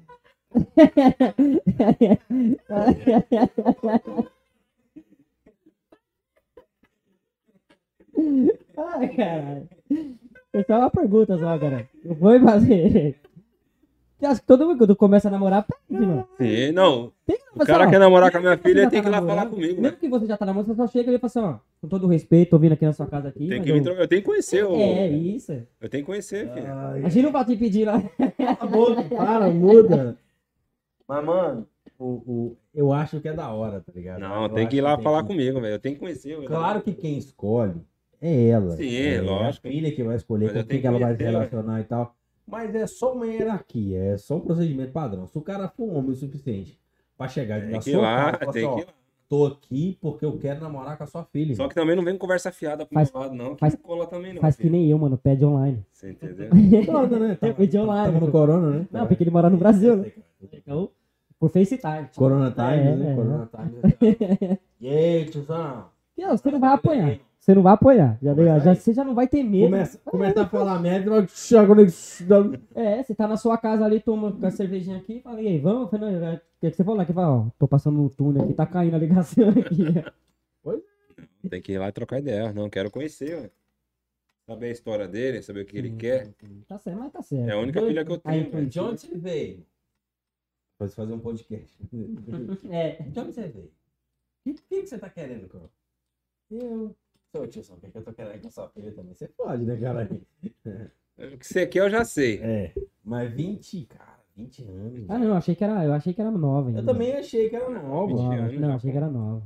Ai, caralho. Isso é uma pergunta só, cara. Eu vou fazer. Eu acho que todo mundo quando começa a namorar, pede, mano. Sim, não. Tem que O cara quer namorar com a minha filha, já ele tem tá que ir lá namorando, falar comigo, Mesmo né? que você já tá namorando, você só chega ali e fala assim, ó, com todo respeito, tô vindo aqui na sua casa aqui. Tem mas que vir trocar. Eu tenho que conhecer, o... É, isso. Eu tenho que conhecer, filho. A gente não vai te pedir lá. Para, muda. Mas, mano, eu acho que é da hora, tá ligado? Não, Eu tem que ir acho lá tem falar que- comigo, velho. Eu tenho que conhecer. velho. Claro que quem escolhe é ela. Sim, é lógico. a filha que vai escolher Mas com eu quem tenho que ela que vai se conhecer, relacionar e tal. Mas é só uma hierarquia, é só um procedimento padrão. Se o cara for homem o suficiente pra chegar Tem na que ir sua lá, casa e falar tem assim, que ó, ir lá. tô aqui porque eu quero namorar com a sua filha. Só que também não vem com conversa fiada pro Faz- meu lado, não. Que faz- não cola também, não. Faz que filho. nem eu, mano. Pede online. Você entendeu? Foda, né? Eu pedi online. Tava no Corona, né? Não, porque ele mora no Brasil, né? Então, por FaceTime. Corona Times, né? É. Corona Times. E aí, tiozão? Não, você não vai apanhar. Você não vai apanhar. Você já não vai ter medo. Começa a falar merda, vai chega nego. É, você tá na sua casa ali, toma com a cervejinha aqui, fala, e aí, vamos? Eu falei, não, o que você falou aqui? Fala, ó, tô passando no túnel aqui, tá caindo a ligação aqui. Tem que ir lá e trocar ideia. Não, quero conhecer, velho. Saber a história dele, saber o que ele quer. Tá certo, mas tá certo. É a única filha que eu tenho, velho. De onde você veio? Pode fazer um podcast. É. De onde você veio? O que você tá querendo, Cor? Eu. Seu tiozão, o que eu tô querendo com a sua filha também? Você pode, né, cara? O que você quer eu já sei. É. Mas 20, cara, 20 anos. Ah, não, eu achei que era nova ainda. Eu também achei que era nova. 20 Nova, anos, não, já, achei que era nova.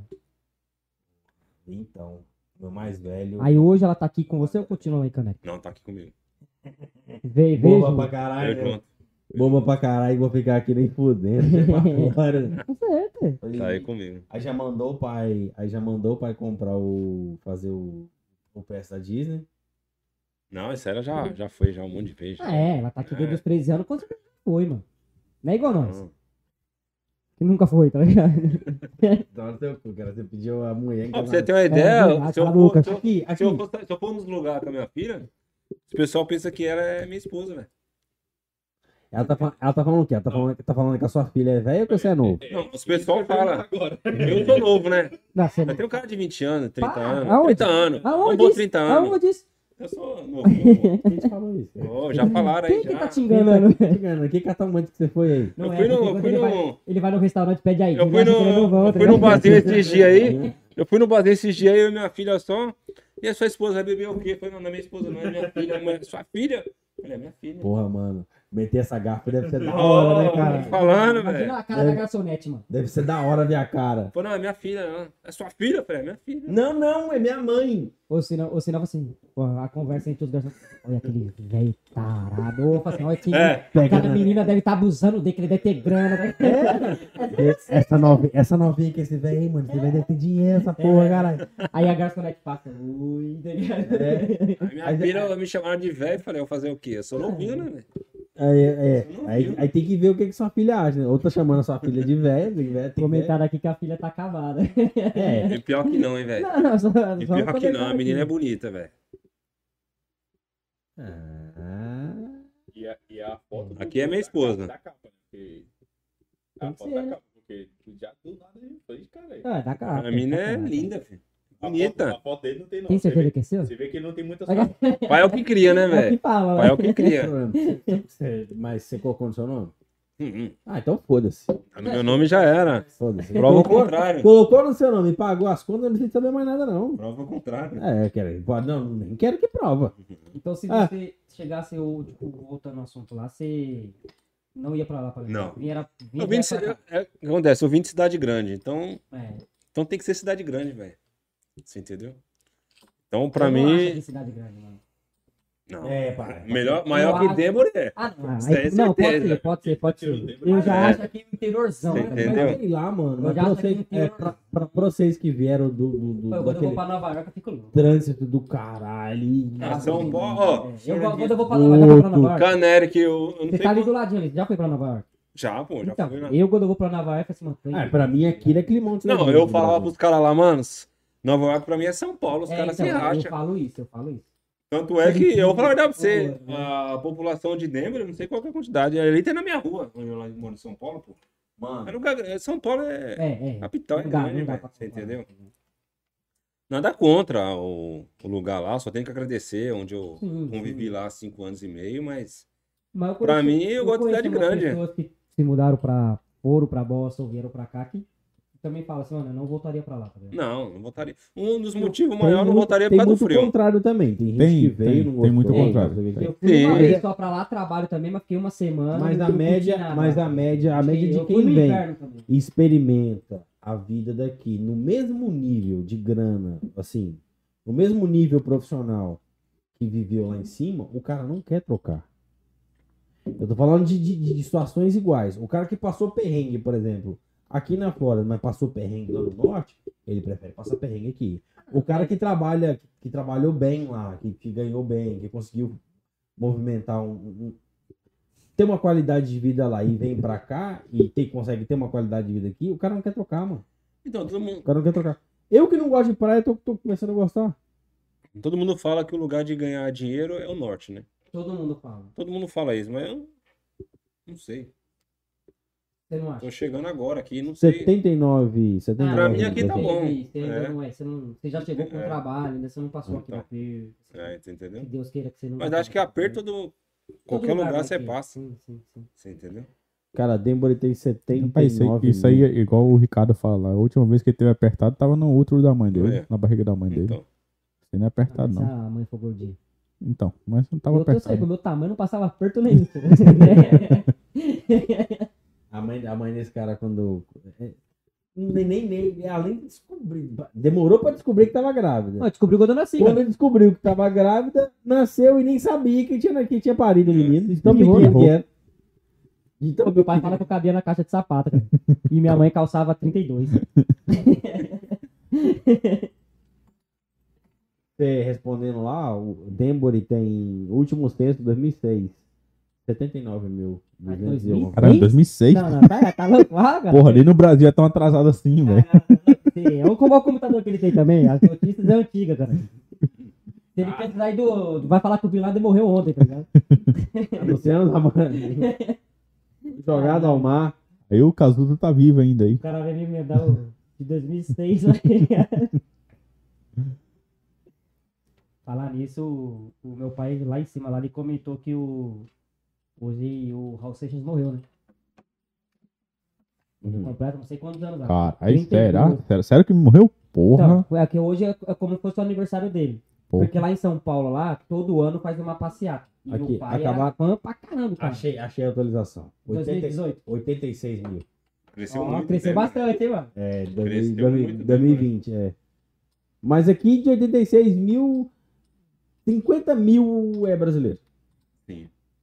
Então, meu mais velho. Aí hoje ela tá aqui com você ou continua aí, Caneca? Não, tá aqui comigo. Vejo. Boba pra Eu caralho. né? junto. Boba pra caralho, vou ficar aqui nem fudendo. deixa pra fora. Tá certo. Tá aí comigo. Aí já mandou o pai comprar fazer o PS da Disney. Não, isso ela já foi já um monte de vezes. Ah, é, ela tá aqui desde os 13 anos, quando você foi, mano. Não é igual nós, Não. que nunca foi, tá ligado? Então, teu cu, cara, você pediu a mulher Ó, pra você ter uma ideia, verdade, se eu tá for- louca. se eu- Aqui, se eu for nos lugares com a minha filha, o pessoal pensa que ela é minha esposa, velho. Ela tá falando o quê? Ela tá falando que a sua filha é velha ou que você é novo? Não, os pessoal falam. Eu sou novo, né? Não, você Eu tenho um cara de 20 anos, 30 Para, anos. aonde? 30 anos. Aonde Um bom isso? 30 anos. Aonde isso? Eu sou novo. Quem te falou isso? Ô, já falaram aí, Quem que já. tá te enganando? Que catamante que você foi aí? Não Eu é, fui no- porque eu quando fui ele, no- vai, ele vai no restaurante e pede aí. Eu fui ele acha que ele é novão, no tá barzinho ligado? esses dias aí. Eu fui no barzinho esses dias aí, eu e minha filha só. E a sua esposa vai beber o quê? Eu falei, não é minha esposa, não é minha filha. Mãe, sua filha? Eu falei, é minha filha. Porra, mano. Meter essa garfa deve ser da hora, né, Tô cara? falando, Imagina velho. a cara da garçonete, mano. Deve ser da hora ver a cara. Falei, não, é minha filha, não. É sua filha? Eu falei, é minha filha. Não, é minha mãe. Ou senão assim, pô, a conversa entre os garçons. Olha aquele velho tarado. Ou assim, olha que aquela menina deve estar abusando dele, que ele deve ter grana. Né? Essa novinha que esse velho aí, mano. Esse velho deve ter dinheiro, essa porra, caralho. Aí a garçonete passa. Ui, tá ligado? Aí minha filha me chamaram de velho. Falei, eu vou fazer o quê? Eu sou novinho, né, velho? Aí tem que ver o que sua filha acha, né? Ou tá chamando a sua filha de velha, tem que ver. Comentaram aqui que a filha tá acabada. É. E pior que não, hein, velho. Não, só E pior que não, a comentário menina é aqui. bonita, velho. Ah, E a foto Aqui é minha esposa. Da capa, né? Porque Tem a que foto ser, da né? capa, porque já do nada eu falei, cara, aí. Ah, dá cara. A mina é linda, filho. Bonita. A foto dele não tem, não. Tem Você certeza vê- que é seu? Você vê que ele não tem muitas Olha, fotos. Pai é o que cria, né, é o que velho? fala, Pai é né? o que cria. mas você colocou no seu nome? Uhum. Ah, então foda-se. Tá no meu nome já era. Foda-se. Prova o Colocou- contrário. Colocou no seu nome e pagou as contas, eu não precisa saber mais nada, não. Prova o contrário. Não, nem quero que prova. Então, se Ah. você chegasse, tipo, voltando ao assunto lá, você não ia pra lá pra Não. Vinha Eu vim de, pra cá. o que acontece? Eu vim de cidade grande, então É. tem que ser cidade grande, velho. Você entendeu? Então, pra Eu não acho mim. que cidade grande, mano. Não. É, pai. Melhor, maior Eu que acho- Débora é. Ah, não. Isso é Não, certeza. pode ser. Mas Eu já é. acho aqui no interiorzão. Você tá ligado? entendeu? Mas sei lá, mano. Eu Mas já pra acho que vocês, tem pra vocês que vieram Pô, quando eu daquele vou pra Nova York, eu fico louco. trânsito do caralho. Ah, São Paulo, ó. Quando eu vou pra Nova York, já fui pra Nova York. Canere que eu não Você sei tá ali quando- do ladinho ali, você já foi pra Nova York? Já, pô, já Então, fui na. eu quando eu vou pra Nova York, assim, mano, tô indo. Pra mim aquilo é climão de Não, cidade eu do falava Brasil. pros caras lá, manos, Nova York pra mim é São Paulo, os É, caras então, se eu racham. falo isso. Tanto é que eu vou falar a verdade pra você, Pô, a população de Denver, eu não sei qual que é a quantidade, ali tem na minha rua, onde eu lá moro em São Paulo, pô. Mano, É lugar- São Paulo é É. capital, é Não dá, grande, não dá velho, pra você comparar. entendeu? Nada contra o lugar lá, só tenho que agradecer onde eu Sim, convivi sim. lá há 5 anos e meio, mas Mas eu Pra conheço- mim, eu gosto de conheço cidade umas grande. pessoas que se mudaram foram pra Boston, vieram pra cá, que também falam assim, mano, eu não voltaria pra lá, tá ligado? não voltaria. Um dos motivos tem maiores eu não muito- voltaria por tem causa do muito frio. contrário também. Tem gente Tem, que veio tem, não tem muito gostou, contrário. não sei o que. Eu fui uma Sim. vez só pra lá, trabalho também, mas fiquei uma semana. Mas não a curti média, nada, mas tá a ligado? média de Eu fui quem no vem inverno também. e experimenta a vida daqui no mesmo nível de grana, assim, no mesmo nível profissional que viveu lá em cima, o cara não quer trocar. Eu tô falando de situações iguais. O cara que passou perrengue, por exemplo, aqui na Flórida, mas passou perrengue lá no norte, ele prefere passar perrengue aqui. O cara que trabalha, que trabalhou bem lá, que ganhou bem, que conseguiu movimentar ter uma qualidade de vida lá e vem pra cá e consegue ter uma qualidade de vida aqui, o cara não quer trocar, mano. Então, O cara não quer trocar. Eu que não gosto de praia, tô começando a gostar. todo mundo fala que o lugar de ganhar dinheiro é o norte, né? Todo mundo fala. Todo mundo fala isso, mas eu não sei. Você não acha? Tô chegando agora aqui, não sei. 79. Pra mim aqui tá você- bom. Você ainda É. não é. Você já chegou com É. trabalho, ainda você não passou aqui Então. na perda. É, você entendeu? Que Deus queira que você não. Mas acho que aperto do. Qualquer lugar vai você ter. passa. Sim. Você entendeu? Cara, Denver tem 79 Rapaz, isso aí é igual o Ricardo fala. A última vez que ele teve apertado, tava no útero da mãe dele, É. na barriga da mãe dele. Então. Isso aí não é apertado, Se não. a mãe for gordinha. Então, mas não tava Eu sei que apertado. o meu tamanho não passava aperto nenhum. A mãe desse cara, quando. Nem, além de descobrir. Demorou pra descobrir que tava grávida. Eu descobri quando eu nasci. Quando descobriu que tava grávida, nasceu e nem sabia que tinha parido o menino. De tão Que pequeno horror. que era. Então, Meu pai fala que eu cabia na caixa de sapato, cara. E minha mãe calçava 32. você respondendo lá, o Denbury tem último censo 2006. 79 mil. Mas 200 e alguma coisa. Caralho, 2006? Não, tá louco? Ah, cara. Porra, ali no Brasil é tão atrasado assim, velho. Sim, olha como é o computador que ele tem também. As notícias é antiga, cara. Se ele precisar aí vai falar que o Bin Laden morreu ontem, tá ligado? Luciano jogado ao mar. Aí o Cazuza tá vivo ainda aí. O cara vai me emendar o de 2006, né? Falar nisso, o meu pai lá em cima, lá ele comentou que hoje o Raul Seixas morreu, né? Completo, não sei quantos anos. Cara, aí 32. será? Sério que morreu? Porra. Então, é que hoje é como se fosse o aniversário dele. Porra. Porque lá em São Paulo, lá, todo ano faz uma passeata. E Aqui, meu pai acabar- era fã pra caramba, cara. Achei a atualização. 2018. 86 mil. Cresceu Ó, muito. cresceu né, bastante, hein, mano? É, Cresceu muito, 2020, é. Mas aqui de 86 mil, 50 mil é brasileiro. Sim.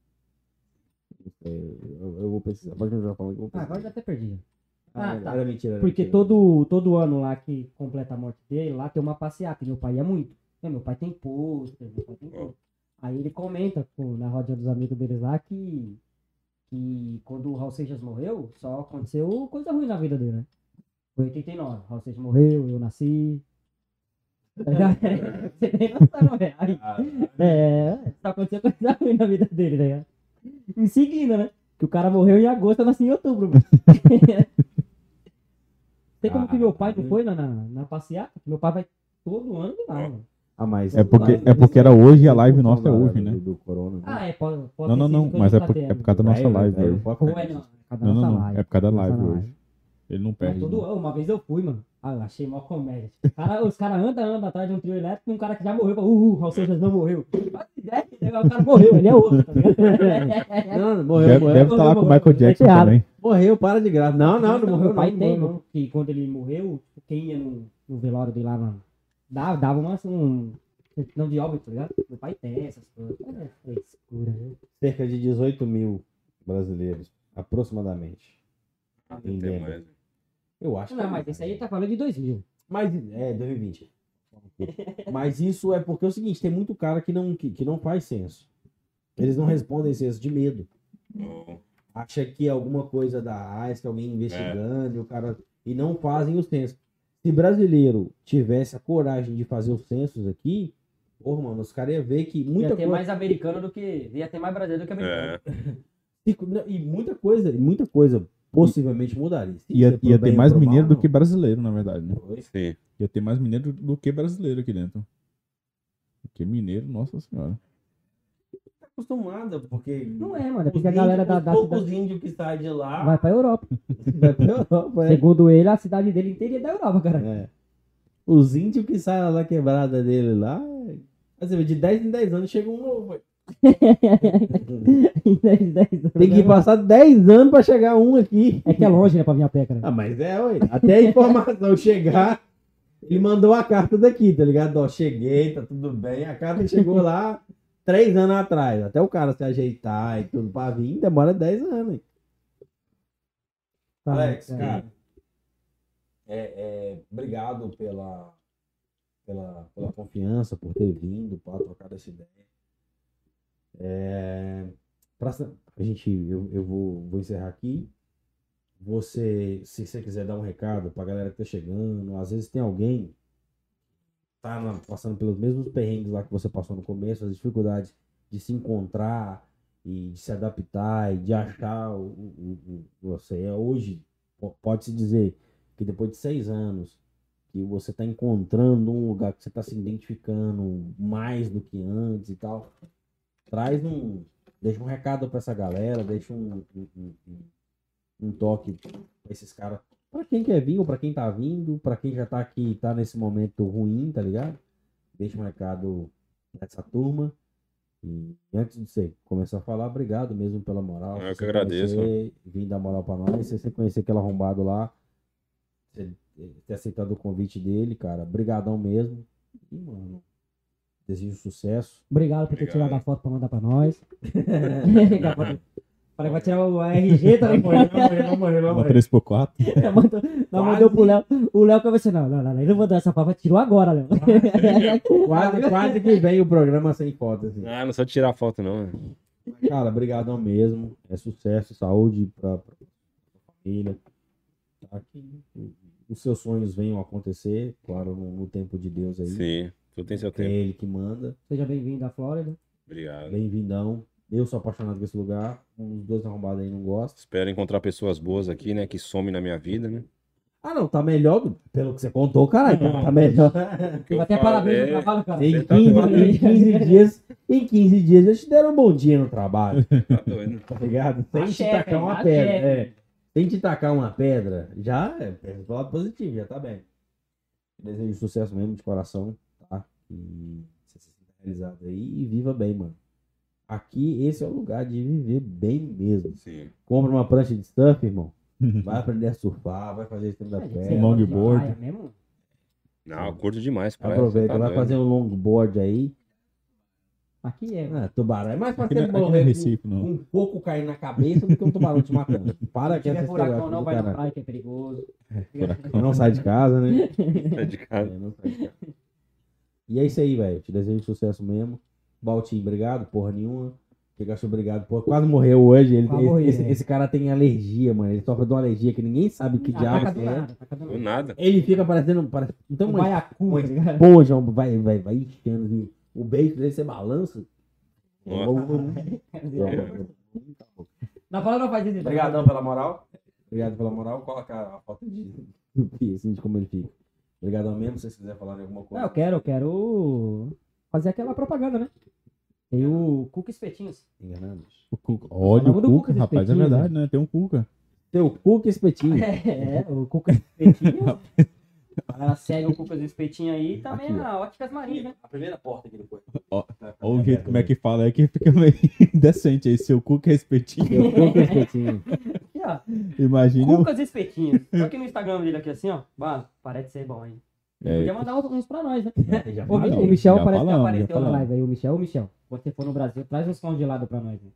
Eu vou precisar. Pode continuar falando que eu vou Ah, precisar. agora já até perdi. Ah, tá. Era mentira. era Porque mentira. todo ano lá que completa a morte dele, lá tem uma passeata. E meu pai ia muito. Meu pai tem pôster, meu pai tem tudo. Aí ele comenta na roda dos amigos deles lá que quando o Raul Seixas morreu, só aconteceu coisa ruim na vida dele, né? Foi 89. Raul Seixas morreu, eu nasci. Tá ligado? Você nem noção, velho. Aí, só aconteceu coisa ruim na vida dele, tá ligado? Em seguida, né? Que o cara morreu em agosto, eu nasci em outubro, mano. Tem como que meu pai não foi na passeata? Meu pai vai todo ano lá, mano. Ah, mas É porque era hoje e a live nossa é hoje, né? Do corona, né? Ah, pode Não, ter não, sido não, que eu mas não é por causa da nossa Velho, live velho, hoje. pode Ou ficar é nisso. não, cada Não, nossa não, live. é por causa da Nossa live live. hoje. Ele não Mas perde. todo não. ano, uma vez eu fui, mano. Ah, eu achei mó comédia. Os caras andam atrás de um trio elétrico e um cara que já morreu. Fala, Raul Seixas não morreu. O cara morreu, ele é outro, tá ligado? Não, morreu, Deve morreu. estar lá com o Michael morreu. Jackson Tá errado. também. Morreu, para de graça. Não morreu Meu pai não, tem, morreu não. que quando ele morreu, quem ia no velório dele lá, dava uma, não de óbito, tá ligado? Meu pai tem essas coisas. É frescura, né? Cerca de 18 mil brasileiros, aproximadamente. Em Tem lembra. mais. Eu acho que Não, mas esse aí tá falando de 2000. Mas, 2020. Mas isso é porque é o seguinte, tem muito cara que não faz censo. Eles não respondem censo de medo. Oh, Acha que é alguma coisa da AIS, que alguém investigando, e o cara. E não fazem o censo. Se brasileiro tivesse a coragem de fazer os censos aqui, pô, mano, os caras iam ver que muita Ia ter coisa. mais americano do que. Ia ter mais brasileiro do que americano. é. E muita coisa possivelmente mudaria. Se Ia ser pro ter bem ou mais pro mal, mineiro do não. que brasileiro, na verdade, né? Sim. Ia ter mais mineiro do que brasileiro aqui dentro. Porque mineiro, nossa senhora. Tá acostumada, porque. Não é, mano. É Os porque a galera índios, da os poucos cidade índios que saem de lá. vai pra Europa. Vai pra Europa, é. Segundo ele, a cidade dele inteira é da Europa, cara. É. Os índios que saem lá da quebrada dele lá. Assim, de 10 em 10 anos chega um novo. Velho. Tem que passar 10 anos pra chegar um aqui. É que é longe, né, pra vir a pé, cara. Ah, mas ué. Até a informação chegar, ele mandou a carta daqui, tá ligado? Ó, cheguei, tá tudo bem. A carta chegou lá 3 anos atrás. Até o cara se ajeitar e tudo pra vir, demora 10 anos. Hein? Tá, Alex, é. cara, obrigado pela confiança, por ter vindo, para trocar essa ideia. Eu vou encerrar aqui. Se você quiser dar um recado pra galera que tá chegando, às vezes tem alguém que tá passando pelos mesmos perrengues lá que você passou no começo, as dificuldades de se encontrar e de se adaptar e de achar você. Hoje, pode-se dizer que depois de 6 anos que você está encontrando um lugar que você está se identificando mais do que antes e tal, deixa um recado para essa galera, deixa um toque para esses caras, para quem quer vir ou para quem tá vindo, para quem já tá aqui, tá nesse momento ruim, tá ligado? Deixa um recado nessa turma. E antes de você começar a falar, obrigado mesmo pela moral. Eu que Você agradeço. Vir dar moral para nós, você conhecer aquele arrombado lá, você ter aceitado o convite dele, cara, brigadão mesmo. E, mano, desejo sucesso. Obrigado por ter Obrigado. tirado a foto pra mandar pra nós. Falei, vai tirar o RG, tá ligado? Uma 3x4. Nós mandou pro Léo. O Léo conversou, não, ele não mandou essa foto, tirou agora, Léo. Quase que vem o programa sem foto, assim. Ah, não só tirar foto, não. Cara, brigadão mesmo. É sucesso, saúde pra família. Tá? Que os seus sonhos venham a acontecer, claro, no tempo de Deus aí. Sim, tudo tem seu É tempo. ele que manda. Seja bem-vindo à Flórida. Obrigado. Bem-vindão. Eu sou apaixonado por esse lugar. Os dois arrombados aí não gostam. Espero encontrar pessoas boas aqui, né? Que somem na minha vida, né? Ah, não, tá melhor pelo que você contou, caralho. Tá melhor. Que eu Até falo, parabéns no é, trabalho, cara. Em 15 dias eles te deram um bom dia no trabalho, Tá doido. tá ligado? Sem te chefe, tacar uma a pedra. chefe. Sem te tacar uma pedra, já é do lado positivo, já tá bem. Desejo sucesso mesmo de coração, tá? E você se sinta realizado aí e viva bem, mano. Aqui, esse é o lugar de viver bem mesmo. Sim. Compra uma prancha de surf, irmão. Vai aprender a surfar, vai fazer stand da Você pedra. gosta de longboard. praia mesmo? Não, eu curto demais. Praia, Aproveita, você tá vai doido. fazer um longboard aí. Aqui é. Ah, tubarão. É mais Aqui fácil não é morrer Recife, não. com um coco caindo na cabeça do que um tubarão te matando. Para Se que tiver essa furacão, estereótipo não do vai na caralho. praia, que é perigoso. Não sai de casa, né? É de casa. Não sai de casa. E é isso aí, velho. Te desejo sucesso mesmo. Baltinho, obrigado. Porra nenhuma. Pikachu, obrigado. Pô, quase morreu hoje. Quase morreu, Esse cara tem alergia, mano. Ele sofre de uma alergia que ninguém sabe que diabo Ataca que do é. nada, ataca do Do nada. nada. Ele fica parecendo. Então, Um uma baiacu, tá ligado? esponja, vai enchendo. Assim. O beijo dele, você balança. Nossa. Na palavra não faz isso. Obrigadão pela moral. Obrigado pela moral. Coloca a foto Assim, de como ele fica. Obrigadão mesmo, se vocês quiserem falar de alguma Não, coisa. eu quero fazer aquela propaganda, né? Tem o Cuca Espetinhos. Enganando. O Cuca. Olha o Falamos do Cuca, Cuca rapaz, é Espetinho, verdade, né? Tem um Cuca. Seu Cuca Espetinho. O Cuca Espetinho. A galera segue o Cuca Espetinho aí e também Aqui, ó. a Óticas Marinhas, né? A primeira porta que ele foi. Ó, Olha o jeito como é que fala, é que fica meio indecente aí. Seu Cuca respetinho. Seu Cuca Espetinho. Aqui, ó. Imagina. Cucas Espetinhos. Só aqui no Instagram dele aqui assim, ó. Mano, parece ser bom, hein? É. Podia mandar uns pra nós, né? Já O, falou. o Michel já parece que falamos, já apareceu na falamos. live aí. O Michel. Quando você for no Brasil, traz uns congelados pra nós. Né?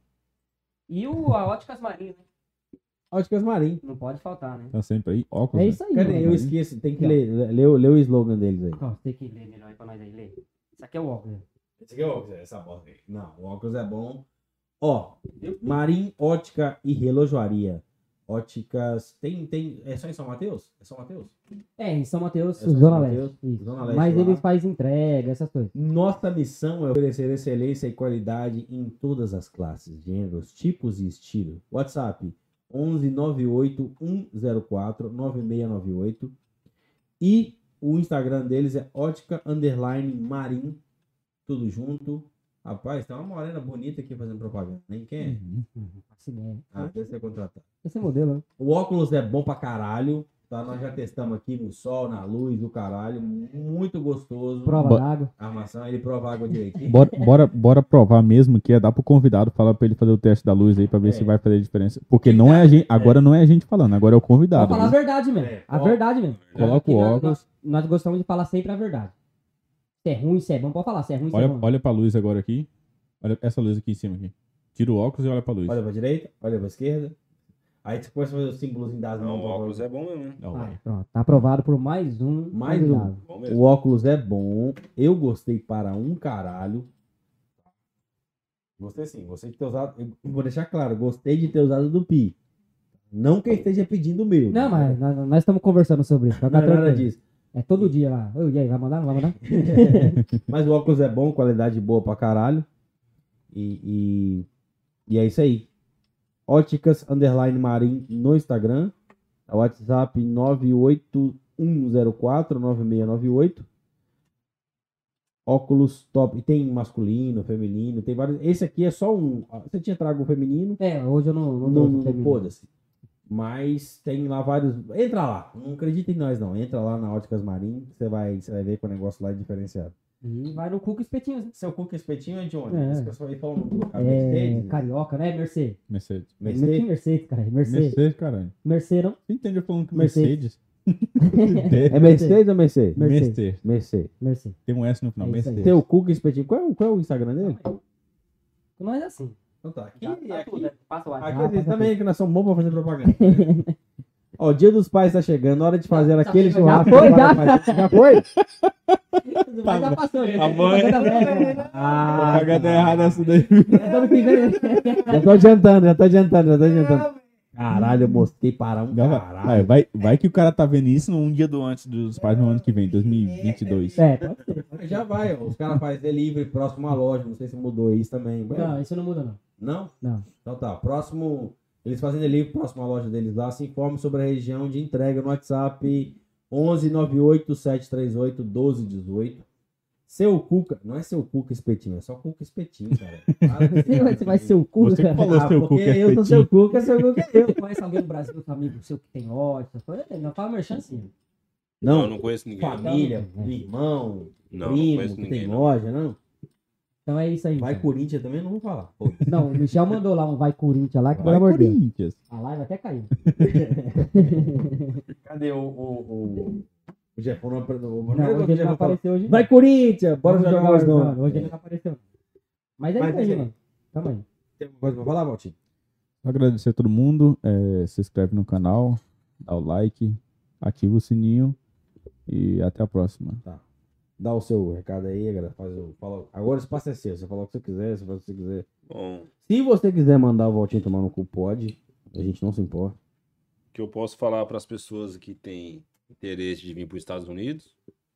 E a Óticas Marinhas, né? Óticas Marim. Não pode faltar, né? Tá sempre aí. Óculos. É né? isso aí, Cadê? mano. Eu esqueço. Tem que ler o slogan deles aí. Ó, tem que ler melhor aí pra nós aí. Lê. Isso aqui é o óculos. né? Esse aqui é o óculos, essa bosta aí. Não, o óculos é bom. Ó, Marim, ótica e relojoaria. Óticas. É só em São Mateus? É São Mateus? É, em São Mateus, É São Zona Mateus, Leste. Isso. Zona Leste Mas lá. eles fazem entrega, essas coisas. Nossa missão é oferecer excelência e qualidade em todas as classes, gêneros, tipos e estilo. WhatsApp 11 98 104 9698 e o Instagram deles é ótica_marim, tudo junto. Rapaz, tem uma morena bonita aqui fazendo propaganda. Nem quem é? Faço ideia. Ah, deve ser contratado. Esse é modelo, né? O óculos é bom pra caralho. Tá? Nós já testamos aqui no sol, na luz, do caralho. Muito gostoso. Prova Bo- d'água. A armação, ele prova água direitinho. Bora provar mesmo que é dar pro convidado falar pra ele fazer o teste da luz aí pra ver É. se vai fazer diferença. Porque não é a gente, agora não é a gente falando, agora é o Vou convidado. falar a viu? verdade mesmo. É, A ó, verdade mesmo. Coloca o Que nós- óculos. Nós gostamos de falar sempre a verdade. Se é ruim, se é bom, pode falar. Se é ruim, se é Olha, bom. olha pra luz agora aqui. Olha essa luz aqui em cima aqui. Tira o óculos e olha pra luz. Olha pra direita, olha pra esquerda. Aí você começa a fazer o símbolozinho das Não, mãos. o óculos é bom mesmo, né? Não, Ah, vai. pronto. Tá aprovado por mais um. Mais um. convidado. Bom O mesmo. óculos é bom. Eu gostei para um caralho. Gostei sim. Gostei de ter usado. Eu vou deixar claro. Gostei de ter usado do Pi. Não que eu esteja pedindo o meu. Não, mas nós estamos conversando sobre isso. Não é nada disso. É todo dia lá. Ô, e aí, vai mandar? Não vai mandar? Mas o óculos é bom, qualidade boa pra caralho. E é isso aí. Óticas_marim no Instagram. O WhatsApp 981049698. Óculos top. E tem masculino, feminino, tem vários. Esse aqui é só um. Você tinha trago um feminino. É, hoje eu não Não, termino. foda-se. Mas tem lá vários. Entra lá. Não acredita em nós, não. Entra lá na Óticas Marim. Você vai ver que o negócio lá é diferenciado. E vai no Cuca Espetinhos, né? Seu Cuca Espetinho é de onde? É. Esse pessoal aí falando do É, Mercedes. carioca, né? Mercedes. Mercedes. Mercedes. Mercedes, cara. Mercedes. Mercedes, caralho. Mercedes, não? Você entende eu falando que Mercedes. Mercedes? É Mercedes ou Mercedes? Mercedes. Mercedes. Mercedes. Tem um S no final. É isso aí. Mercedes. Seu Cuca Espetinho. Qual é o Instagram dele? Nós é assim. Então tá. Aqui, Tá tudo, né? Passa o aqui WhatsApp. eles passa também, que nós somos bons pra fazer propaganda. Ó, o Dia dos Pais tá chegando. Hora de fazer Já aquele foi, churrasco. já. Já foi? tudo. Mas já passou, gente. A mãe- Propaganda velha. Ah, Propaganda errada essa daí. Ano que vem. já tô adiantando. Caralho, eu mosquei para um caralho. Vai que o cara tá vendo isso um dia antes dos pais no ano que vem, 2022. É, pode ser. Já vai, ó. Os caras fazem delivery próximo à loja. Não sei se mudou isso também. Não, isso não muda, não. Não? Não. Então tá. Próximo. Eles fazem delivery próximo à loja deles lá. Se informe sobre a região de entrega no WhatsApp 11 98 738 1218. Seu Cuca. Não é seu Cuca Espetinho, é só Cuca Espetinho, cara. Para com esse Você vai ser o cu, Você que cara. falou seu porque Cuca é eu sou seu Cuca, seu Cuca é eu. Você conhece alguém no Brasil, seu amigo seu que tem ódio? Não fala merchan assim. Não, eu Não, não conheço ninguém. família, Não. irmão, Não, não primo, conheço que ninguém, tem não. loja, não? Então é isso aí. Vai cara. Corinthians também, não vou falar. Pô. Não, o Michel mandou lá um Vai Corinthians lá, que pelo Vai, amor de Deus. Corinthians. A live até caiu. Cadê o Jefão? Não, Não, hoje ele não apareceu hoje. Vai Corinthians, bora Vamos jogar os Warzone. nomes. Hoje ele não apareceu. Mas é Mas isso é aí, isso aí. mano. Tamo aí. Tem alguma coisa pra falar, Valtinho? Agradecer a todo mundo. Se inscreve no canal, dá o like, ativa o sininho e até a próxima. Dá o seu recado aí, galera. Fala. Agora o espaço é seu. Você fala o que você quiser, você faz o que você quiser. Bom, Se você quiser mandar o Valtinho tomar no cu, pode. A gente não se importa. o que eu posso falar para as pessoas que têm interesse de vir para os Estados Unidos,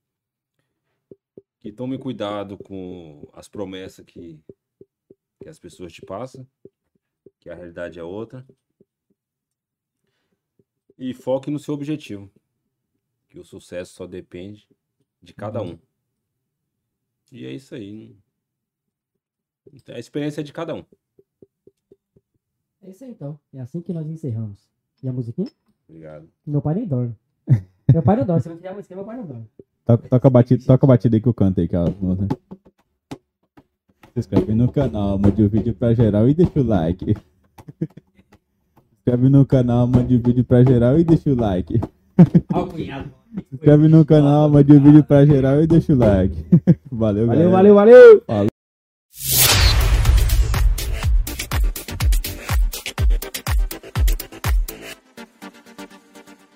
que tomem cuidado com as promessas que as pessoas te passam, que a realidade é outra. E foque no seu objetivo, que o sucesso só depende de cada um. E é isso aí. A experiência é de cada um. É isso aí, então. É assim que nós encerramos. E a musiquinha? Obrigado. Meu pai nem dorme. Meu pai não dorme. Se não tiver a musiquinha, meu pai não dorme. Toca a batida aí que eu canto aí, cara. Se inscreve no canal, mande o vídeo pra geral e deixa o like. Se inscreve no canal, mande o vídeo pra geral e deixa o like. Se inscreve no canal, mande o vídeo pra geral e deixa o like. Valeu, galera. Valeu.